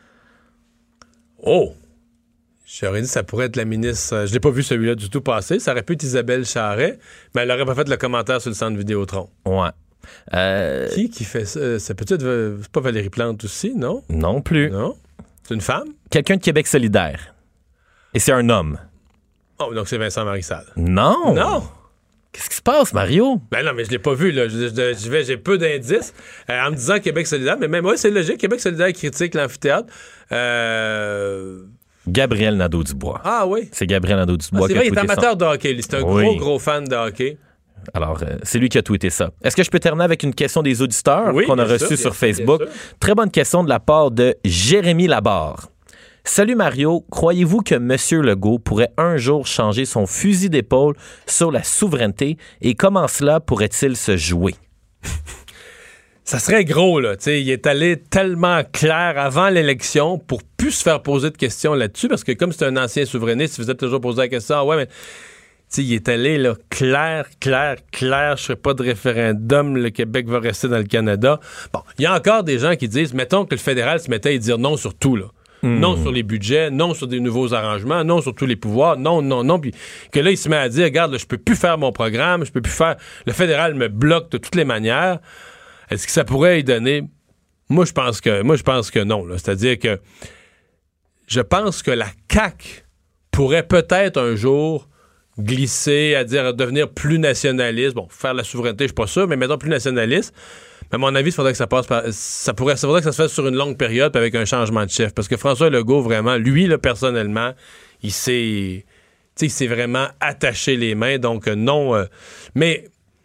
Speaker 4: Oh! J'aurais dit que ça pourrait être la ministre. euh, Je l'ai pas vu celui-là du tout passer. Ça aurait pu être Isabelle Charret, mais elle n'aurait pas fait le commentaire sur le centre Vidéotron.
Speaker 14: Ouais. Euh,
Speaker 4: Qui qui fait ça? C'est peut-être euh, c'est pas Valérie Plante aussi, non?
Speaker 14: Non plus.
Speaker 4: Non? C'est une femme?
Speaker 14: Quelqu'un de Québec solidaire. Et c'est un homme.
Speaker 4: Oh, donc c'est Vincent Marissal.
Speaker 14: Non!
Speaker 4: Non!
Speaker 14: Qu'est-ce qui se passe, Mario?
Speaker 4: Ben non, mais je l'ai pas vu, là. Je- je- je vais- J'ai peu d'indices euh, en me disant Québec solidaire, mais même, ouais, c'est logique. Québec solidaire critique l'amphithéâtre. Euh...
Speaker 14: Gabriel Nadeau-Dubois.
Speaker 4: Ah oui?
Speaker 14: C'est Gabriel
Speaker 4: Ah,
Speaker 14: Nadeau-Dubois
Speaker 4: c'est
Speaker 14: qui a
Speaker 4: vrai, il est
Speaker 14: tweeté
Speaker 4: amateur
Speaker 14: ça.
Speaker 4: de hockey. lui. C'est un
Speaker 14: Oui.
Speaker 4: gros, gros fan de hockey.
Speaker 14: Alors, euh, c'est lui qui a tweeté ça. Est-ce que je peux terminer avec une question des auditeurs
Speaker 4: Oui,
Speaker 14: qu'on a
Speaker 4: bien
Speaker 14: reçue
Speaker 4: sûr,
Speaker 14: sur
Speaker 4: bien sûr,
Speaker 14: Facebook?
Speaker 4: bien sûr.
Speaker 14: Très bonne question de la part de Jérémy Labarre. Salut Mario, croyez-vous que M. Legault pourrait un jour changer son fusil d'épaule sur la souveraineté et comment cela pourrait-il se jouer?
Speaker 4: Ça serait gros, là. T'sais, il est allé tellement clair avant l'élection pour plus se faire poser de questions là-dessus, parce que comme c'est un ancien souverainiste, il faisait toujours poser la question, ah ouais, mais t'sais, il est allé là, clair, clair, clair, je ferai pas de référendum, le Québec va rester dans le Canada. Bon, il y a encore des gens qui disent, mettons que le fédéral se mettait à dire non sur tout, là.
Speaker 14: Mm.
Speaker 4: Non sur les budgets, non sur des nouveaux arrangements, non sur tous les pouvoirs, non, non, non. Puis que là, il se met à dire, regarde, là, je peux plus faire mon programme, je peux plus faire... Le fédéral me bloque de toutes les manières. Est-ce que ça pourrait y donner? Moi, je pense que moi je pense que non. Là. C'est-à-dire que je pense que la C A Q pourrait peut-être un jour glisser à dire à devenir plus nationaliste. Bon, faire la souveraineté, je suis pas sûr, mais mettons plus nationaliste. Mais à mon avis, il faudrait que ça passe par. Ça pourrait, ça faudrait que ça se fasse sur une longue période puis avec un changement de chef. Parce que François Legault, vraiment, lui, là, personnellement, il s'est. Tu sais, il s'est vraiment attaché les mains. Donc, euh, non. Euh, mais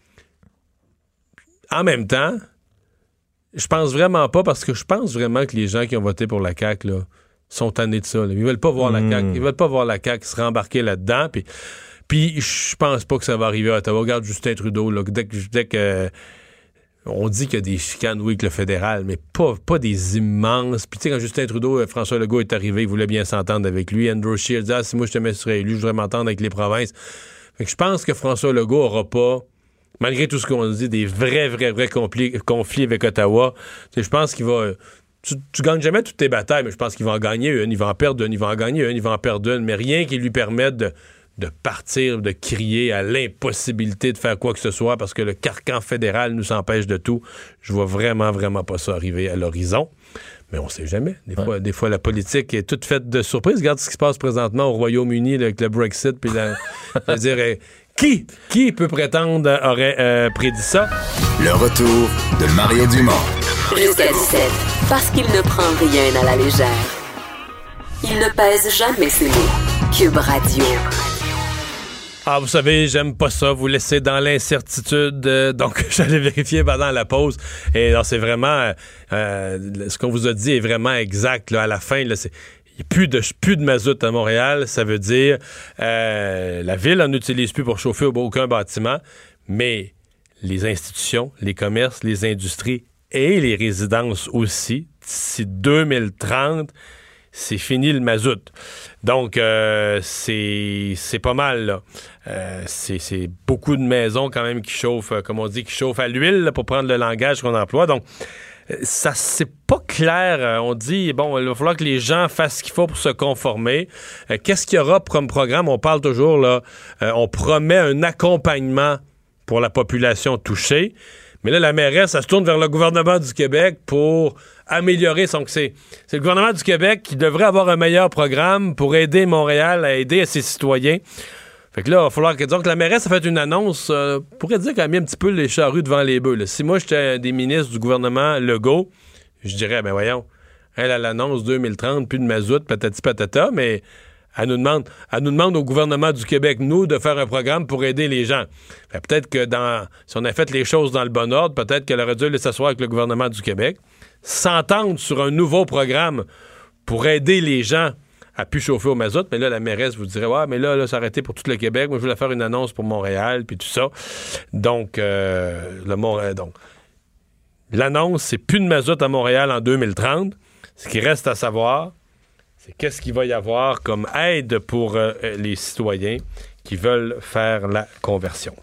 Speaker 4: en même temps, je pense vraiment pas, parce que je pense vraiment que les gens qui ont voté pour la C A Q là, sont tannés de ça. Là. Ils veulent pas voir
Speaker 14: Mm.
Speaker 4: la C A Q. Ils veulent pas voir la C A Q se rembarquer là-dedans. Puis, puis je pense pas que ça va arriver à Ottawa. Regarde Justin Trudeau. Là, dès que, dès que euh, on dit qu'il y a des chicanes, oui, avec le fédéral, mais pas, pas des immenses. Puis tu sais, quand Justin Trudeau, euh, François Legault est arrivé, il voulait bien s'entendre avec lui. Andrew Scheer dit, ah, si moi je te mets sur élu, je voudrais m'entendre avec les provinces. Fait que je pense que François Legault aura pas, malgré tout ce qu'on dit, des vrais, vrais, vrais conflits, conflits avec Ottawa. Tu sais, je pense qu'il va... Tu, tu gagnes jamais toutes tes batailles, mais je pense qu'il va en gagner une, il va en perdre une, il va en gagner une, il va en perdre une, mais rien qui lui permette de, de partir, de crier à l'impossibilité de faire quoi que ce soit, parce que le carcan fédéral nous empêche de tout. Je vois vraiment, vraiment pas ça arriver à l'horizon. Mais on sait jamais. Des, ouais. fois, des fois, la politique est toute faite de surprises. Regarde ce qui se passe présentement au Royaume-Uni là, avec le Brexit. Puis la, c'est-à-dire, euh, qui, qui peut prétendre aurait euh, prédit ça?
Speaker 3: Le retour de Mario Dumont.
Speaker 1: Jusqu'à dix-sept, parce qu'il ne prend rien à la légère. Il ne pèse jamais ses mots. Cube Radio.
Speaker 4: Ah, vous savez, j'aime pas ça, vous laisser dans l'incertitude. Euh, donc, j'allais vérifier pendant la pause. Et là, c'est vraiment... Euh, ce qu'on vous a dit est vraiment exact. Là, à la fin, là, c'est... Il n'y a plus de, plus de mazout à Montréal. Ça veut dire euh, la ville n'en utilise plus pour chauffer aucun bâtiment, mais les institutions, les commerces, les industries et les résidences aussi. D'ici deux mille trente, c'est fini le mazout. Donc, euh, c'est, c'est pas mal, là. Euh, c'est, c'est beaucoup de maisons, quand même, qui chauffent, euh, comme on dit, qui chauffent à l'huile, là, pour prendre le langage qu'on emploie. Donc, euh, ça, c'est pas clair. Euh, on dit, bon, il va falloir que les gens fassent ce qu'il faut pour se conformer. Euh, qu'est-ce qu'il y aura comme programme? On parle toujours, là, euh, on promet un accompagnement pour la population touchée. Mais là, la mairesse, elle se tourne vers le gouvernement du Québec pour améliorer son... C'est, c'est le gouvernement du Québec qui devrait avoir un meilleur programme pour aider Montréal à aider ses citoyens. Fait que là, il va falloir que... Donc, la mairesse a fait une annonce, euh, pourrait dire qu'elle a mis un petit peu les charrues devant les bœufs. Là. Si moi, j'étais des ministres du gouvernement Legault, je dirais, ben voyons, elle, elle annonce deux mille trente, plus de mazout, patati patata, mais... Elle nous demande, elle nous demande au gouvernement du Québec, nous, de faire un programme pour aider les gens. Fait peut-être que dans, si on a fait les choses dans le bon ordre, peut-être qu'elle aurait dû aller s'asseoir avec le gouvernement du Québec, s'entendre sur un nouveau programme pour aider les gens à plus chauffer au mazout. Mais là, la mairesse vous dirait, ouais, mais là, là, ça a arrêté pour tout le Québec. Moi, je voulais faire une annonce pour Montréal, puis tout ça. Donc, euh, le Montréal, donc, l'annonce, c'est plus de mazout à Montréal en deux mille trente. Ce qui reste à savoir, c'est qu'est-ce qu'il va y avoir comme aide pour euh, les citoyens qui veulent faire la conversion.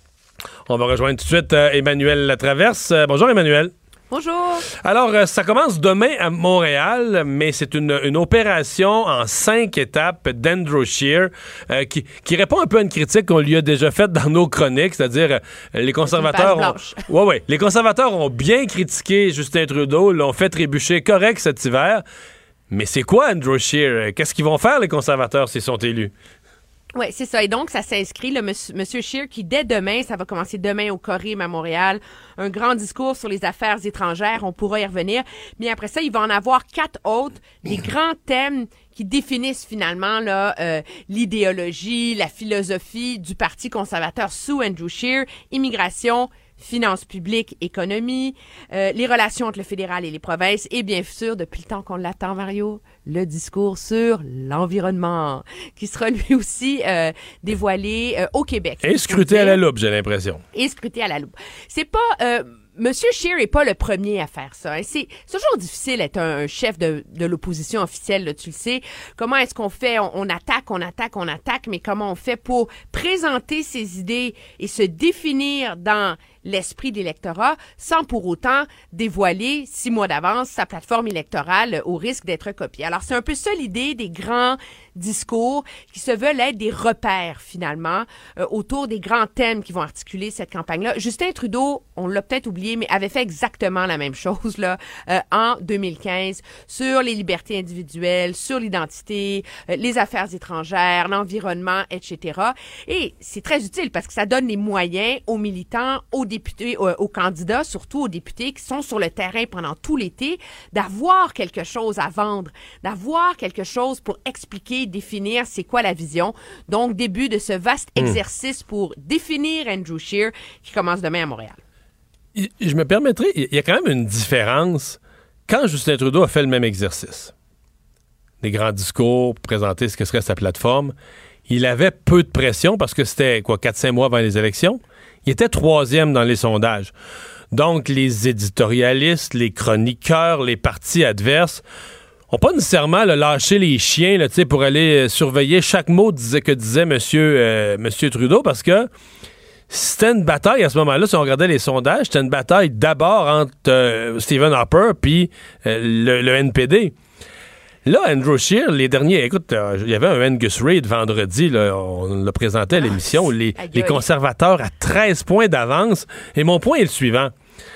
Speaker 4: On va rejoindre tout de suite euh, Emmanuel Latraverse. Euh, bonjour Emmanuel.
Speaker 15: Bonjour.
Speaker 4: Alors, euh, ça commence demain à Montréal, mais c'est une, une opération en cinq étapes d'Andrew Scheer euh, qui, qui répond un peu à une critique qu'on lui a déjà faite dans nos chroniques, c'est-à-dire euh, les conservateurs ont, ouais, ouais, les conservateurs ont bien critiqué Justin Trudeau, l'ont fait trébucher correct cet hiver. Mais c'est quoi Andrew Scheer? Qu'est-ce qu'ils vont faire, les conservateurs, s'ils sont élus?
Speaker 15: Oui, c'est ça. Et donc, ça s'inscrit, le monsieur, monsieur Scheer, qui, dès demain, ça va commencer demain au Corim à Montréal, un grand discours sur les affaires étrangères. On pourra y revenir. Mais après ça, il va en avoir quatre autres, des grands thèmes qui définissent finalement là euh, l'idéologie, la philosophie du Parti conservateur sous Andrew Scheer, immigration, finances publiques, économie, euh, les relations entre le fédéral et les provinces et bien sûr, depuis le temps qu'on l'attend, Mario, le discours sur l'environnement qui sera lui aussi euh, dévoilé euh, au Québec.
Speaker 4: Et scruté à la loupe, j'ai l'impression.
Speaker 15: Et scruté à la loupe. C'est pas... Euh, Monsieur Scheer n'est pas le premier à faire ça. Hein. C'est, c'est toujours difficile d'être un, un chef de, de l'opposition officielle, là, tu le sais. Comment est-ce qu'on fait? On, on attaque, on attaque, on attaque, mais comment on fait pour présenter ses idées et se définir dans l'esprit de l'électorat sans pour autant dévoiler six mois d'avance sa plateforme électorale au risque d'être copiée. Alors, c'est un peu ça l'idée des grands discours qui se veulent être des repères, finalement, euh, autour des grands thèmes qui vont articuler cette campagne-là. Justin Trudeau, on l'a peut-être oublié, mais avait fait exactement la même chose là euh, en deux mille quinze sur les libertés individuelles, sur l'identité, euh, les affaires étrangères, l'environnement, et cetera. Et c'est très utile parce que ça donne les moyens aux militants, aux députés, aux, aux candidats, surtout aux députés qui sont sur le terrain pendant tout l'été, d'avoir quelque chose à vendre, d'avoir quelque chose pour expliquer, définir c'est quoi la vision. Donc, début de ce vaste mmh. exercice pour définir Andrew Scheer qui commence demain à Montréal.
Speaker 4: Je me permettrai, il y a quand même une différence quand Justin Trudeau a fait le même exercice. Des grands discours pour présenter ce que serait sa plateforme. Il avait peu de pression parce que c'était, quoi, quatre cinq mois avant les élections. Il était troisième dans les sondages. Donc, les éditorialistes, les chroniqueurs, les partis adverses n'ont pas nécessairement là, lâché les chiens là, pour aller surveiller chaque mot disait, que disait M. Euh, monsieur Trudeau parce que c'était une bataille à ce moment-là, si on regardait les sondages, c'était une bataille d'abord entre euh, Stephen Harper puis euh, le, le N P D. Là, Andrew Scheer, les derniers, écoute, euh, il y avait un Angus Reid vendredi, là, on l'a présenté à l'émission, les, les conservateurs à treize points d'avance. Et mon point est le suivant.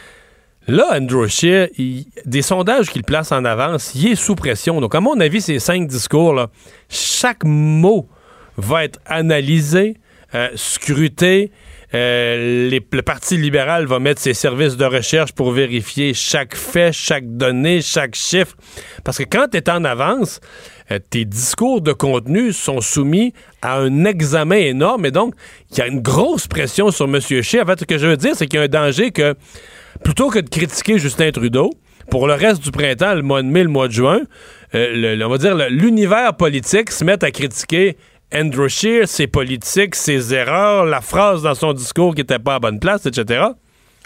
Speaker 4: Là, Andrew Scheer, il, des sondages qu'il place en avance, il est sous pression. Donc, à mon avis, ces cinq discours, là, chaque mot va être analysé, euh, scruté. Euh, les, le Parti libéral va mettre ses services de recherche pour vérifier chaque fait, chaque donnée, chaque chiffre. Parce que quand tu es en avance, euh, tes discours de contenu sont soumis à un examen énorme. Et donc, il y a une grosse pression sur M. Scheer. En fait, ce que je veux dire, c'est qu'il y a un danger que, plutôt que de critiquer Justin Trudeau, pour le reste du printemps, le mois de mai, le mois de juin, euh, le, le, on va dire le, l'univers politique se mette à critiquer Andrew Scheer, ses politiques, ses erreurs, la phrase dans son discours qui n'était pas à bonne place, et cetera.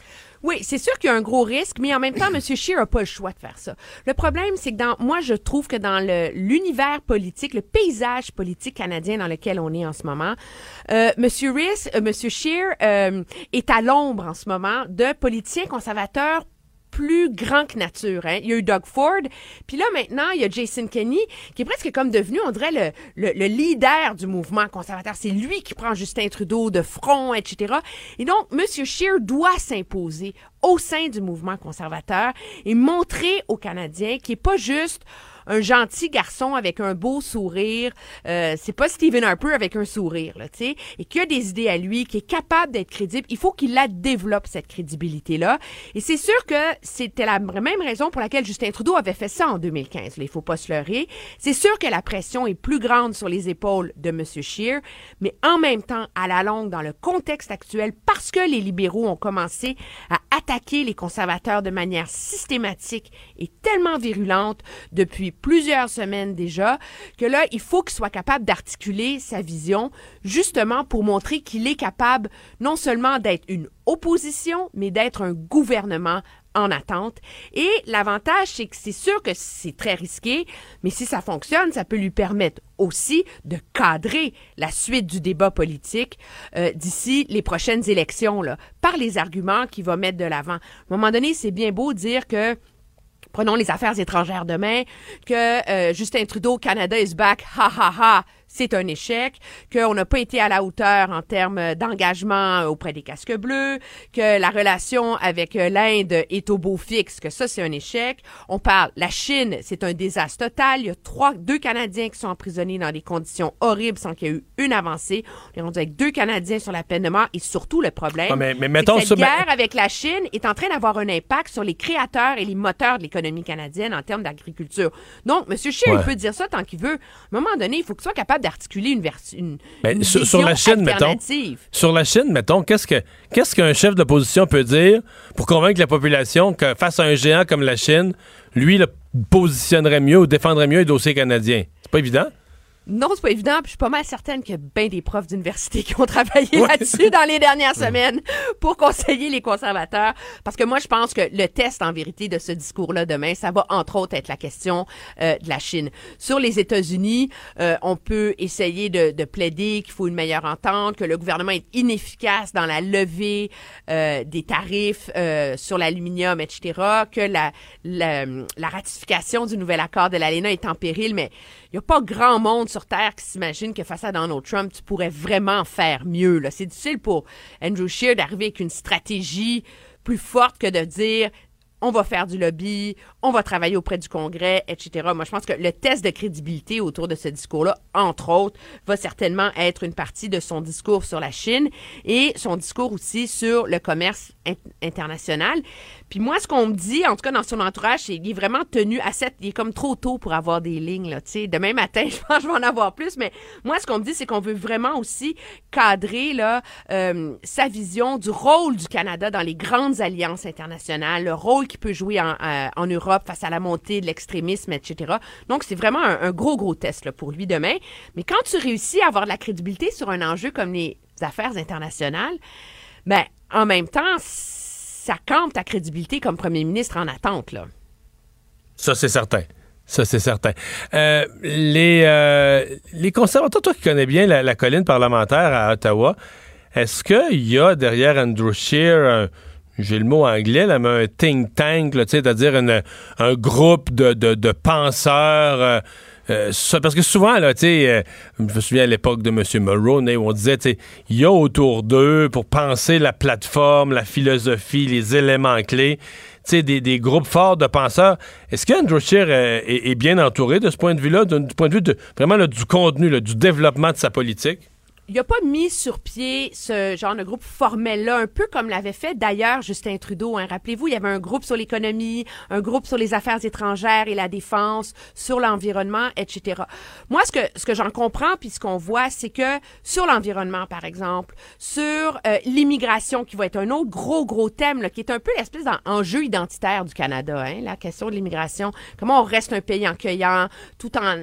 Speaker 15: Oui, c'est sûr qu'il y a un gros risque, mais en même temps, M. Scheer n'a pas le choix de faire ça. Le problème, c'est que dans, moi, je trouve que dans le, l'univers politique, le paysage politique canadien dans lequel on est en ce moment, euh, M. Riss, euh, M. Scheer euh, est à l'ombre en ce moment de politiciens conservateurs plus grand que nature. Hein. Il y a eu Doug Ford, puis là, maintenant, il y a Jason Kenney, qui est presque comme devenu, on dirait, le, le, le leader du mouvement conservateur. C'est lui qui prend Justin Trudeau de front, et cetera. Et donc, M. Scheer doit s'imposer au sein du mouvement conservateur et montrer aux Canadiens qu'il n'est pas juste un gentil garçon avec un beau sourire, euh, c'est pas Stephen Harper avec un sourire, là, tu sais, et qui a des idées à lui, qui est capable d'être crédible. Il faut qu'il la développe, cette crédibilité-là. Et c'est sûr que c'était la même raison pour laquelle Justin Trudeau avait fait ça en deux mille quinze. Là, il faut pas se leurrer. C'est sûr que la pression est plus grande sur les épaules de M. Scheer, mais en même temps, à la longue, dans le contexte actuel, parce que les libéraux ont commencé à attaquer les conservateurs de manière systématique et tellement virulente depuis plusieurs semaines déjà, que là, il faut qu'il soit capable d'articuler sa vision, justement pour montrer qu'il est capable non seulement d'être une opposition, mais d'être un gouvernement en attente. Et l'avantage, c'est que c'est sûr que c'est très risqué, mais si ça fonctionne, ça peut lui permettre aussi de cadrer la suite du débat politique euh, d'ici les prochaines élections, là, par les arguments qu'il va mettre de l'avant. À un moment donné, c'est bien beau dire que prenons les affaires étrangères demain, que euh, Justin Trudeau, Canada is back, ha ha ha, c'est un échec, qu'on n'a pas été à la hauteur en termes d'engagement auprès des casques bleus, que la relation avec l'Inde est au beau fixe, que ça, c'est un échec. On parle, la Chine, c'est un désastre total. Il y a trois, deux Canadiens qui sont emprisonnés dans des conditions horribles sans qu'il y ait eu une avancée. On est rendu avec deux Canadiens sur la peine de mort et surtout le problème,
Speaker 4: ah, mais, mais mettons
Speaker 15: c'est que cette
Speaker 4: ça,
Speaker 15: guerre
Speaker 4: mais...
Speaker 15: avec la Chine est en train d'avoir un impact sur les créateurs et les moteurs de l'économie canadienne en termes d'agriculture. Donc, M. Scheer, ouais. il peut dire ça tant qu'il veut. À un moment donné, il faut qu'il soit capable d'articuler une version, une,
Speaker 4: ben,
Speaker 15: une
Speaker 4: sur, sur la Chine, mettons, sur la Chine, mettons, qu'est-ce que qu'est-ce qu'un chef d'opposition peut dire pour convaincre la population que face à un géant comme la Chine, lui, le positionnerait mieux ou défendrait mieux les dossiers canadiens? C'est pas évident?
Speaker 15: Non, c'est pas évident. Puis je suis pas mal certaine qu'il y a bien des profs d'université qui ont travaillé ouais. là-dessus dans les dernières semaines pour conseiller les conservateurs. Parce que moi, je pense que le test, en vérité, de ce discours-là demain, ça va entre autres être la question euh, de la Chine. Sur les États-Unis, euh, on peut essayer de, de plaider qu'il faut une meilleure entente, que le gouvernement est inefficace dans la levée euh, des tarifs euh, sur l'aluminium, et cetera, que la, la, la ratification du nouvel accord de l'ALENA est en péril, mais il n'y a pas grand monde sur Terre qui s'imagine que face à Donald Trump, tu pourrais vraiment faire mieux. Là. C'est difficile pour Andrew Scheer d'arriver avec une stratégie plus forte que de dire on va faire du lobby, on va travailler auprès du Congrès, et cetera. Moi, je pense que le test de crédibilité autour de ce discours-là, entre autres, va certainement être une partie de son discours sur la Chine et son discours aussi sur le commerce in- international. Puis moi, ce qu'on me dit, en tout cas dans son entourage, c'est qu'il est vraiment tenu à cette... Il est comme trop tôt pour avoir des lignes, là, tu sais. Demain matin, je pense que je vais en avoir plus, mais moi, ce qu'on me dit, c'est qu'on veut vraiment aussi cadrer, là, euh, sa vision du rôle du Canada dans les grandes alliances internationales, le rôle qu'il peut jouer en, euh, en Europe face à la montée de l'extrémisme, et cetera. Donc, c'est vraiment un, un gros, gros test, là, pour lui demain. Mais quand tu réussis à avoir de la crédibilité sur un enjeu comme les affaires internationales, ben, en même temps, ça campe ta crédibilité comme premier ministre en attente, là.
Speaker 4: Ça, c'est certain. Ça, c'est certain. Euh, les, euh, les conservateurs, toi qui connais bien la, la colline parlementaire à Ottawa, est-ce qu'il y a derrière Andrew Scheer un, j'ai le mot anglais, là, mais un think tank, là, c'est-à-dire une, un groupe de, de, de penseurs... Euh, Euh, ça, parce que souvent, là, tu sais, euh, je me souviens à l'époque de M. Mulroney, où on disait, tu sais, il y a autour d'eux, pour penser la plateforme, la philosophie, les éléments clés, tu sais, des, des groupes forts de penseurs. Est-ce que Andrew Scheer euh, est, est bien entouré de ce point de vue-là, de, du point de vue de, vraiment là, du contenu, là, du développement de sa politique?
Speaker 15: Il n'a pas mis sur pied ce genre de groupe formel-là, un peu comme l'avait fait d'ailleurs Justin Trudeau. Hein. Rappelez-vous, il y avait un groupe sur l'économie, un groupe sur les affaires étrangères et la défense, sur l'environnement, et cetera. Moi, ce que ce que j'en comprends puis ce qu'on voit, c'est que sur l'environnement, par exemple, sur euh, l'immigration, qui va être un autre gros, gros thème, là, qui est un peu l'espèce d'enjeu identitaire du Canada, hein, la question de l'immigration. Comment on reste un pays accueillant tout en...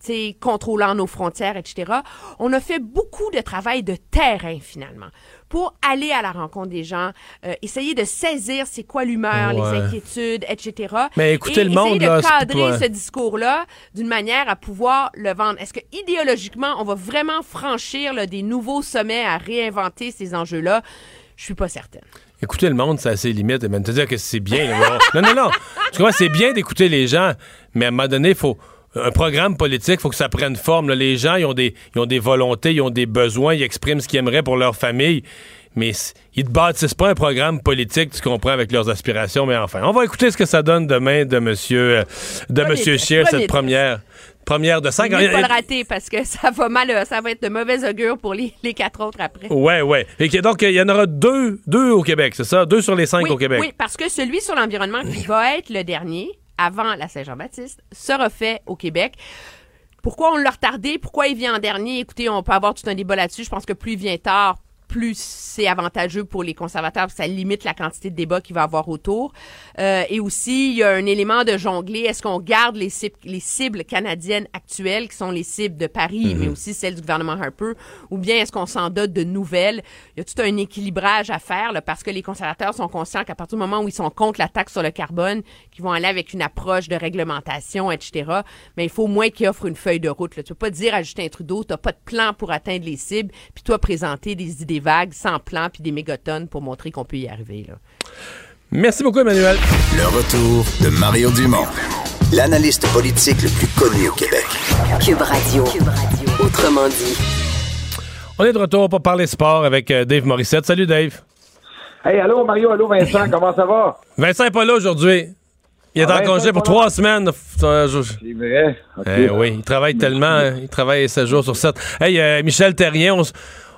Speaker 15: tu sais, contrôlant nos frontières, et cetera. On a fait beaucoup de travail de terrain, finalement, pour aller à la rencontre des gens, euh, essayer de saisir c'est quoi l'humeur,
Speaker 4: ouais.
Speaker 15: les inquiétudes, et cetera.
Speaker 4: Mais écoutez
Speaker 15: et
Speaker 4: le monde,
Speaker 15: essayer
Speaker 4: là,
Speaker 15: de cadrer
Speaker 4: pas...
Speaker 15: ce discours-là d'une manière à pouvoir le vendre. Est-ce que idéologiquement, on va vraiment franchir là, des nouveaux sommets à réinventer ces enjeux-là? Je suis pas certaine.
Speaker 4: Écouter le monde, ça a ses limites. Et même te dire que c'est bien. Là, non, non, non. Tu vois, c'est bien d'écouter les gens, mais à un moment donné, il faut... Un programme politique, il faut que ça prenne forme. Là. Les gens, ils ont, des, ils ont des volontés, ils ont des besoins, ils expriment ce qu'ils aimeraient pour leur famille. Mais ils ne bâtissent pas un programme politique, tu comprends, avec leurs aspirations. Mais enfin, on va écouter ce que ça donne demain de monsieur, de monsieur Scheer, cette première, première de cinq.
Speaker 15: Il ne faut pas le rater parce que ça va mal, ça va être de mauvais augure pour les, les quatre autres après.
Speaker 4: Ouais, ouais. Et que, donc, il y en aura deux, deux au Québec, c'est ça? Deux sur les cinq
Speaker 15: oui,
Speaker 4: au Québec.
Speaker 15: Oui, parce que celui sur l'environnement qui va être le dernier, avant la Saint-Jean-Baptiste, sera fait au Québec. Pourquoi on l'a retardé? Pourquoi il vient en dernier? Écoutez, on peut avoir tout un débat là-dessus. Je pense que plus il vient tard, plus c'est avantageux pour les conservateurs, parce que ça limite la quantité de débats qu'il va y avoir autour. Euh, et aussi, il y a un élément de jongler. Est-ce qu'on garde les cibles, les cibles canadiennes actuelles, qui sont les cibles de Paris, mm-hmm. mais aussi celles du gouvernement Harper, ou bien est-ce qu'on s'en dote de nouvelles? Il y a tout un équilibrage à faire, là, parce que les conservateurs sont conscients qu'à partir du moment où ils sont contre la taxe sur le carbone, qu'ils vont aller avec une approche de réglementation, et cetera, mais il faut au moins qu'ils offrent une feuille de route. Là. Tu ne peux pas dire à Justin Trudeau, tu n'as pas de plan pour atteindre les cibles, puis toi, présenter des idées vagues, sans plan, puis des mégatonnes pour montrer qu'on peut y arriver. Là.
Speaker 4: Merci beaucoup, Emmanuel.
Speaker 3: Le retour de Mario Dumont, l'analyste politique le plus connu au Québec.
Speaker 1: Cube Radio. Cube Radio. Autrement dit.
Speaker 4: On est de retour pour parler sport avec Dave Morissette. Salut, Dave.
Speaker 16: Hey, allô, Mario, allô, Vincent, comment ça va?
Speaker 4: Vincent n'est pas là aujourd'hui. Il est ah, en Vincent congé pour trois semaines.
Speaker 16: C'est vrai. Okay.
Speaker 4: Eh oui, il travaille tellement. Il travaille sept jours sur sept. Hey, euh, Michel Therrien, on s...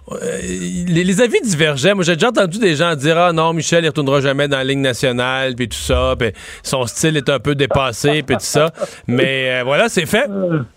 Speaker 4: Les, les avis divergeaient. Moi, j'ai déjà entendu des gens dire « Ah non, Michel, il retournera jamais dans la Ligue nationale, puis tout ça, puis son style est un peu dépassé, puis tout ça. » Mais euh, voilà, c'est fait.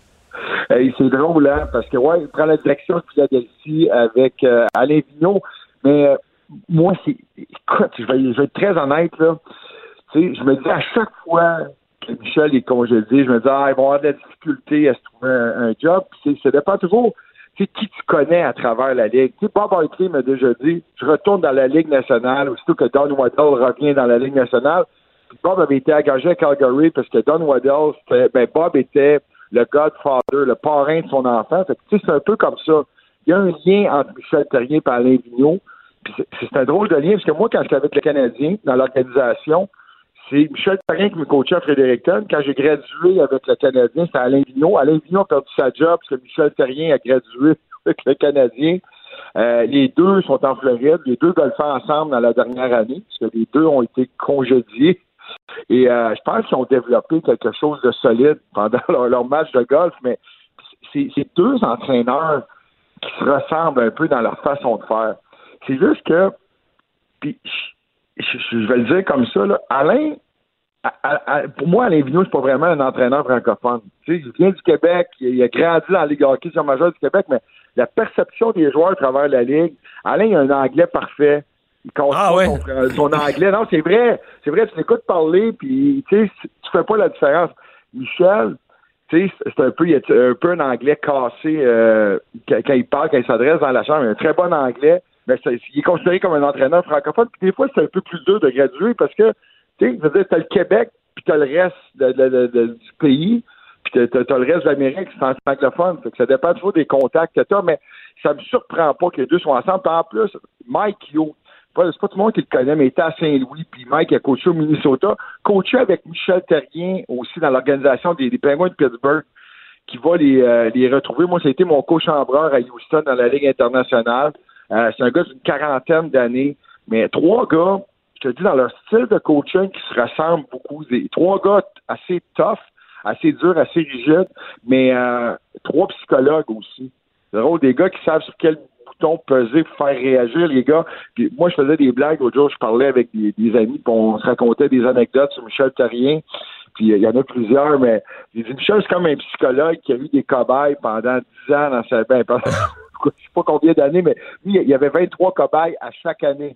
Speaker 16: Hey, c'est drôle, hein, parce que, ouais, il prend la direction de Philadelphie avec euh, Alain Vigneault, mais euh, moi, c'est... Écoute, je vais, je vais être très honnête, là. Tu sais, je me dis à chaque fois que Michel est congédié, je me dis « Ah, ils vont avoir de la difficulté à se trouver un, un job. » Puis ça dépend toujours... Tu sais, qui tu connais à travers la Ligue. Tu sais, Bob Hartley m'a déjà dit, je retourne dans la Ligue nationale, aussitôt que Don Waddell revient dans la Ligue nationale. Puis Bob avait été engagé à Calgary parce que Don Waddell, c'était, ben Bob était le godfather, le parrain de son enfant. Fait que, tu sais, c'est un peu comme ça. Il y a un lien entre Michel Therrien et Alain Vigneault. Puis c'est, c'est un drôle de lien, parce que moi, quand j'étais avec le Canadien, dans l'organisation, c'est Michel Therrien qui me coachait à Fredericton. Quand j'ai gradué avec le Canadien, c'était Alain Vigneault. Alain Vigneault a perdu sa job parce que Michel Therrien a gradué avec le Canadien. Euh, les deux sont en Floride. Les deux golfaient ensemble dans la dernière année, parce que les deux ont été congédiés. Et euh, je pense qu'ils ont développé quelque chose de solide pendant leur, leur match de golf, mais c'est, c'est deux entraîneurs qui se ressemblent un peu dans leur façon de faire. C'est juste que, puis je, je, je vais le dire comme ça, là, Alain, à, à, pour moi, Alain Vigneault, c'est pas vraiment un entraîneur francophone. Tu sais, il vient du Québec, il, il a grandi dans la Ligue hockey sur majeure du Québec, mais la perception des joueurs à travers la Ligue, Alain, il a un anglais parfait. Il compte ah, pas ouais. son, son anglais. Non, c'est vrai. C'est vrai, tu l'écoutes parler, puis tu sais, tu fais pas la différence. Michel, tu sais, c'est un peu, il a un peu un anglais cassé euh, quand il parle, quand il s'adresse dans la chambre. Il a un très bon anglais, mais il est considéré comme un entraîneur francophone. Puis des fois, c'est un peu plus dur de graduer parce que, tu sais, je veux dire, t'as le Québec, puis t'as le reste de, de, de, de, du pays, puis t'as, t'as le reste de l'Amérique, c'est anglophone. Fait que ça dépend toujours des contacts que t'as, mais ça me surprend pas que les deux soient ensemble. Puis en plus, Mike Yo, c'est pas, c'est pas tout le monde qui le connaît, mais il était à Saint-Louis, puis Mike a coaché au Minnesota, coaché avec Michel Therrien aussi dans l'organisation des, des Penguins de Pittsburgh, qui va les, euh, les retrouver. Moi, ça a été mon co-chambreur à Houston dans la Ligue internationale. Euh, c'est un gars d'une quarantaine d'années, mais trois gars, je te dis, dans leur style de coaching qui se ressemblent beaucoup. Des, trois gars assez tough, assez durs, assez rigides, mais euh, trois psychologues aussi. C'est drôle, des gars qui savent sur quel bouton peser pour faire réagir les gars. Puis moi, je faisais des blagues. L'autre jour, je parlais avec des, des amis, puis on se racontait des anecdotes sur Michel Therrien. Puis il y en a plusieurs, mais j'ai dit, Michel, c'est comme un psychologue qui a eu des cobayes pendant dix ans dans sa... Ben, je sais pas combien d'années, mais lui, il y avait vingt-trois cobayes à chaque année.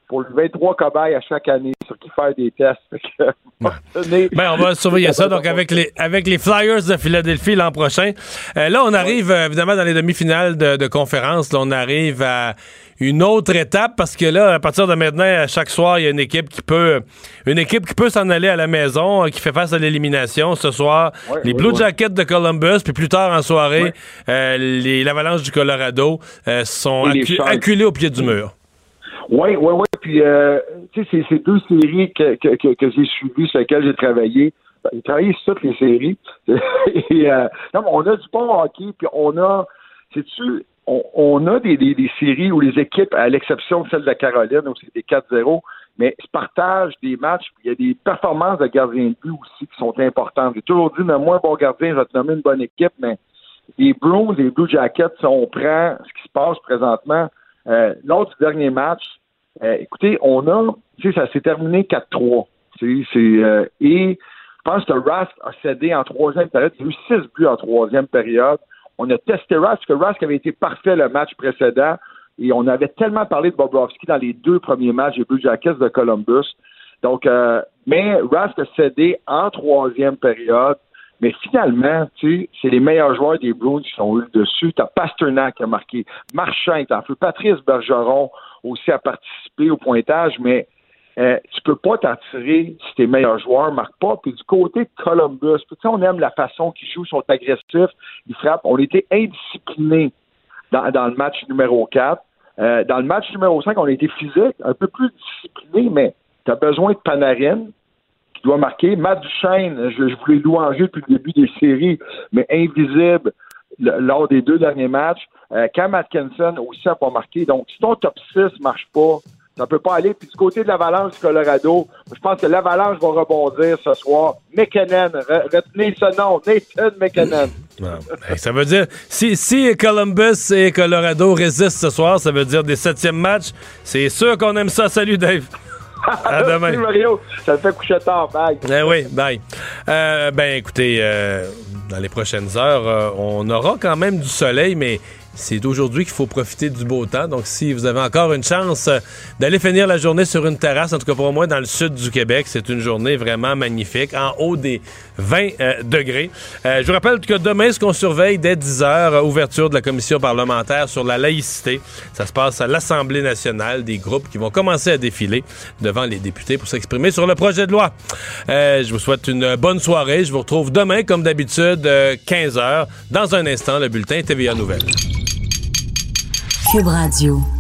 Speaker 16: pour vingt-trois cobayes à chaque année sur qui faire des tests.
Speaker 4: Ouais. Ben, on va surveiller ça. Donc, avec les, avec les Flyers de Philadelphie l'an prochain. Euh, là, on arrive, euh, évidemment, dans les demi-finales de, de conférence. Là, on arrive à une autre étape parce que là, à partir de maintenant, chaque soir, il y a une équipe qui peut une équipe qui peut s'en aller à la maison, qui fait face à l'élimination. Ce soir, ouais, les ouais, Blue ouais. Jackets de Columbus, puis plus tard en soirée, ouais. euh, les l'Avalanche du Colorado euh, sont accu- acculés au pied du mur.
Speaker 16: Oui, oui, oui. Puis, euh, tu sais, c'est, c'est deux séries que, que, que, que j'ai suivies, sur lesquelles j'ai travaillé. J'ai travaillé sur toutes les séries. Et, euh, non, mais on a du bon hockey, puis on a, sais-tu, on, on a des, des, des séries où les équipes, à l'exception de celle de la Caroline, où c'est des quatre zéro, mais se partagent des matchs, puis il y a des performances de gardiens de but aussi qui sont importantes. J'ai toujours dit, mais moi, bon gardien, je vais te nommer une bonne équipe, mais les Bruins, les Blue Jackets, si on prend ce qui se passe présentement, Euh, lors du dernier match, euh, écoutez, on a, tu sais, ça s'est terminé quatre trois. C'est, c'est, euh, et je pense que Rask a cédé en troisième période. Il y a eu six buts en troisième période. On a testé Rask, parce que Rask avait été parfait le match précédent. Et on avait tellement parlé de Bobrovsky dans les deux premiers matchs des Blue Jackets de Columbus. Donc, euh, mais Rask a cédé en troisième période. Mais finalement, tu sais, c'est les meilleurs joueurs des Bruins qui sont eu dessus. T'as Pasternak qui a marqué, Marchand est en feu, Patrice Bergeron aussi a participé au pointage, mais euh, tu peux pas t'en tirer si tes meilleurs joueurs marquent pas. Puis du côté de Columbus, tu sais, on aime la façon qu'ils jouent, ils sont agressifs, ils frappent. On était indisciplinés dans, dans le match numéro quatre. Euh, dans le match numéro cinq, on a été physique, un peu plus disciplinés, mais t'as besoin de Panarin, doit marquer. Matt Duchesne, je, je voulais louanger depuis le début des séries, mais invisible le, lors des deux derniers matchs. Euh, Cam Atkinson aussi n'a pas marqué. Donc, si ton top six ne marche pas, ça ne peut pas aller. Puis du côté de l'Avalanche du Colorado, je pense que l'Avalanche va rebondir ce soir. McKinnon, re- retenez ce nom, Nathan McKinnon.
Speaker 4: Non, ben, ça veut dire, si, si Columbus et Colorado résistent ce soir, ça veut dire des septièmes matchs. C'est sûr qu'on aime ça. Salut, Dave. À demain.
Speaker 16: Merci Mario, ça me fait coucher tard, bye.
Speaker 4: Eh oui, bye. Euh, ben écoutez, euh, dans les prochaines heures, euh, on aura quand même du soleil, mais c'est d'aujourd'hui qu'il faut profiter du beau temps. Donc, si vous avez encore une chance euh, d'aller finir la journée sur une terrasse, en tout cas pour moi, dans le sud du Québec, c'est une journée vraiment magnifique, en haut des vingt euh, degrés. Euh, je vous rappelle que demain, ce qu'on surveille dès dix heures, euh, ouverture de la commission parlementaire sur la laïcité. Ça se passe à l'Assemblée nationale, des groupes qui vont commencer à défiler devant les députés pour s'exprimer sur le projet de loi. Euh, je vous souhaite une bonne soirée. Je vous retrouve demain, comme d'habitude, euh, quinze heures. Dans un instant, le bulletin T V A Nouvelles.
Speaker 2: Cube Radio.